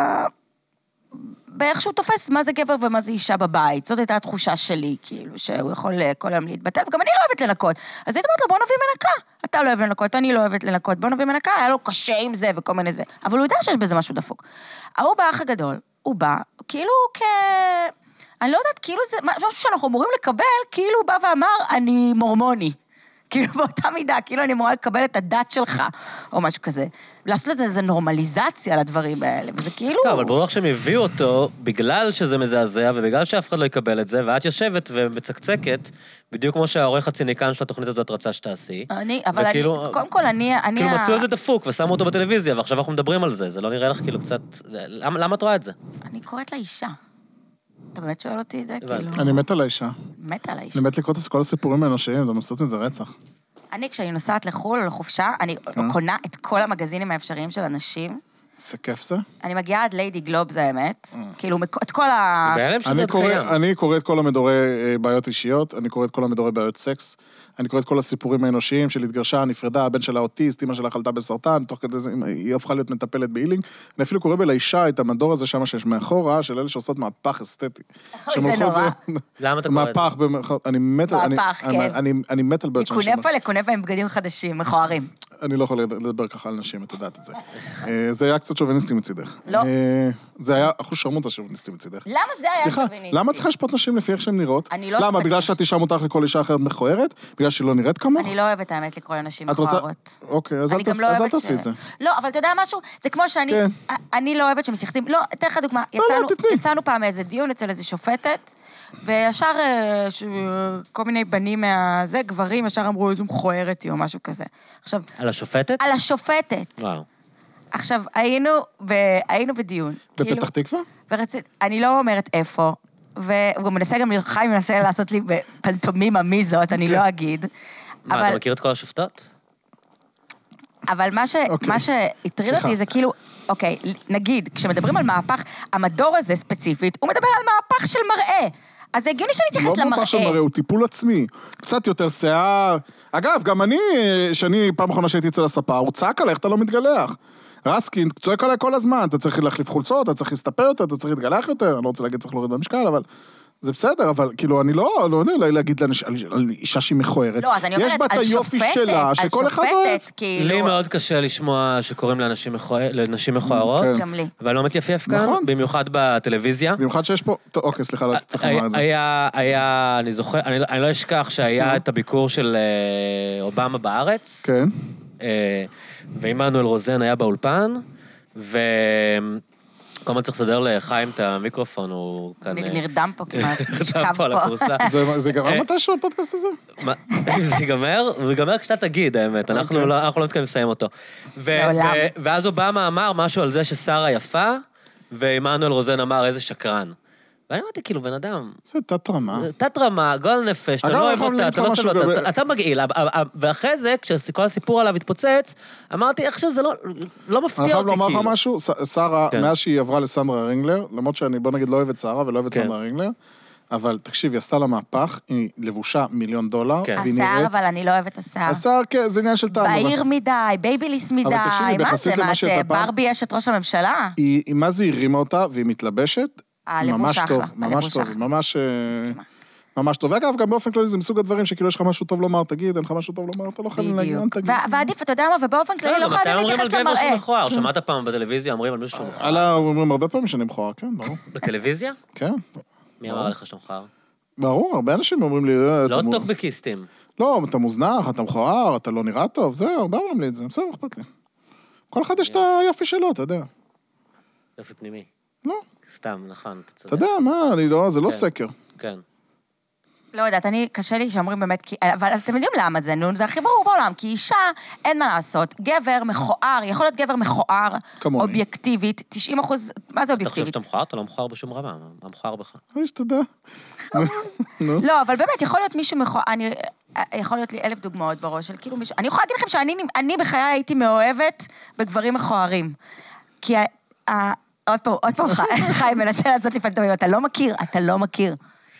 באיך שהוא תופס מה זה גבר ומה זה אישה בבית. זאת הייתה התחושה שלי, כאילו, שהוא יכול כל היום להתבטל, וגם אני לא אוהבת לנקות. אז הייתי אומרת לו, בוא נביא מנקה. אתה לא אוהב לנקות, אני לא אוהבת לנקות, בוא נביא מנקה, היה לו קשה עם זה וכל מיני זה. אבל הוא יודע שיש בזה משהו דפוק. ההוא באח הגדול, הוא בא, כאילו כ... אני לא יודעת, כאילו זה משהו שאנחנו אמורים לקבל, כאילו הוא בא ואמר, אני מורמוני. כאילו באותה מידה, כאילו אני אמורה לקבל את הדת שלך, או משהו כזה. לעשות לזה איזו נורמליזציה לדברים האלה, וזה כאילו... טוב, אבל ברור לך שהם הביאו אותו, בגלל שזה מזעזע, ובגלל שאף אחד לא יקבל את זה, ואת יושבת ומצקצקת, בדיוק כמו שהעורך הציניקן של התוכנית הזאת רצה שתעשי. אני, אבל אני, קודם כל, אני... כאילו מצאו את זה דפוק, ושמו אותו בטלוויזיה, ועכשיו אנחנו מדברים על זה, זה לא נראה לך כאילו קצת... למה את רואה את זה? אני קוראת לה אישה. אתה באמת שואל אותי את זה? כאילו... אני מת על האישה. מת על האישה. אני מת לקרוא את כל הסיפורים האנושיים, זה מבסוט מזה רצח. אני, כשאני נוסעת לחו"ל או לחופשה, אני קונה את כל המגזינים האפשריים של אנשים. זה כיף זה? אני מגיעה עד ליידי גלוב, זה האמת. כאילו, את כל ה... אני קורא את כל המדורי בעיות אישיות, אני קורא את כל המדורי בעיות סקס, אני קורא את כל הסיפורים האנושיים של התגרשה, נפרדה, הבן שלה אוטיסט, אמא שלה חלתה בסרטן, תוך כדי זה היא הפכה להיות מטפלת באילינג. אני אפילו קורא בלאישה את המדור הזה שם שיש מאחורה, של אלה שעושות מהפך אסתטי. זה נורא. למה אתה קורא את זה? מהפך, אני מת על... מהפך, כן. אני מת על בעיות של יקונה פה לקונה בהם בגדים חדשים, מכוערים. אני לא יכול לדבר ככה על נשים, את יודעת את זה. זה היה קצת שוביניסטי מצידך. לא. זה היה אחוז שרמוט השוביניסטי מצידך. למה זה היה שוביניסטי? סליחה, למה צריכה לשפוט נשים לפי איך שהן נראות? אני לא... למה? בגלל שאת אישה מותך לכל אישה אחרת מכוערת? בגלל שהיא לא נראית כמוך? אני לא אוהבת האמת לקרוא לנשים מכוערות. אוקיי, אז אל תעשי את זה. לא, אבל אתה יודע משהו? זה כמו שאני... אני לא אוהבת שמתייחסים... לא, אתן לך דוגמה. יצאנו פעם מאיזה דיון אצל איזה שופטת, וישר כל מיני בנים מהזה, גברים, ישר אמרו, איזו מכוערת היא או משהו כזה. עכשיו... על השופטת? על השופטת. וואו. עכשיו, היינו, היינו בדיון. בפתח תקווה? ורצית, אני לא אומרת איפה, והוא מנסה גם, חיים מנסה לעשות לי בפנטומימה מי זאת, אני לא אגיד. מה, אתה מכיר את כל השופטות? אבל מה שהטריד אותי זה כאילו, אוקיי, נגיד, כשמדברים על מהפך, המדור הזה ספציפית, הוא מדבר על מהפך של מראה. אז זה הגיוני שאני אתייחס למראה. לא מהפך של מראה, הוא טיפול עצמי. קצת יותר שיער. אגב, גם אני, שאני פעם אחרונה שהייתי אצל הספר, הוא צעק עליך, אתה לא מתגלח. רסקין, צועק עליי כל הזמן, אתה צריך להחליף חולצות, אתה צריך להסתפר יותר, אתה צריך להתגלח יותר, אני לא רוצה להגיד צריך להוריד במשקל, אבל זה בסדר, אבל כאילו אני לא, לא יודע להגיד על אישה שהיא מכוערת. לא, אז אני אומרת, על שופטת, על שופטת, כאילו... לי מאוד קשה לשמוע שקוראים לנשים מכוערות, גם לי. אבל לא מתייפייף כאן, במיוחד בטלוויזיה. במיוחד שיש פה, אוקיי, סליחה, לא צריך לומר את זה. היה, אני זוכר, אני לא אשכח שהיה את הביקור של אובמה בארץ. כן. ועמנואל רוזן היה באולפן, ו... כל הזמן צריך לסדר לחיים את המיקרופון, הוא כאן... נרדם פה כמעט, נשכב פה. זה ייגמר מתישהו הפודקאסט הזה? זה ייגמר, הוא ייגמר כשאתה תגיד, האמת, אנחנו לא מתכוונים לסיים אותו. ואז אובמה אמר משהו על זה ששרה יפה, ועמנואל רוזן אמר איזה שקרן. ואני אמרתי, כאילו, בן אדם... זה תת רמה. תת רמה, גול נפש, אתה לא אוהב אותה, אתה לא סבב אותה, אתה מגעיל. ואחרי זה, כשכל הסיפור עליו התפוצץ, אמרתי, איך שזה לא מפתיע אותי, כאילו. אני חייב לומר לך משהו, שרה, מאז שהיא עברה לסנדרה רינגלר, למרות שאני, בוא נגיד, לא אוהבת שרה ולא אוהבת סנדרה רינגלר, אבל תקשיב, היא עשתה לה מהפך, היא לבושה מיליון דולר, והיא נראית... השיער, אבל אני לא אוהבת השיער. השיער, כן, זה עניין של טעם. בעיר מדי, בייביליס מדי, מה זה, מה זה, ברבי אשת ראש הממשלה? היא, מה זה הרימה אותה, והיא מתלבשת, ממש טוב, ממש טוב, ממש... ממש טוב. ואגב, גם באופן כללי זה מסוג הדברים שכאילו יש לך משהו טוב לומר, תגיד, אין לך משהו טוב לומר, אתה לא חייב להגיד, תגיד. ועדיף, אתה יודע מה, ובאופן כללי לא חייבים להתייחס למראה. שמעת פעם בטלוויזיה, אומרים על מישהו מכוער? עלה, אומרים הרבה פעמים שאני מכוער, כן, ברור. בטלוויזיה? כן. מי אמר לך שאתה מכוער? ברור, הרבה אנשים אומרים לי... לא טוקבקיסטים. לא, אתה מוזנח, אתה מכוער, אתה לא נראה טוב, זהו, הרבה אומרים לי את זה, בסדר, אכפת לי. כל אחד יש את היופי שלו, אתה יודע. יופי פנימי. לא. סתם, נכון, אתה צודק. אתה יודע, מה, אני לא, זה לא סקר. כן. לא יודעת, אני, קשה לי שאומרים באמת, אבל אתם יודעים למה זה, נו, זה הכי ברור בעולם, כי אישה, אין מה לעשות, גבר מכוער, יכול להיות גבר מכוער, אובייקטיבית, תשעים אחוז, מה זה אובייקטיבית? אתה חושב שאתה מכוער? אתה לא מכוער בשום רמה, מה מכוער בך? יש, תודה. לא, אבל באמת, יכול להיות מישהו מכוער, אני, יכול להיות לי אלף דוגמאות בראש של כאילו מישהו, אני יכולה להגיד לכם שאני בחיי הייתי מאוהבת בגברים מכוערים, כי עוד פעם, עוד פעם, חיים מנסה לעשות לי פנטומים, אתה לא מכיר, אתה לא מכיר.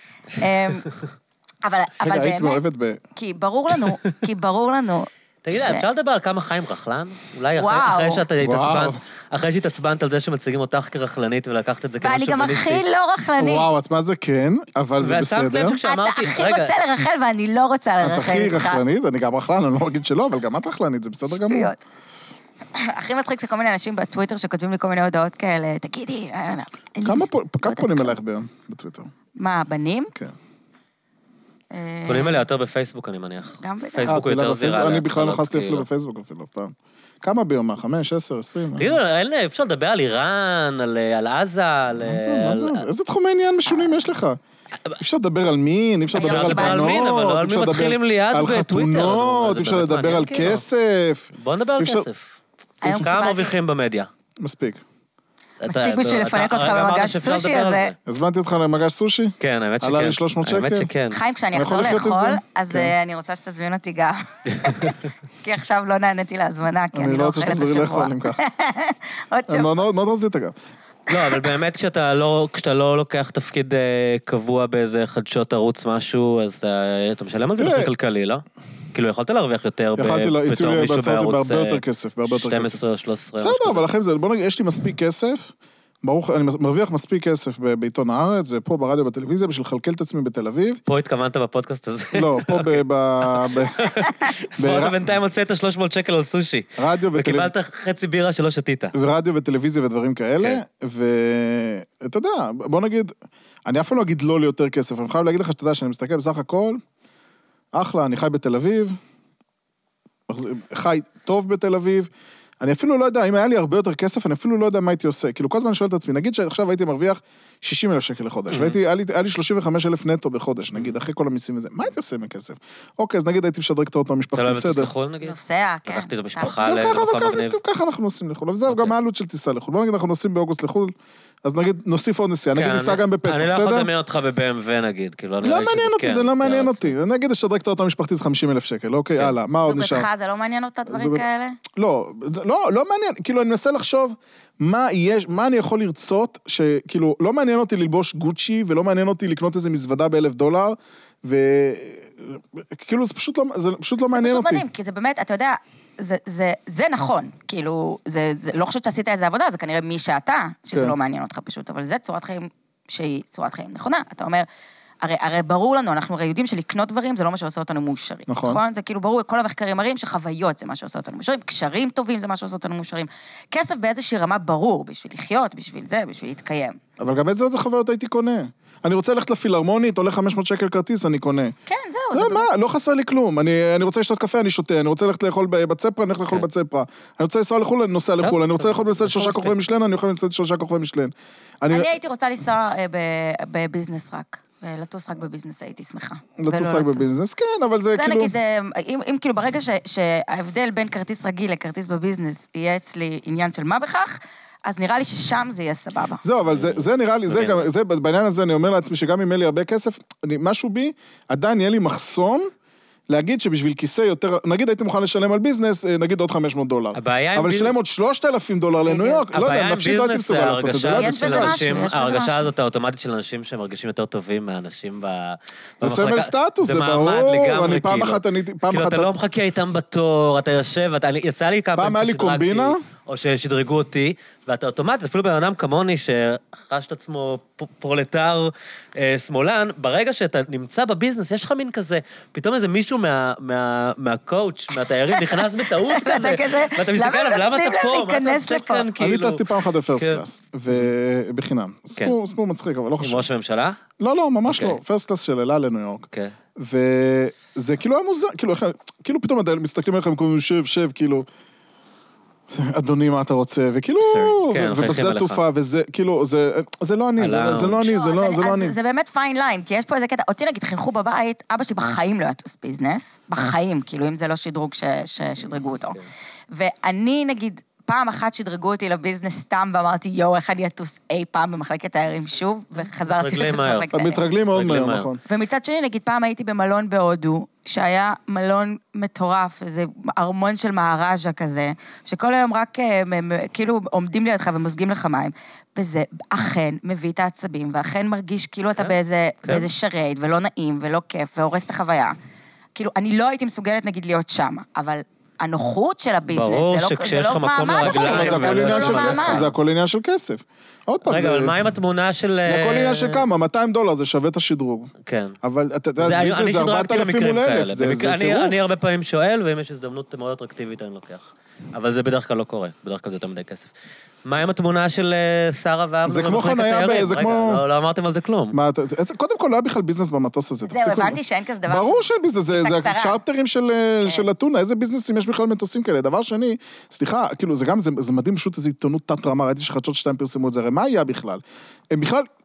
אבל באמת, כי ברור לנו, כי ברור לנו... תגידה, אפשר לדבר על כמה חיים רכלן? אולי אחרי שהתעצבנת על זה שמציגים אותך כרכלנית ולקחת את זה ואני גם הכי לא רכלנית. וואו, את מה זה כן, אבל זה בסדר. אתה הכי רוצה לרחל ואני לא רוצה לרחל. את הכי רכלנית, אני גם רכלן, אני לא אגיד שלא, אבל גם את רכלנית, זה בסדר גמור. הכי מצחיק שכל מיני אנשים בטוויטר שכותבים לי כל מיני הודעות כאלה, תגידי, כמה פונים אלייך ביום בטוויטר? מה, בנים? כן. פונים אליה יותר בפייסבוק, אני מניח. גם פייסבוק הוא יותר זירה. אני בכלל נכנסתי אפילו בפייסבוק אפילו פעם. כמה ביום? מה? חמש, עשר, עשרים? תגידו, אפשר לדבר על איראן, על עזה, על... מה זה? איזה תחומי עניין משונים יש לך? אפשר לדבר על מין, אפשר לדבר על בנות, אפשר לדבר על חתונות, אפשר לדבר על כסף. בוא נדבר על כסף. כמה מרוויחים במדיה? מספיק. מספיק בשביל לפנק אותך במגש סושי הזה. הזמנתי אותך למגש סושי? כן, האמת שכן. עלה לי שלוש מאות שקל? חיים, כשאני אחזור לאכול, אז אני רוצה שתזמין אותי גם. כי עכשיו לא נעניתי להזמנה, כי אני לא אוכלת השבוע. אני לא רוצה שתחזרי לאכול אם כך. עוד שבוע. מאוד רזית אגב. לא, אבל באמת כשאתה לא, כשאתה לא לוקח תפקיד קבוע באיזה חדשות ערוץ משהו, אז אתה משלם על זה מחיר כלכלי, לא? כאילו, יכולת להרוויח יותר בתור מישהו בערוץ שתים עשרה שלוש עשרה. בסדר, אבל לכם זה, בוא נגיד, יש לי מספיק כסף, ברוך, אני מרוויח מספיק כסף בעיתון הארץ, ופה ברדיו בטלוויזיה, בשביל לחלקל את עצמי בתל אביב. פה התכוונת בפודקאסט הזה? לא, פה ב... פה אתה בינתיים הוצאת שלוש מאות שקל על סושי. רדיו וטלוויזיה. וקיבלת חצי בירה שלא שתית. ורדיו וטלוויזיה ודברים כאלה, ואתה יודע, בוא נגיד, אני אף פעם לא אגיד לא ליותר כסף, אני חייב להגיד לך שאתה יודע שאני מסתכל בסך הכל, אחלה, אני חי בתל אביב, חי טוב בתל אביב, אני אפילו לא יודע, אם היה לי הרבה יותר כסף, אני אפילו לא יודע מה הייתי עושה. כאילו, כל הזמן אני שואל את עצמי, נגיד שעכשיו הייתי מרוויח שישים אלף שקל לחודש, והיה לי שלושים וחמישה אלף נטו בחודש, נגיד, אחרי כל המיסים וזה, מה הייתי עושה מכסף? אוקיי, אז נגיד הייתי משדרג את האוטו המשפחתי, בסדר. אתה לא לחול, נגיד? נוסע, כן. לקחתי את המשפחה למקום מגניב. ככה אנחנו נוסעים לחול, וזהו, גם העלות של טיסה לחול. בוא נגיד, אנחנו נוסעים באוגוסט לחול, אז נגיד, נוסיף עוד נסיעה, נגיד, ניסע גם בפסח, בסדר? אני לא יכול לדמיין אותך ב-בי אם דאבליו, נגיד, כאילו, לא מעניין אותי, זה לא מעניין אותי. נגיד, לשדרג את האוטו המשפחתי זה חמישים אלף שקל, אוקיי, הלאה, מה עוד נשאר? זוגתך, זה לא מעניין אותה דברים כאלה? לא, לא, לא מעניין, כאילו, אני מנסה לחשוב מה יש, מה אני יכול לרצות, שכאילו, לא מעניין אותי ללבוש גוצ'י, ולא מעניין אותי לקנות איזה מזוודה באלף דולר, וכאילו, זה פשוט לא, זה פשוט לא מעניין אותי. זה פשוט מדהים, כי זה באמת, אתה יודע, זה, זה, זה נכון, כאילו, זה, זה, לא חושבת שעשית איזה עבודה, זה כנראה מי שאתה, שזה כן. לא מעניין אותך פשוט, אבל זה צורת חיים שהיא צורת חיים נכונה. אתה אומר, הרי, הרי ברור לנו, אנחנו הרי יודעים שלקנות דברים זה לא מה שעושה אותנו מאושרים. נכון. נכון? זה כאילו ברור, כל המחקרים מראים שחוויות זה מה שעושה אותנו מאושרים, קשרים טובים זה מה שעושה אותנו מאושרים. כסף באיזושהי רמה ברור, בשביל לחיות, בשביל זה, בשביל להתקיים. אבל גם איזה עוד חוויות הייתי קונה? אני רוצה ללכת לפילהרמונית, עולה חמש מאות שקל כרטיס, אני קונה. כן, זהו. לא, מה, לא חסר לי כלום. אני, אני רוצה לשתות קפה, אני שותה. אני רוצה ללכת לאכול בצפרה, אני הולך לאכול בצפרה. אני רוצה לנסוע לחול, אני נוסע לחול. אני רוצה לאכול במסעדת שלושה כוכבי משלן, אני יכול במסעדת שלושה כוכבי משלן. אני הייתי רוצה לנסוע בביזנס רק. ולטוס רק בביזנס הייתי שמחה. לטוס רק בביזנס, כן, אבל זה כאילו... זה נגיד, אם כאילו ברגע שההבדל בין כרטיס רגיל לכרטיס בביזנס יהיה אצלי עניין של מה בכך, אז נראה לי ששם זה יהיה סבבה. זהו, אבל זה, זה נראה לי, זה גם, זה, בעניין הזה אני אומר לעצמי שגם אם יהיה לי הרבה כסף, אני, משהו בי, עדיין יהיה לי מחסום, להגיד שבשביל כיסא יותר, נגיד הייתי מוכן לשלם על ביזנס, נגיד עוד חמש מאות דולר. אבל לשלם עוד שלושת אלפים דולר לניו יורק, לא יודע, נפשית לא הייתי מסוגל לעשות את זה. ההרגשה הזאת האוטומטית של אנשים שמרגישים יותר טובים מהאנשים ב... זה סמל סטטוס, זה ברור, אני פעם אחת, אני פעם אחת... כאילו, אתה לא מחכה איתם בתור, אתה יושב, יצא לי כמה פעם היה לי קומבינה, או ששדרגו אותי, ואתה אוטומטית, אפילו בן אדם כמוני שחש את עצמו פרולטר שמאלן, ברגע שאתה נמצא בביזנס, יש לך מין כזה, פתאום איזה מישהו מהקואוץ', מהתיירים, נכנס בטעות כזה, ואתה מסתכל עליו, למה אתה פה? מה אתה עושה כאן? אני טסתי פעם אחת בפרסט קלאס, ובחינם. ספור מצחיק, אבל לא חשוב. עם ראש הממשלה? לא, לא, ממש לא. פרסט קלאס של אלה לניו יורק. וזה כאילו היה מוזר, כאילו פתאום מסתכלים עליכם, כמו שב, שב, כאילו, אדוני, מה אתה רוצה? וכאילו, ובשדה תעופה, וזה, כאילו, זה לא אני, זה לא אני, זה לא אני. זה באמת פיין ליין, כי יש פה איזה קטע, אותי נגיד, חינכו בבית, אבא שלי בחיים לא יטוס ביזנס, בחיים, כאילו, אם זה לא שדרוג ששדרגו אותו. ואני, נגיד, פעם אחת שדרגו אותי לביזנס סתם, ואמרתי, יואו, איך אני אטוס אי פעם במחלקת תיירים שוב, וחזרתי לטוס מחלקת תיירים. מתרגלים מאוד מהר, נכון. ומצד שני, נגיד, פעם הייתי במלון בהודו, שהיה מלון מטורף, איזה ארמון של מהראז'ה כזה, שכל היום רק כאילו עומדים לידך ומוזגים לך מים, וזה אכן מביא את העצבים, ואכן מרגיש כאילו אתה באיזה שרד, ולא נעים, ולא כיף, והורס את החוויה. כאילו, אני לא הייתי מסוגלת, נגיד, להיות שם, אבל הנוחות של הביזנס, זה לא מעמד בחיים. זה הכל עניין של כסף. עוד פעם, רגע, אבל מה עם התמונה של... זה הכל עניין של כמה, מאתיים דולר, זה שווה את השדרוג. כן. אבל אתה יודע, ביזנס זה ארבעת אלפים מול אלף, זה טירוף. אני הרבה פעמים שואל, ואם יש הזדמנות מאוד אטרקטיבית, אני לוקח. אבל זה בדרך כלל לא קורה, בדרך כלל זה יותר מדי כסף. מה עם התמונה של שרה ואבנר? זה כמו חניה, זה כמו... רגע, לא אמרתם על זה כלום. קודם כל, לא היה בכלל ביזנס במטוס הזה. זהו, הבנתי שאין כזה דבר. ברור שאין ביזנס, זה צ'ארטרים של אתונה, איזה ביזנסים יש בכלל מטוסים כאלה. דבר שני, סליחה, כאילו, זה גם, זה מדהים פשוט איזו עיתונות תת רמה, ראיתי שחדשות שתיים פרסמו את זה, הרי מה היה בכלל? הם בכלל...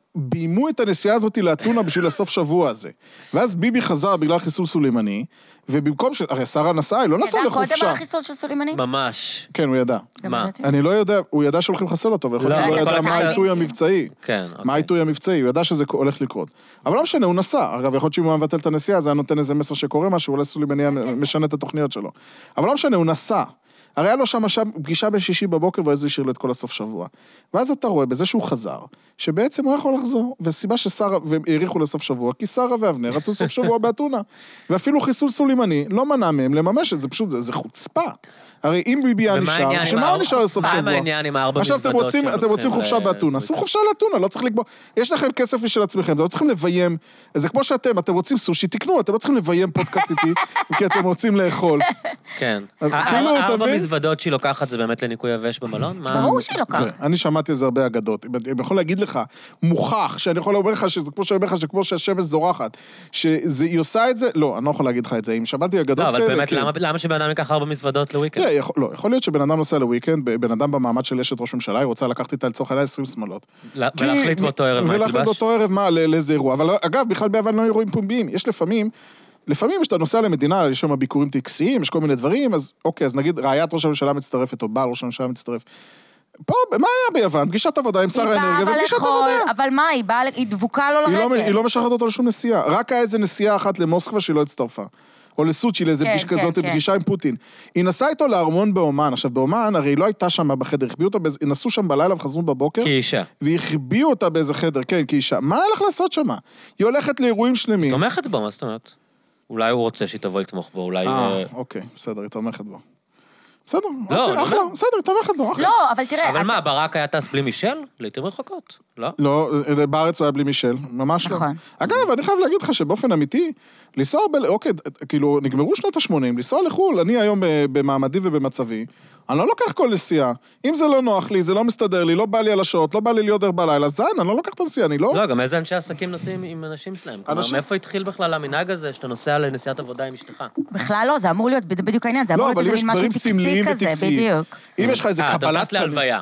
ביימו את הנסיעה הזאת לאתונה בשביל הסוף שבוע הזה. ואז ביבי חזר בגלל חיסול סולימני, ובמקום ש... הרי שרה נסעה, היא לא נסעה לחופשה. ידע קודם על החיסול של סולימני? ממש. כן, הוא ידע. מה? אני לא יודע, הוא ידע שהולכים לחסל אותו, ולכן שהוא לא ידע מה העיתוי המבצעי. כן. מה העיתוי המבצעי, הוא ידע שזה הולך לקרות. אבל לא משנה, הוא נסע. אגב, יכול להיות שאם הוא מבטל את הנסיעה, זה היה נותן איזה מסר שקורה משהו, אולי סולימני משנה את התוכניות שלו. אבל לא משנה, הוא נסע. הרי היה לו שם פגישה בשישי בבוקר, ואז השאיר לו את כל הסוף שבוע. ואז אתה רואה בזה שהוא חזר, שבעצם הוא יכול לחזור, וסיבה ששרה, והם העריכו לסוף שבוע, כי שרה ואבנר רצו סוף שבוע באתונה. ואפילו חיסול סולימני לא מנע מהם לממש את זה, פשוט זה, זה חוצפה. הרי אם ביבי היה נשאר, שמה הוא נשאר לסוף שבוע? מה העניין עם הארבע מזוודות? עכשיו, אתם רוצים, אתם רוצים חופשה באתונה, עשו חופשה לאתונה, לא צריך לקבוע. יש לכם כסף משל עצמכם, אתם לא צריכים לביים, זה כמו שאתם, אתם רוצים סושי, תקנו, אתם לא צריכים לביים פודקאסט איתי, כי אתם רוצים לאכול. כן. הארבע מזוודות שהיא לוקחת זה באמת לניקוי יבש במלון? ברור שהיא לוקחת. אני שמעתי על זה הרבה אגדות. אני יכול להגיד לך, מוכח, שאני יכול לומר לך שזה כמו שאני אומר לך, שכמו שהשמש זורחת, שהיא עושה את זה, לא, אני לא יכול להגיד לך את זה. אם שמעתי אגדות כאלה... לא, אבל באמת, למה שבן אדם ייקח ארבע מזוודות לוויקנד? לא, יכול להיות שבן אדם נוסע לוויקנד, בן אדם במעמד של אשת ראש ממשלה, היא רוצה לקחת איתה לצורך עליה עשרים שמלות. ולהחליט באותו ערב מה ולהחליט באותו ערב מה, לאיזה אירוע. אבל אגב, בכלל ביוון לא אירועים פומביים. יש לפעמים, לפעמים שאתה נוסע למדינה, יש שם ביקורים טקסיים, יש כל מיני דברים, אז אוקיי, אז נגיד, רעיית ראש הממשלה מצטרפת, או בעל ראש הממשלה מצטרף. פה, מה היה ביוון? פגישת עבודה עם שר האנרגיה, ופגישת עבודה. אבל מה, היא באה, היא דבוקה לו לרגל. היא לא משחררת אותו לשום נסיעה. רק היה איזה נסיעה אחת למוסקבה שהיא לא הצטרפה. או לסוצ'י, לאיזה פגישה כזאת, פגישה עם פוטין. היא נסעה איתו לארמון באומן. עכשיו, באומן, הרי היא לא הייתה שם בחדר, החביאו אותה, נסעו שם בלילה וחזרו בבוקר. כאישה. והחביאו אותה באיזה חדר, כן, כאישה. מה הלך לעשות שם? היא הולכת לאירועים שלמים. תומכת בו, מה זאת אומרת? אולי הוא רוצה שהיא תבוא לתמוך בו, אולי... אה, אוקיי, בסדר, היא תומכת בו. בסדר, לא, אחלה, בסדר, היא תומכת בו, אחלה. לא, אבל תראה... אבל מה, ברק היה טס בלי מישל? לעתים רחוקות, לא? לא, בארץ הוא היה בלי מישל, ממש לא. נכון. אגב, אני חייב להגיד לך שבאופן אמיתי, לנסוע, אוקיי, כאילו, נגמרו שנות ה-שמונים, לנסוע לחול, אני היום במעמדי ובמצבי, אני לא לוקח כל נסיעה. אם זה לא נוח לי, זה לא מסתדר לי, לא בא לי על השעות, לא בא לי להיות ער בלילה, זין, אני לא לוקח את הנסיעה, אני לא... לא, גם איזה אנשי עסקים נוסעים עם אנשים שלהם. כלומר, מאיפה התחיל בכלל המנהג הזה, שאתה נוסע לנסיעת עבודה עם אשתך? בכלל לא, זה אמור להיות בדיוק העניין, זה אמור להיות איזה משהו טקסי כזה, בדיוק. אם יש לך איזה קבלת להלוויה.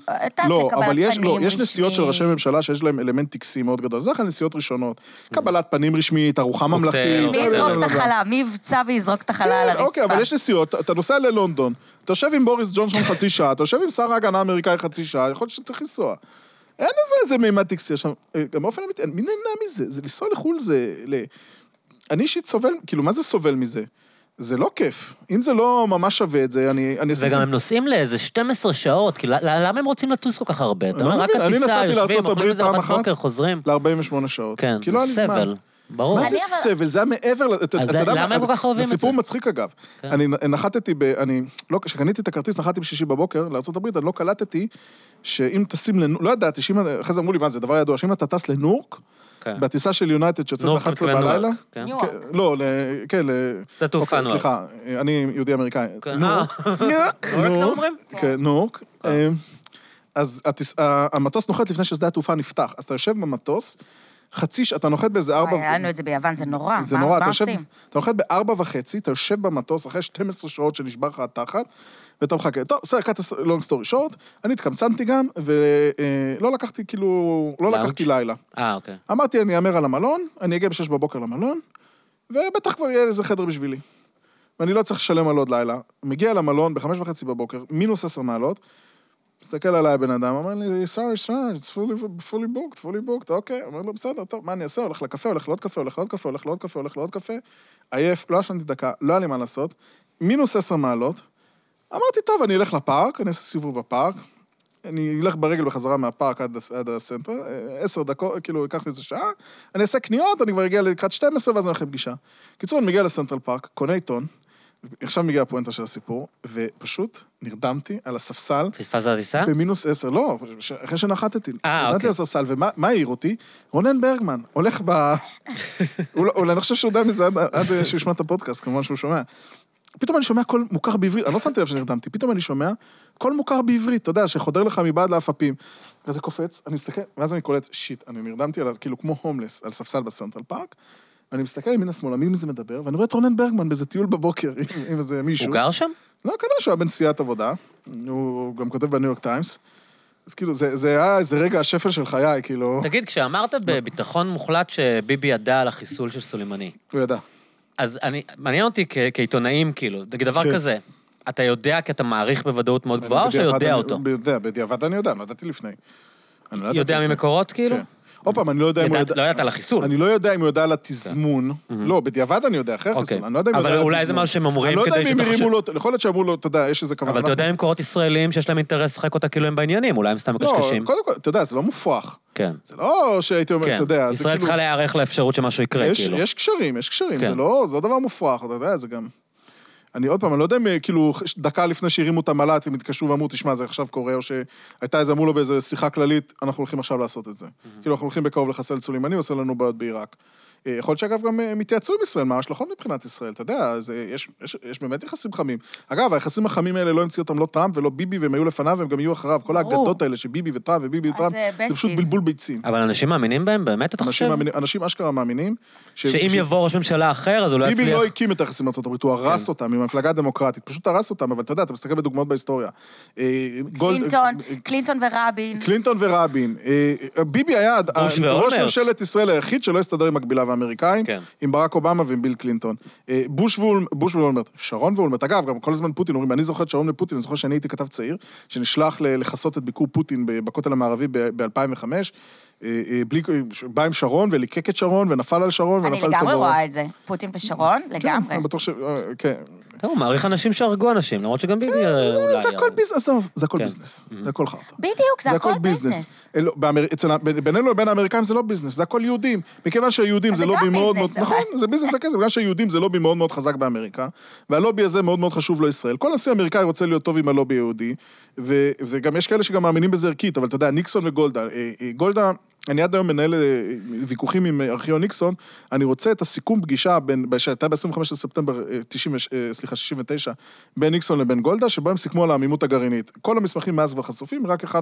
לא, אבל יש, לא, יש נסיעות של ראשי ממשלה שיש להם אלמנט טקסי מאוד גדול. זה אחת נסיעות ראשונות. קבלת פנים רשמית, ארוחה ממלכתית. מי יזרוק את החלה? מי יבצע ויזרוק את החלה על הרצפה? אוקיי, אבל יש נסיעות, אתה נוסע ללונדון, אתה יושב עם בוריס ג'ונסון חצי שעה, אתה יושב עם שר ההגנה האמריקאי חצי שעה, יכול להיות שצריך לנסוע. אין לזה איזה מימד טקסי. גם באופן אמיתי, מי נהנה מזה? זה לנסוע לחול, זה... אני אישית סובל, כאילו, מה זה סובל מזה? זה לא כיף. אם זה לא ממש שווה את זה, אני... וגם הם נוסעים לאיזה שתים עשרה שעות, כי למה הם רוצים לטוס כל כך הרבה? לא מבין, אני נסעתי לארצות הברית פעם אחת, ל-ארבעים ושמונה שעות. כן, סבל. ברור. מה זה סבל? זה היה מעבר... למה הם כל כך אוהבים את זה? זה סיפור מצחיק אגב. אני נחתתי ב... כשקניתי את הכרטיס, נחתי בשישי בבוקר לארצות הברית, אני לא קלטתי שאם טסים לנורק, לא ידעתי, אחרי זה אמרו לי, מה זה דבר ידוע, שאם אתה טס לנורק, בטיסה של יונייטד שיוצאת ב-אחת עשרה בלילה, לא, כן, סטטופה נורק. סליחה, אני יהודי אמריקאי. נורק. נורק, לא אומרים? כן, נורק. אז המטוס נוחת לפני ששדה התעופה נפתח, אז אתה יושב במטוס, חצי ש... אתה נוחת באיזה ארבע... היה לנו את זה ביוון, זה נורא. זה נורא, אתה עושים? אתה נוחת בארבע וחצי, אתה יושב במטוס אחרי שתים עשרה שעות שנשבר לך התחת, ואתה מחכה. טוב, בסדר, קטע long story short, אני התקמצנתי גם, ולא לקחתי כאילו... לא לקחתי לילה. אה, אוקיי. אמרתי, אני אאמר על המלון, אני אגיע בשש בבוקר למלון, ובטח כבר יהיה איזה חדר בשבילי. ואני לא צריך לשלם על עוד לילה. מגיע למלון בחמש וחצי בבוקר, מינוס עשר מעלות, מסתכל עליי הבן אדם, אומר לי, sorry, sorry, it's fully, fully booked, fully booked, אוקיי, אומר לו, בסדר, טוב, מה אני אעשה? הולך לקפה, הולך לעוד קפה, הולך לעוד קפה, הולך לעוד קפה, הולך לעוד קפה, עייף, לא ישנתי דקה, לא היה לי מה לעשות, מינוס עשר מעלות, אמרתי, טוב, אני אלך לפארק, אני אעשה סיבוב בפארק, אני אלך ברגל בחזרה מהפארק עד, עד הסנטר, עשר דקות, כאילו, ייקח לי איזה שעה, אני אעשה קניות, אני כבר אגיע לקראת שתים עשרה, ואז אני הולך לפגישה. קיצור, אני מגיע לסנטרל פארק, קונה עיתון, עכשיו מגיע הפואנטה של הסיפור, ופשוט נרדמתי על הספסל. פספסת הטיסה? במינוס עשר, לא, אחרי שנחתתי. אה, נרדמתי על הספסל, ומה העיר אותי? רונן ברגמן, הולך ב... אולי אני חושב שהוא יודע מזה עד שהוא ישמע את הפודקאסט, כמובן שהוא שומע. פתאום אני שומע קול מוכר בעברית, אני לא שמתי לב שנרדמתי, פתאום אני שומע קול מוכר בעברית, אתה יודע, שחודר לך מבעד לאפפים. וזה קופץ, אני מסתכל, ואז אני קולט, שיט, אני נרדמתי על, כאילו כמו הומלס, על ספסל בסנטרל פארק, ואני מסתכל ימין השמאלה, מי זה מדבר, ואני רואה את רונן ברגמן באיזה טיול בבוקר, עם איזה מישהו. הוא גר שם? לא, כנראה שהוא היה בנסיעת עבודה, הוא גם כותב בניו יורק טיימס, אז כאילו, זה היה איזה רגע השפל של חיי, כאילו... תגיד, כשאמרת בביטחון מוחלט שביבי ידע על החיסול של סולימני. הוא ידע. אז אני, מעניין אותי כעיתונאים, כאילו, תגיד דבר כזה, אתה יודע כי אתה מעריך בוודאות מאוד גבוהה, או שאתה יודע אותו? יודע, בדיעבד אני יודע, לא ידעתי לפני. יודע ממקורות, כאילו? עוד פעם, אני לא יודע אם הוא יודע... לא ידעת על החיסול. אני לא יודע אם הוא יודע על התזמון. לא, בדיעבד אני יודע, אחרי החיסול. אני לא יודע אם הוא יודע על התזמון. אבל אולי זה משהו שהם אומרים כדי שתחשב. אני לא יודע אם הם הרימו לו, יכול להיות שאמרו לו, אתה יודע, יש איזה כמה... אבל אתה יודע עם מקורות ישראלים שיש להם אינטרס לשחק אותה כאילו הם בעניינים, אולי הם סתם מקשקשים. לא, קודם כל, אתה יודע, זה לא מופרך. כן. זה לא שהייתי אומר, אתה יודע... ישראל צריכה להיערך לאפשרות שמשהו יקרה, כאילו. יש קשרים, יש קשרים, זה לא דבר מופרך, אתה יודע, זה גם... אני עוד פעם, אני לא יודע אם כאילו דקה לפני שהרימו את המל"ט, הם התקשרו ואמרו, תשמע, זה עכשיו קורה, או שהייתה איזה, אמרו לו באיזו שיחה כללית, אנחנו הולכים עכשיו לעשות את זה. כאילו, אנחנו הולכים בקרוב לחסל את סולימני, עושה לנו בעיות בעיראק. יכול להיות שאגב גם מתייעצו עם ישראל, מה ההשלכות מבחינת ישראל, אתה יודע, יש, יש, יש באמת יחסים חמים. אגב, היחסים החמים האלה לא המציאו אותם לא טראמפ ולא ביבי, והם היו לפניו, והם גם יהיו אחריו. כל האגדות האלה שביבי וטראמפ וביבי וטראמפ, זה פשוט בלבול ביצים. אבל אנשים מאמינים בהם, באמת, אתה חושב? אנשים אשכרה מאמינים. שאם יבוא ראש ממשלה אחר, אז הוא לא יצליח. ביבי לא הקים את היחסים בארצות הברית, הוא הרס אותם עם המפלגה הדמוקרטית, פשוט הרס אותם, אבל אתה יודע, אתה מסתכל בדוגמאות בהיסטוריה. קלינטון, קלינטון ורבין. קלינטון ורבין. ביבי היה ראש ממשלת ישראל היחיד שלא הסתדר עם מקביליו האמריקאים, עם ברק אובמה ועם ביל קלינטון. בוש ואולמרט, שרון ואולמרט. אגב, גם כל הזמן פוטין אומרים, אני זוכר את שרון ופוטין, אני זוכר שאני הייתי כתב צעיר, שנשלח לחסות את ביקור פוטין בכותל המערבי ב-אלפיים וחמש, בא עם שרון וליקק את שרון ונפל על שרון ונפל צווארו. אני לגמרי רואה את זה. פוטין ושרון, לגמרי. אני בטוח ש... כן. הוא מעריך אנשים שהרגו אנשים, למרות שגם ביבי אולי... זה הכל ביזנס, זה הכל ביזנס. זה הכל חרטה. בדיוק, זה הכל ביזנס. בינינו לבין האמריקאים זה לא ביזנס, זה הכל יהודים. מכיוון שהיהודים זה לובי מאוד מאוד... נכון, זה ביזנס הכסף, בגלל שהיהודים זה לובי מאוד מאוד חזק באמריקה, והלובי הזה מאוד מאוד חשוב לישראל. כל נשיא אמריקאי רוצה להיות טוב עם הלובי היהודי, וגם יש כאלה שגם מאמינים בזה ערכית, אבל אתה יודע, ניקסון וגולדה, גולדה, אני עד היום מנהל ויכוחים עם ארכיון ניקסון, אני רוצה את הסיכום פגישה, שהייתה ב-עשרים וחמישה לספטמבר שישים ותשע, בין ניקסון לבין גולדה, שבו הם סיכמו על העמימות הגרעינית. כל המסמכים מאז כבר חשופים, רק אחד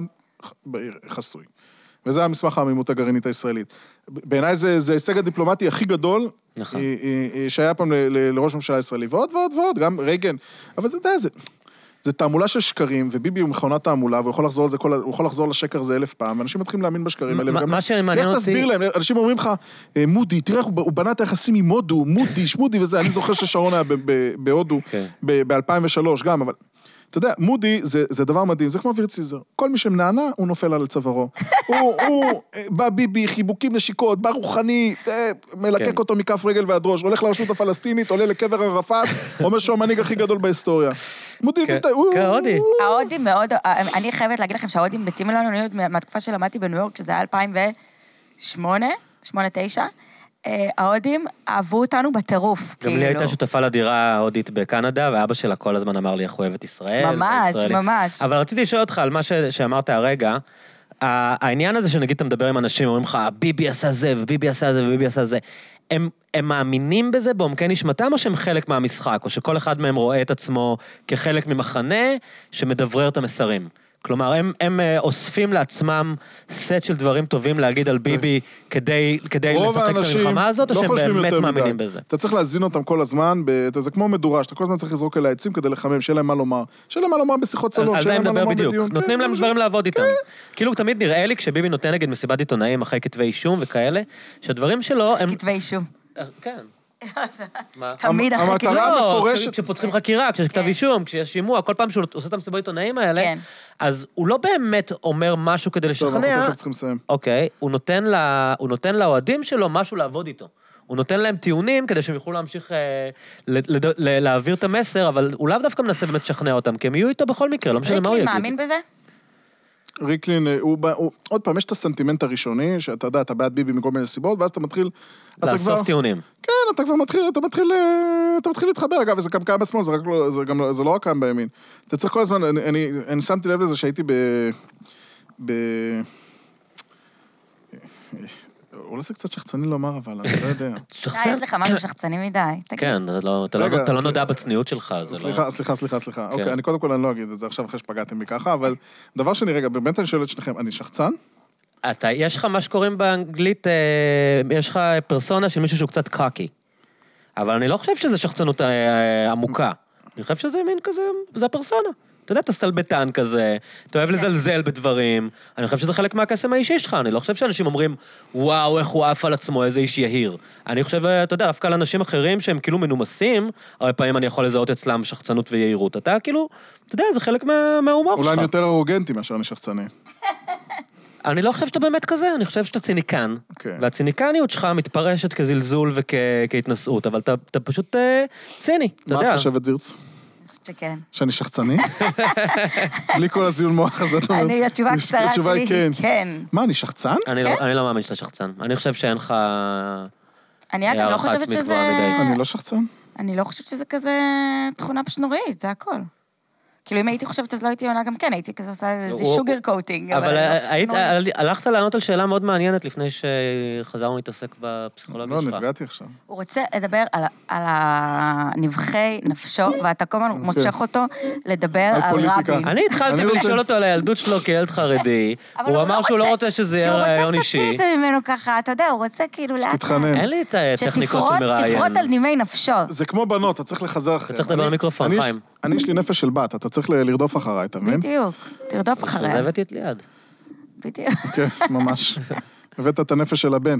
חסוי. וזה המסמך העמימות הגרעינית הישראלית. בעיניי זה, זה הישג הדיפלומטי הכי גדול, נכון. שהיה פעם לראש ממשלה הישראלי, ועוד ועוד ועוד, גם רייגן. אבל זה די, זה... זה תעמולה של שקרים, וביבי הוא מכונת תעמולה, והוא יכול לחזור על זה, הוא יכול לחזור לשקר זה אלף פעם, ואנשים מתחילים להאמין בשקרים האלה, וגם... איך תסביר להם, אנשים אומרים לך, מודי, תראה, הוא בנה את היחסים עם הודו, מודי, שמודי וזה, אני זוכר ששרון היה בהודו, ב-אלפיים ושלוש גם, אבל... אתה יודע, מודי זה, זה דבר מדהים, זה כמו ויר ציזר. כל מי שמנענה, הוא נופל על צווארו. הוא, הוא, בא ביבי, חיבוקים נשיקות, בא רוחני, מלקק אותו מכף רגל ועד ראש, הולך לרשות הפלסטינית, עולה לקבר ערפאת, אומר שהוא המנהיג הכי גדול בהיסטוריה. מודי, הוא... כן, הודי. ההודים מאוד, אני חייבת להגיד לכם שההודים מתים לנו מהתקופה שלמדתי בניו יורק, שזה היה אלפיים ושמונה, שמונה תשע, ההודים אהבו אותנו בטירוף. גם לי הייתה שותפה לדירה ההודית בקנדה, ואבא שלה כל הזמן אמר לי, איך הוא אוהב את ישראל. ממש, ממש. אבל רציתי לשאול אותך על מה שאמרת הרגע, העניין הזה שנגיד אתה מדבר עם אנשים, אומרים לך, ביבי עשה זה, וביבי עשה זה, וביבי עשה זה, הם, הם מאמינים בזה בעומקי נשמתם, או שהם חלק מהמשחק, או שכל אחד מהם רואה את עצמו כחלק ממחנה שמדברר את המסרים? כלומר, הם, הם אוספים לעצמם סט של דברים טובים להגיד על ביבי כדי, כדי לשחק את המלחמה הזאת, או שהם באמת מאמינים בזה? אתה צריך להזין אותם כל הזמן, זה כמו מדורה, שאתה כל הזמן צריך לזרוק אל העצים כדי לחמם, שאלה מה לומר. שאלה מה לומר בשיחות סלון, על זה הם מדבר בדיוק. נותנים להם דברים לעבוד איתם. כאילו תמיד נראה לי, כשביבי נותן נגד מסיבת עיתונאים אחרי כתבי אישום וכאלה, שהדברים שלו הם... כתבי אישום. כן. תמיד אחרי כתבי אישום. כשפותחים חקירה, כשיש כתב אישום, כשיש שימוע, כל פעם שהוא עושה את המסיבות עיתונאים האלה, אז הוא לא באמת אומר משהו כדי לשכנע. אוקיי, הוא נותן לאוהדים שלו משהו לעבוד איתו. הוא נותן להם טיעונים כדי שהם יוכלו להמשיך להעביר את המסר, אבל הוא לאו דווקא מנסה באמת לשכנע אותם, כי הם יהיו איתו בכל מקרה, לא משנה מה הוא יגיד. ריקלין מאמין בזה? ריקלין, עוד פעם, יש את הסנטימנט הראשוני, שאתה יודע, אתה בעד ביבי מכל מיני סיבות, ואז אתה מתחיל... לאסוף טיעונים. כן, אתה כבר מתחיל, אתה מתחיל, אתה מתחיל להתחבר, אגב, וזה גם קיים בשמאל, זה לא רק קיים בימין. אתה צריך כל הזמן, אני שמתי לב לזה שהייתי ב... אולי זה קצת שחצני לומר, אבל אני לא יודע. יש לך משהו שחצני מדי. כן, אתה לא נודע בצניעות שלך. סליחה, סליחה, סליחה, סליחה. אוקיי, אני קודם כל אני לא אגיד את זה עכשיו אחרי שפגעתם בי ככה, אבל דבר שני, רגע, באמת אני שואל את שניכם, אני שחצן? אתה, יש לך מה שקוראים באנגלית, יש לך פרסונה של מישהו שהוא קצת קאקי. אבל אני לא חושב שזה שחצנות עמוקה. אני חושב שזה מין כזה, זה הפרסונה. אתה יודע, אתה סטלבטן כזה, אתה אוהב לזלזל בדברים, אני חושב שזה חלק מהקסם האישי שלך, אני לא חושב שאנשים אומרים, וואו, איך הוא עף על עצמו, איזה איש יהיר. אני חושב, אתה יודע, דווקא לאנשים אחרים שהם כאילו מנומסים, הרבה פעמים אני יכול לזהות אצלם שחצנות ויהירות. אתה כאילו, אתה יודע, זה חלק מההומור שלך. אולי אני יותר ארוגנטי מאשר אני שחצני. אני לא חושב שאתה באמת כזה, אני חושב שאתה ציניקן, והציניקניות שלך מתפרשת כזלזול וכהתנשאות, אבל אתה פשוט ציני, אתה יודע. מה את חושבת, וירץ? שכן. שאני שחצני? בלי כל הזיון מוח הזה. אני, התשובה הקצרה שלי היא כן. מה, אני שחצן? אני לא מאמין שאתה שחצן. אני חושב שאין לך... אני אגב לא חושבת שזה... אני לא שחצן? אני לא חושבת שזה כזה תכונה פשנורית, זה הכל. כאילו, אם הייתי חושבת, אז לא הייתי עונה גם כן, הייתי כזה עושה איזה שוגר קוטינג. אבל הלכת לענות על שאלה מאוד מעניינת לפני שחזרנו להתעסק בפסיכולוגיה שלך. לא, נפגעתי עכשיו. הוא רוצה לדבר על הנבחי נפשו, ואתה כל הזמן מושך אותו לדבר על רבין. אני התחלתי לשאול אותו על הילדות שלו כילד חרדי, הוא אמר שהוא לא רוצה שזה יהיה רעיון אישי. הוא רוצה שתוציא את זה ממנו ככה, אתה יודע, הוא רוצה כאילו לאט. תתחנן. אין לי את הטכניקות של מראיין. שתפרוט על נימי נפשו. זה כמו בנות, אתה צריך לחזר אחרי. אתה צריך לדבר למיקרופון, חיים. אני יש לי נפש של בת, אתה צריך לרדוף אחריי, אתה מבין? בדיוק, תרדוף אחריי. זה הבאתי את ליד. בדיוק. כן, ממש. הבאת את הנפש של הבן.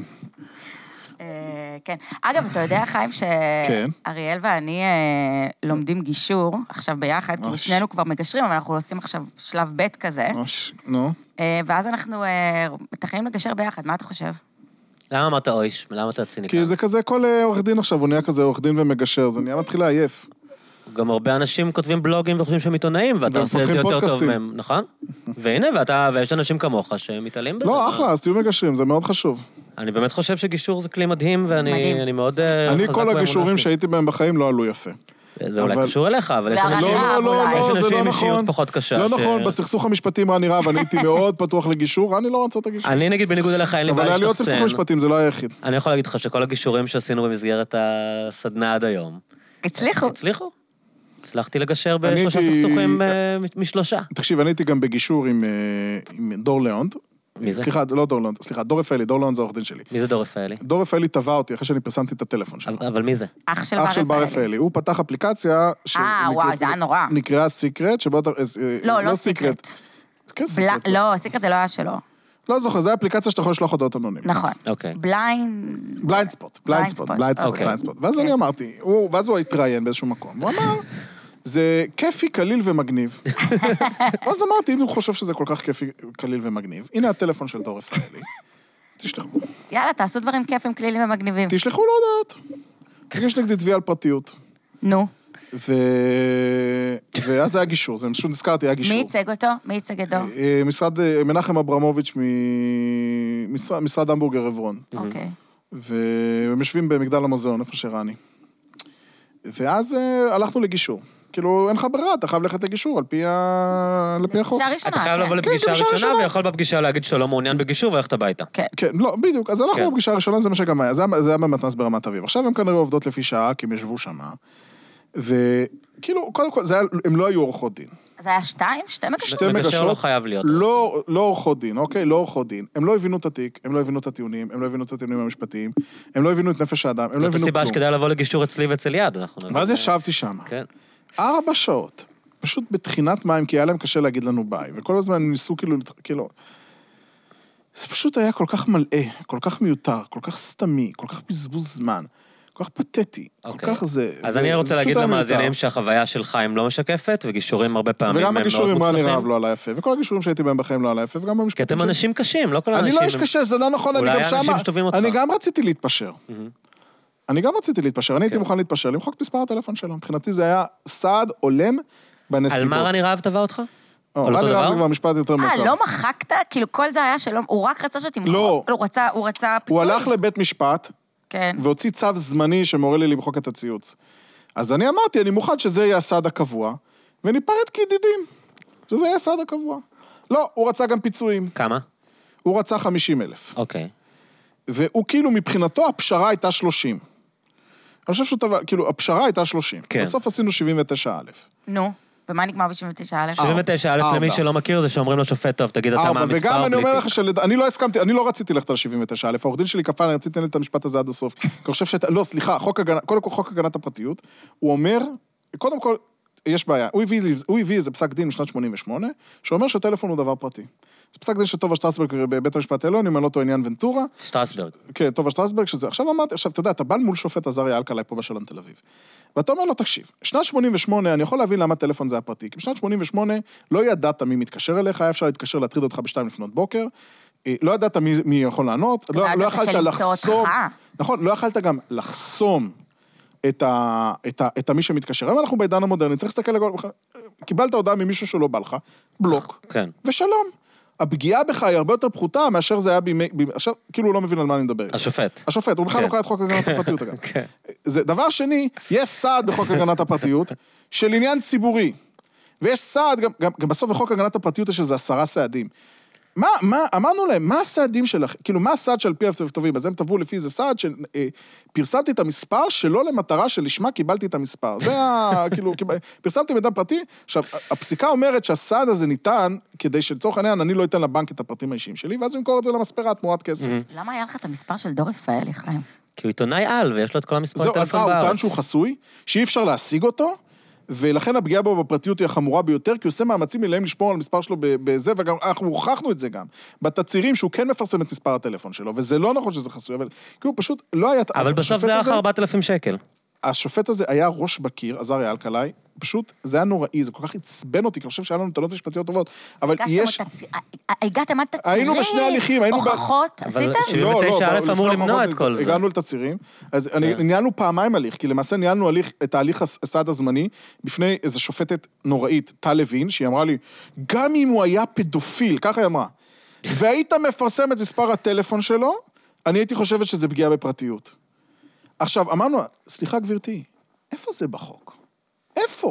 כן. אגב, אתה יודע, חיים, שאריאל ואני לומדים גישור, עכשיו ביחד, כי שנינו כבר מגשרים, אבל אנחנו עושים עכשיו שלב ב' כזה. נו. ואז אנחנו מתכננים לגשר ביחד, מה אתה חושב? למה אמרת אויש? למה אתה ציניקן? כי זה כזה, כל עורך דין עכשיו, הוא נהיה כזה עורך דין ומגשר, זה נהיה מתחיל לעייף. גם הרבה אנשים כותבים בלוגים וחושבים שהם עיתונאים, ואתה עושה את זה יותר טוב מהם, נכון? והנה, ויש אנשים כמוך שמתעלים בזה. לא, אחלה, אז תהיו מגשרים, זה מאוד חשוב. אני באמת חושב שגישור זה כלי מדהים, ואני מאוד חזק אני כל הגישורים שהייתי בהם בחיים לא עלו יפה. זה אולי קשור אליך, אבל יש אנשים עם אישיות פחות קשה. לא נכון, בסכסוך המשפטי עם רני רב, אני הייתי מאוד פתוח לגישור, אני לא רוצה את הגישור. אני נגיד בניגוד אליך, אין לי בעיה אבל להיות סכסוך משפטים, זה לא היחיד. אני יכול להגיד לך שכל הגישורים שעשינו במסגרת הסדנה עד היום, הצליחו. הצליחו. הצלחתי לגשר בשלושה סכסוכים משלושה. תקשיב, אני הייתי גם בגישור עם דור ליאונד. מי זה? סליחה, לא דור ליאונד, סליחה, דור רפאלי, דור ליאונד זה העורך דין שלי. מי זה דור רפאלי? דור רפאלי טבע אותי אחרי שאני פרסמתי את הטלפון שלו. אבל מי זה? אח של בר רפאלי. אח של בר רפאלי. הוא פתח אפליקציה אה, וואו, זה היה נורא. נקראה סיקרט, שבו... לא, לא סיקרט. כן, סיקרט. לא, סיקרט זה לא היה שלו. לא זוכר, זו אפליקציה שאתה יכול לשלוח הודעות אנונימיות. נכון. אוקיי. בליינד... בליינד ספוט, בליינד ספוט, בליינד ספוט, בליינד ספוט. ואז אני אמרתי, ואז הוא התראיין באיזשהו מקום. הוא אמר, זה כיפי, קליל ומגניב. ואז אמרתי, אם הוא חושב שזה כל כך כיפי, קליל ומגניב, הנה הטלפון של דור רפאלי. תשלחו. יאללה, תעשו דברים כיפים, קלילים ומגניבים. תשלחו לו הודעות. יש נגדי תביעה על פרטיות. נו. ואז היה גישור, זה פשוט נזכרתי, היה גישור. מי ייצג אותו? מי ייצג אותו? משרד, מנחם אברמוביץ' ממשרד המבורגר עברון. אוקיי. והם יושבים במגדל המוזיאון, איפה שרני. ואז הלכנו לגישור. כאילו, אין לך ברירה, אתה חייב ללכת לגישור על פי החוק. פגישה ראשונה, אתה חייב לבוא לפגישה ראשונה, ויכול בפגישה להגיד שאתה לא מעוניין בגישור, ולכת הביתה. כן. כן, לא, בדיוק. אז הלכנו בפגישה הראשונה, זה מה שגם היה. זה היה במתנ"ס ברמת אביב. עכשיו הם כנראה עובדות לפי שעה, כי הם ישבו שמה. וכאילו, קודם כל, הם לא היו עורכות דין. זה היה שתיים? שתי מגשות? שתי מגשות. מגשר לא חייב להיות. לא, לא עורכות דין, אוקיי? לא עורכות דין. הם לא הבינו את התיק, הם לא הבינו את הטיעונים, הם לא הבינו את הטיעונים המשפטיים, הם לא הבינו את נפש האדם, הם לא הבינו כלום. זאת הסיבה שכדאי לבוא לגישור אצלי ואצל יד. ואז ישבתי שם. כן. ארבע שעות. פשוט בתחינת מים, כי היה להם קשה להגיד לנו ביי. וכל הזמן הם ניסו כאילו, כאילו... זה פשוט היה כל כך מלא, כל כך מיותר, כל כך סתמי, כל כך בזבוז זמן. כל כך פתטי, כל כך זה... אז אני רוצה להגיד למאזינים שהחוויה של חיים לא משקפת, וגישורים הרבה פעמים הם מאוד מוצלחים. וגם הגישורים רני רב לא עלה יפה, וכל הגישורים שהייתי בהם בחיים לא עלה יפה, וגם במשפטים... כי אתם אנשים קשים, לא כל האנשים... אני לא איש קשה, זה לא נכון, אני גם שמה... אני גם רציתי להתפשר. אני גם רציתי להתפשר, אני הייתי מוכן להתפשר, למחוק את מספר הטלפון שלו. מבחינתי זה היה סעד הולם בנסיבות. על מה רני רב תבע אותך? רני רב זה כבר משפט יותר מורכב. אה, לא מחקת? כאילו כל זה היה שלא... הוא רק רצה שתמחוק. לא. הוא רצה פיצוי. הוא הלך לבית משפט כן. והוציא צו זמני שמורה לי למחוק את הציוץ. אז אני אמרתי, אני מוכן שזה יהיה הסעד הקבוע, וניפרד כידידים, שזה יהיה הסעד הקבוע. לא, הוא רצה גם פיצויים. כמה? הוא רצה חמישים אלף. אוקיי. והוא כאילו מבחינתו הפשרה הייתה שלושים. אני חושב שהוא טבע, כאילו הפשרה הייתה שלושים. כן. בסוף עשינו שבעים ותשע אלף. נו. ומה נגמר ב-שבעים ותשע אלף? שבעים ותשע אלף למי שלא מכיר זה שאומרים לו שופט טוב, תגיד אתה מה המספר. וגם אני אומר לך שאני לא הסכמתי, אני לא רציתי ללכת על שבעים ותשע אלף, העורך דין שלי כפה, אני רציתי לנהל את המשפט הזה עד הסוף. כי אני חושב שאתה, לא, סליחה, קודם כל חוק הגנת הפרטיות, הוא אומר, קודם כל, יש בעיה. הוא הביא איזה פסק דין משנת שמונים ושמונה, שאומר שהטלפון הוא דבר פרטי. זה פסק דין של טובה שטרסברג בבית המשפט העליון, אם אני לא טועה עניין ונטורה. שטרסברג. כן, טובה שטרסברג, שזה... עכשיו אמרתי, עכשיו, אתה יודע, אתה בא מול שופט עזריה אלקלעי פה בשלום תל אביב. ואתה אומר לו, תקשיב, שנת שמונים ושמונה, אני יכול להבין למה הטלפון זה הפרטי. כי בשנת שמונים ושמונה לא ידעת מי מתקשר אליך, היה אפשר להתקשר להטריד אותך בשתיים לפנות בוקר, לא ידעת מי, מי יכול לענות, לא, לא יכלת לחסום, נכון, לא יכלת גם לחסום את, ה, את, ה, את המי שמתקשר. היום אנחנו בעידן המודרני, צריך להסתכל לכל... קיבלת הודעה ממישהו שלא בא לך, בלוק, כן. ושלום. הפגיעה בך היא הרבה יותר פחותה מאשר זה היה בימי... עכשיו, כאילו הוא לא מבין על מה אני מדבר. השופט. השופט, הוא בכלל לא קרא את חוק הגנת הפרטיות, אגב. זה דבר שני, יש סעד בחוק הגנת הפרטיות של עניין ציבורי. ויש סעד, גם, גם, גם בסוף בחוק הגנת הפרטיות יש איזה עשרה סעדים. מה, מה, אמרנו להם, מה הסעדים שלך, כאילו, מה הסעד של פי טובים? אז הם תבואו לפי איזה סעד של, אה, פרסמתי את המספר שלא למטרה שלשמה קיבלתי את המספר. זה ה, כאילו, פרסמתי מידע פרטי, עכשיו, הפסיקה אומרת שהסעד הזה ניתן, כדי שלצורך העניין, אני לא אתן לבנק את הפרטים האישיים שלי, ואז הוא ימכור את זה למספרה, תמורת כסף. למה היה לך את המספר של דור רפאלי, חיים? כי הוא עיתונאי על, ויש לו את כל המספרים טלפון בארץ. הוא טען שהוא חסוי, שאי אפשר להשיג אותו, ולכן הפגיעה בו בפרטיות היא החמורה ביותר, כי הוא עושה מאמצים מלאים לשמור על המספר שלו בזה, וגם אנחנו הוכחנו את זה גם, בתצהירים שהוא כן מפרסם את מספר הטלפון שלו, וזה לא נכון שזה חסוי, אבל כאילו פשוט לא היה... אבל בסוף זה היה ארבעת אלפים שקל. השופט הזה היה ראש בקיר, עזריה אלקלעי, פשוט זה היה נוראי, זה כל כך עצבן אותי, כי אני חושב שהיה לנו טענות משפטיות טובות, אבל יש... הגעתם עד תצהירים? היינו בשני הליכים, היינו... הוכחות? עשיתם? שבעים ותשע א' אמור למנוע את כל זה. הגענו לתצהירים, אז ניהלנו פעמיים הליך, כי למעשה ניהלנו את ההליך הסעד הזמני, בפני איזו שופטת נוראית, טל לוין, שהיא אמרה לי, גם אם הוא היה פדופיל, ככה היא אמרה, והיית מפרסם את מספר הטלפון שלו, אני הייתי חושבת שזה פגיעה בפרטיות. עכשיו, אמרנו, סליחה גבירתי, איפה זה בחוק? איפה?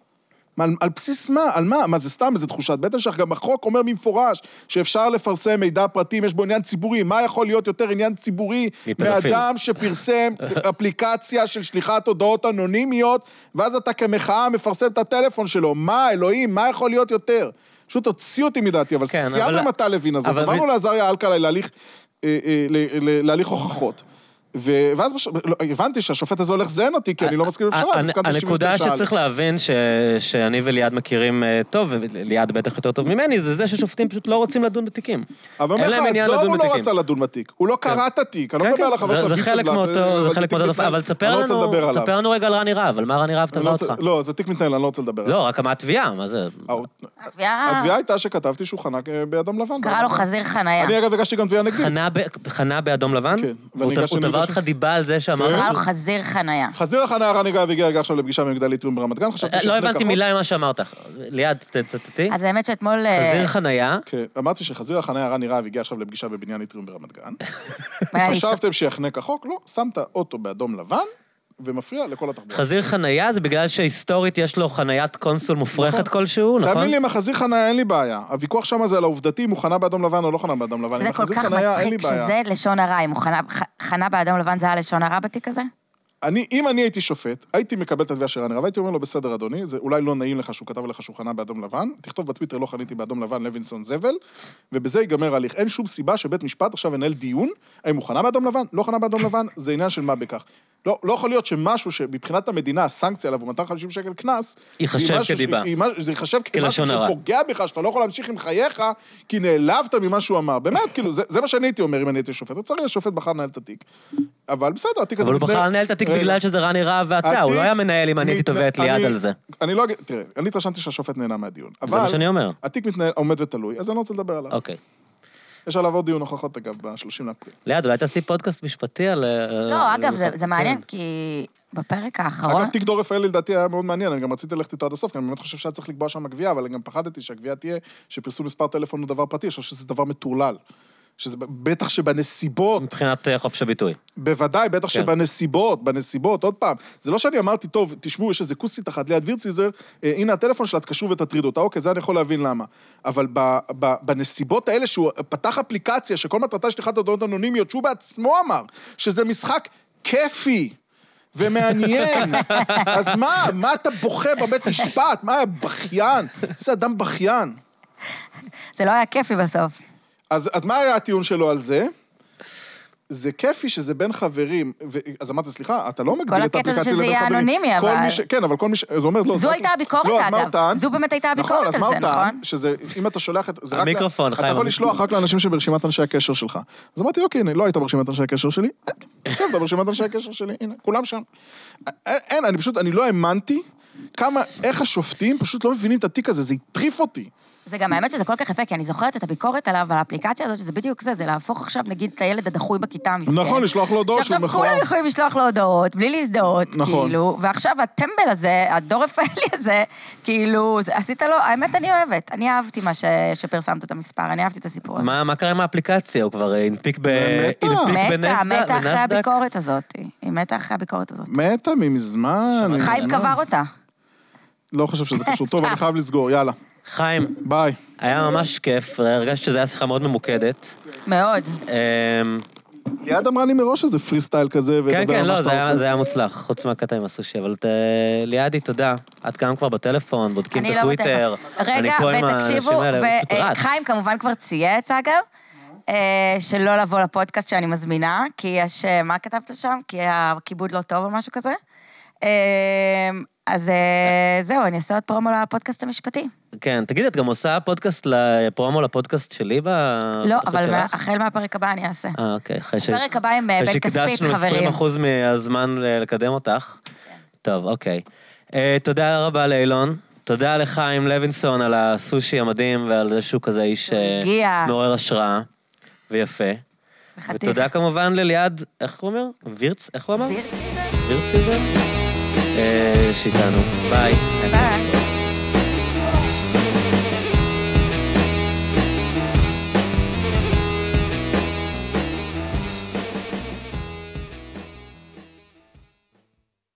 על, על בסיס מה? על מה? מה זה סתם? איזה תחושת בטן שלך? גם החוק אומר במפורש שאפשר לפרסם מידע פרטי, יש בו עניין ציבורי. מה יכול להיות יותר עניין ציבורי מאדם שפרסם אפליקציה של שליחת הודעות אנונימיות, ואז אתה כמחאה מפרסם את הטלפון שלו. מה, אלוהים, מה יכול להיות יותר? פשוט תוציא אותי מדעתי, אבל כן, סיימנו עם הטל לוין הזה. עברנו אבל... לעזריה אלקלעי להליך, אה, אה, להליך הוכחות. ואז הבנתי שהשופט הזה הולך זהן אותי, כי אני לא מסכים לפשרה, אז הסכמתי שבעים ותשע. הנקודה שצריך להבין שאני וליעד מכירים טוב, וליעד בטח יותר טוב ממני, זה זה ששופטים פשוט לא רוצים לדון בתיקים. אבל אומר לך, עזוב הוא לא רצה לדון בתיק, הוא לא קרא את התיק, אני לא מדבר על החבר של זה חלק מאותו, זה חלק מאותו, אבל תספר לנו רגע על רני רהב, על מה רני רהב תבע אותך. לא, זה תיק מתנהל, אני לא רוצה לדבר עליו. לא, רק מה התביעה, מה זה? התביעה הייתה שכתבתי שהוא חנה באדום לבן. קרא לו חזיר חניה. אני אגב הגשתי גם תביעה נגדית. חנה באדום לבן? כן. הוא תבע אותך דיבה על זה שאמר... קרא לו חזיר חניה. חזיר החניה, רני רהב הגיע עכשיו לפגישה ממגדל יתרון ברמת גן, לא הבנתי מילה ממה שאמרת. ליעד, תתתי. אז האמת שאתמול... חזיר חניה. כן, אמרתי שחזיר החניה, רני רהב הגיע עכשיו לפגישה בבניין יתרון ברמת גן. חשבתם שיחנק החוק? לא, שמת אוטו באדום לבן, ומפריע לכל התחבורה. חזיר חנייה זה בגלל שהיסטורית יש לו חניית קונסול מופרכת כלשהו, נכון? תאמין לי, עם החזיר חנייה אין לי בעיה. הוויכוח שם זה על העובדתי, אם הוא חנה באדום לבן או לא חנה באדום לבן. זה כל כך מצחיק שזה לשון הרע, אם הוא חנה באדום לבן זה היה לשון הרע בתיק הזה? אני, אם אני הייתי שופט, הייתי מקבל את התביעה של רני רהב, הייתי אומר לו, בסדר אדוני, זה אולי לא נעים לך שהוא כתב לך שהוא חנה באדום לבן, תכתוב בטוויטר לא חניתי באדום לבן, לוינסון זבל, ובזה ייגמר ההליך. אין שום סיבה שבית משפט עכשיו ינהל דיון, האם הוא חנה באדום לבן, לא חנה באדום לבן, זה עניין של מה בכך. לא, לא יכול להיות שמשהו שמבחינת המדינה, הסנקציה עליו הוא מאתיים וחמישים שקל קנס, ייחשב כדיבה. זה ייחשב כמשהו שפוגע בך, שאתה לא יכול להמשיך עם חייך, כי נעלבת ממה שהוא אמר. באמת, כאילו, זה, זה מה שאני הייתי אומר אם אני הייתי שופט. צריך השופט בחר לנהל את התיק. אבל בסדר, התיק הזה... אבל הוא בחר לנהל את התיק בגלל שזה רני רהב ואתה, הוא לא היה מנהל אם אני הייתי תובע את ליעד על זה. אני לא... תראה, אני התרשמתי שהשופט נהנה מהדיון. זה מה שאני אומר. התיק עומד ותלוי, אז אני לא רוצה לדבר עליו. אוקיי. יש עליו עוד דיון הוכחות, אגב, ב-שלושים לאפריל. ליעד, אולי תעשי פודקאסט משפטי על... לא, אגב, זה מעניין, כי בפרק האחרון... אגב, תיק דור רפאלי לדעתי היה מאוד מעניין, אני גם רציתי ללכת איתו עד הסוף, כי אני באמת חושב שהיה צריך לקבוע שם הגבייה, אבל אני גם פחדתי שהגבייה תהיה שפרסום מספר טלפון הוא דבר פרטי, אני חושב שזה דבר מטורלל. שזה בטח שבנסיבות... מבחינת חופש הביטוי. בוודאי, בטח שבנסיבות, בנסיבות, עוד פעם, זה לא שאני אמרתי, טוב, תשמעו, יש איזה כוסית אחת ליד וירציזר, הנה הטלפון שלה, תקשרו ותטרידו אותה, אוקיי, זה אני יכול להבין למה. אבל בנסיבות האלה שהוא פתח אפליקציה, שכל מטרתה שליחת הודעות אנונימיות, שהוא בעצמו אמר, שזה משחק כיפי ומעניין, אז מה, מה אתה בוכה בבית משפט? מה היה בכיין? זה אדם בכיין. זה לא היה כיפי בסוף. אז, אז מה היה הטיעון שלו על זה? זה כיפי שזה בין חברים, אז אמרתי, סליחה, אתה לא מגביל את האפליקציה לבין חברים. כל הקטע שזה יהיה אנונימי, אבל... כן, אבל כל מי ש... זה אומר, לא, זו הייתה הביקורת, אגב. זו באמת הייתה הביקורת על זה, נכון? נכון, שזה, אם אתה שולח את... המיקרופון, אתה יכול לשלוח רק לאנשים שברשימת אנשי הקשר שלך. אז אמרתי, אוקיי, לא היית ברשימת אנשי הקשר שלי, עכשיו אתה ברשימת אנשי הקשר שלי, הנה, כולם שם. אין, אני פשוט, אני לא האמנתי כמה, איך השופטים פשוט לא מבינים את התיק הזה, זה יטריף אותי. זה גם האמת שזה כל כך יפה, כי אני זוכרת את הביקורת עליו, על האפליקציה הזאת, שזה בדיוק זה, זה להפוך עכשיו, נגיד, את הילד הדחוי בכיתה המסכן. נכון, לשלוח לו הודעות שהוא מכוער. שעכשיו כולם יכולים לשלוח לו הודעות, בלי להזדהות, כאילו, ועכשיו הטמבל הזה, הדור רפאלי הזה, כאילו, עשית לו, האמת אני אוהבת, אני אהבתי מה שפרסמת את המספר, אני אהבתי את הסיפור הזה. מה קרה עם האפליקציה? הוא כבר הנפיק בנסדק? מתה, מתה אחרי הביקורת הזאת. היא מתה אחרי הביקורת הזאת. מתה ממזמן. חיים קבר אותה. לא חושב שזה קשור. טוב, אני חייב לסגור, יאללה. חיים. ביי. היה ממש כיף, הרגשתי שזו הייתה שיחה מאוד ממוקדת. מאוד. ליעד אמרה לי מראש איזה פרי סטייל כזה, כן, כן, לא, זה היה מוצלח, חוץ מהקטע עם הסושי, אבל ליעדי, תודה. את גם כבר בטלפון, בודקים את הטוויטר. רגע, ותקשיבו, וחיים כמובן כבר צייץ, אגב, שלא לבוא לפודקאסט שאני מזמינה, כי יש, מה כתבת שם? כי הכיבוד לא טוב או משהו כזה. אז זהו, אני אעשה עוד פרומו לפודקאסט המשפטי. כן, תגידי, את גם עושה פודקאסט, פרומו לפודקאסט שלי? לא, אבל החל מהפרק הבא אני אעשה. אה, אוקיי. הפרק הבא עם בן כספית, חברים. שקידשנו עשרים אחוז מהזמן לקדם אותך. טוב, אוקיי. תודה רבה לאילון. תודה לחיים לוינסון על הסושי המדהים, ועל זה שהוא כזה איש מעורר השראה ויפה. ותודה כמובן לליעד, איך הוא אומר? וירץ? איך הוא אמר? וירצי זה? וירצי זה? שאיתנו. ביי. ביי.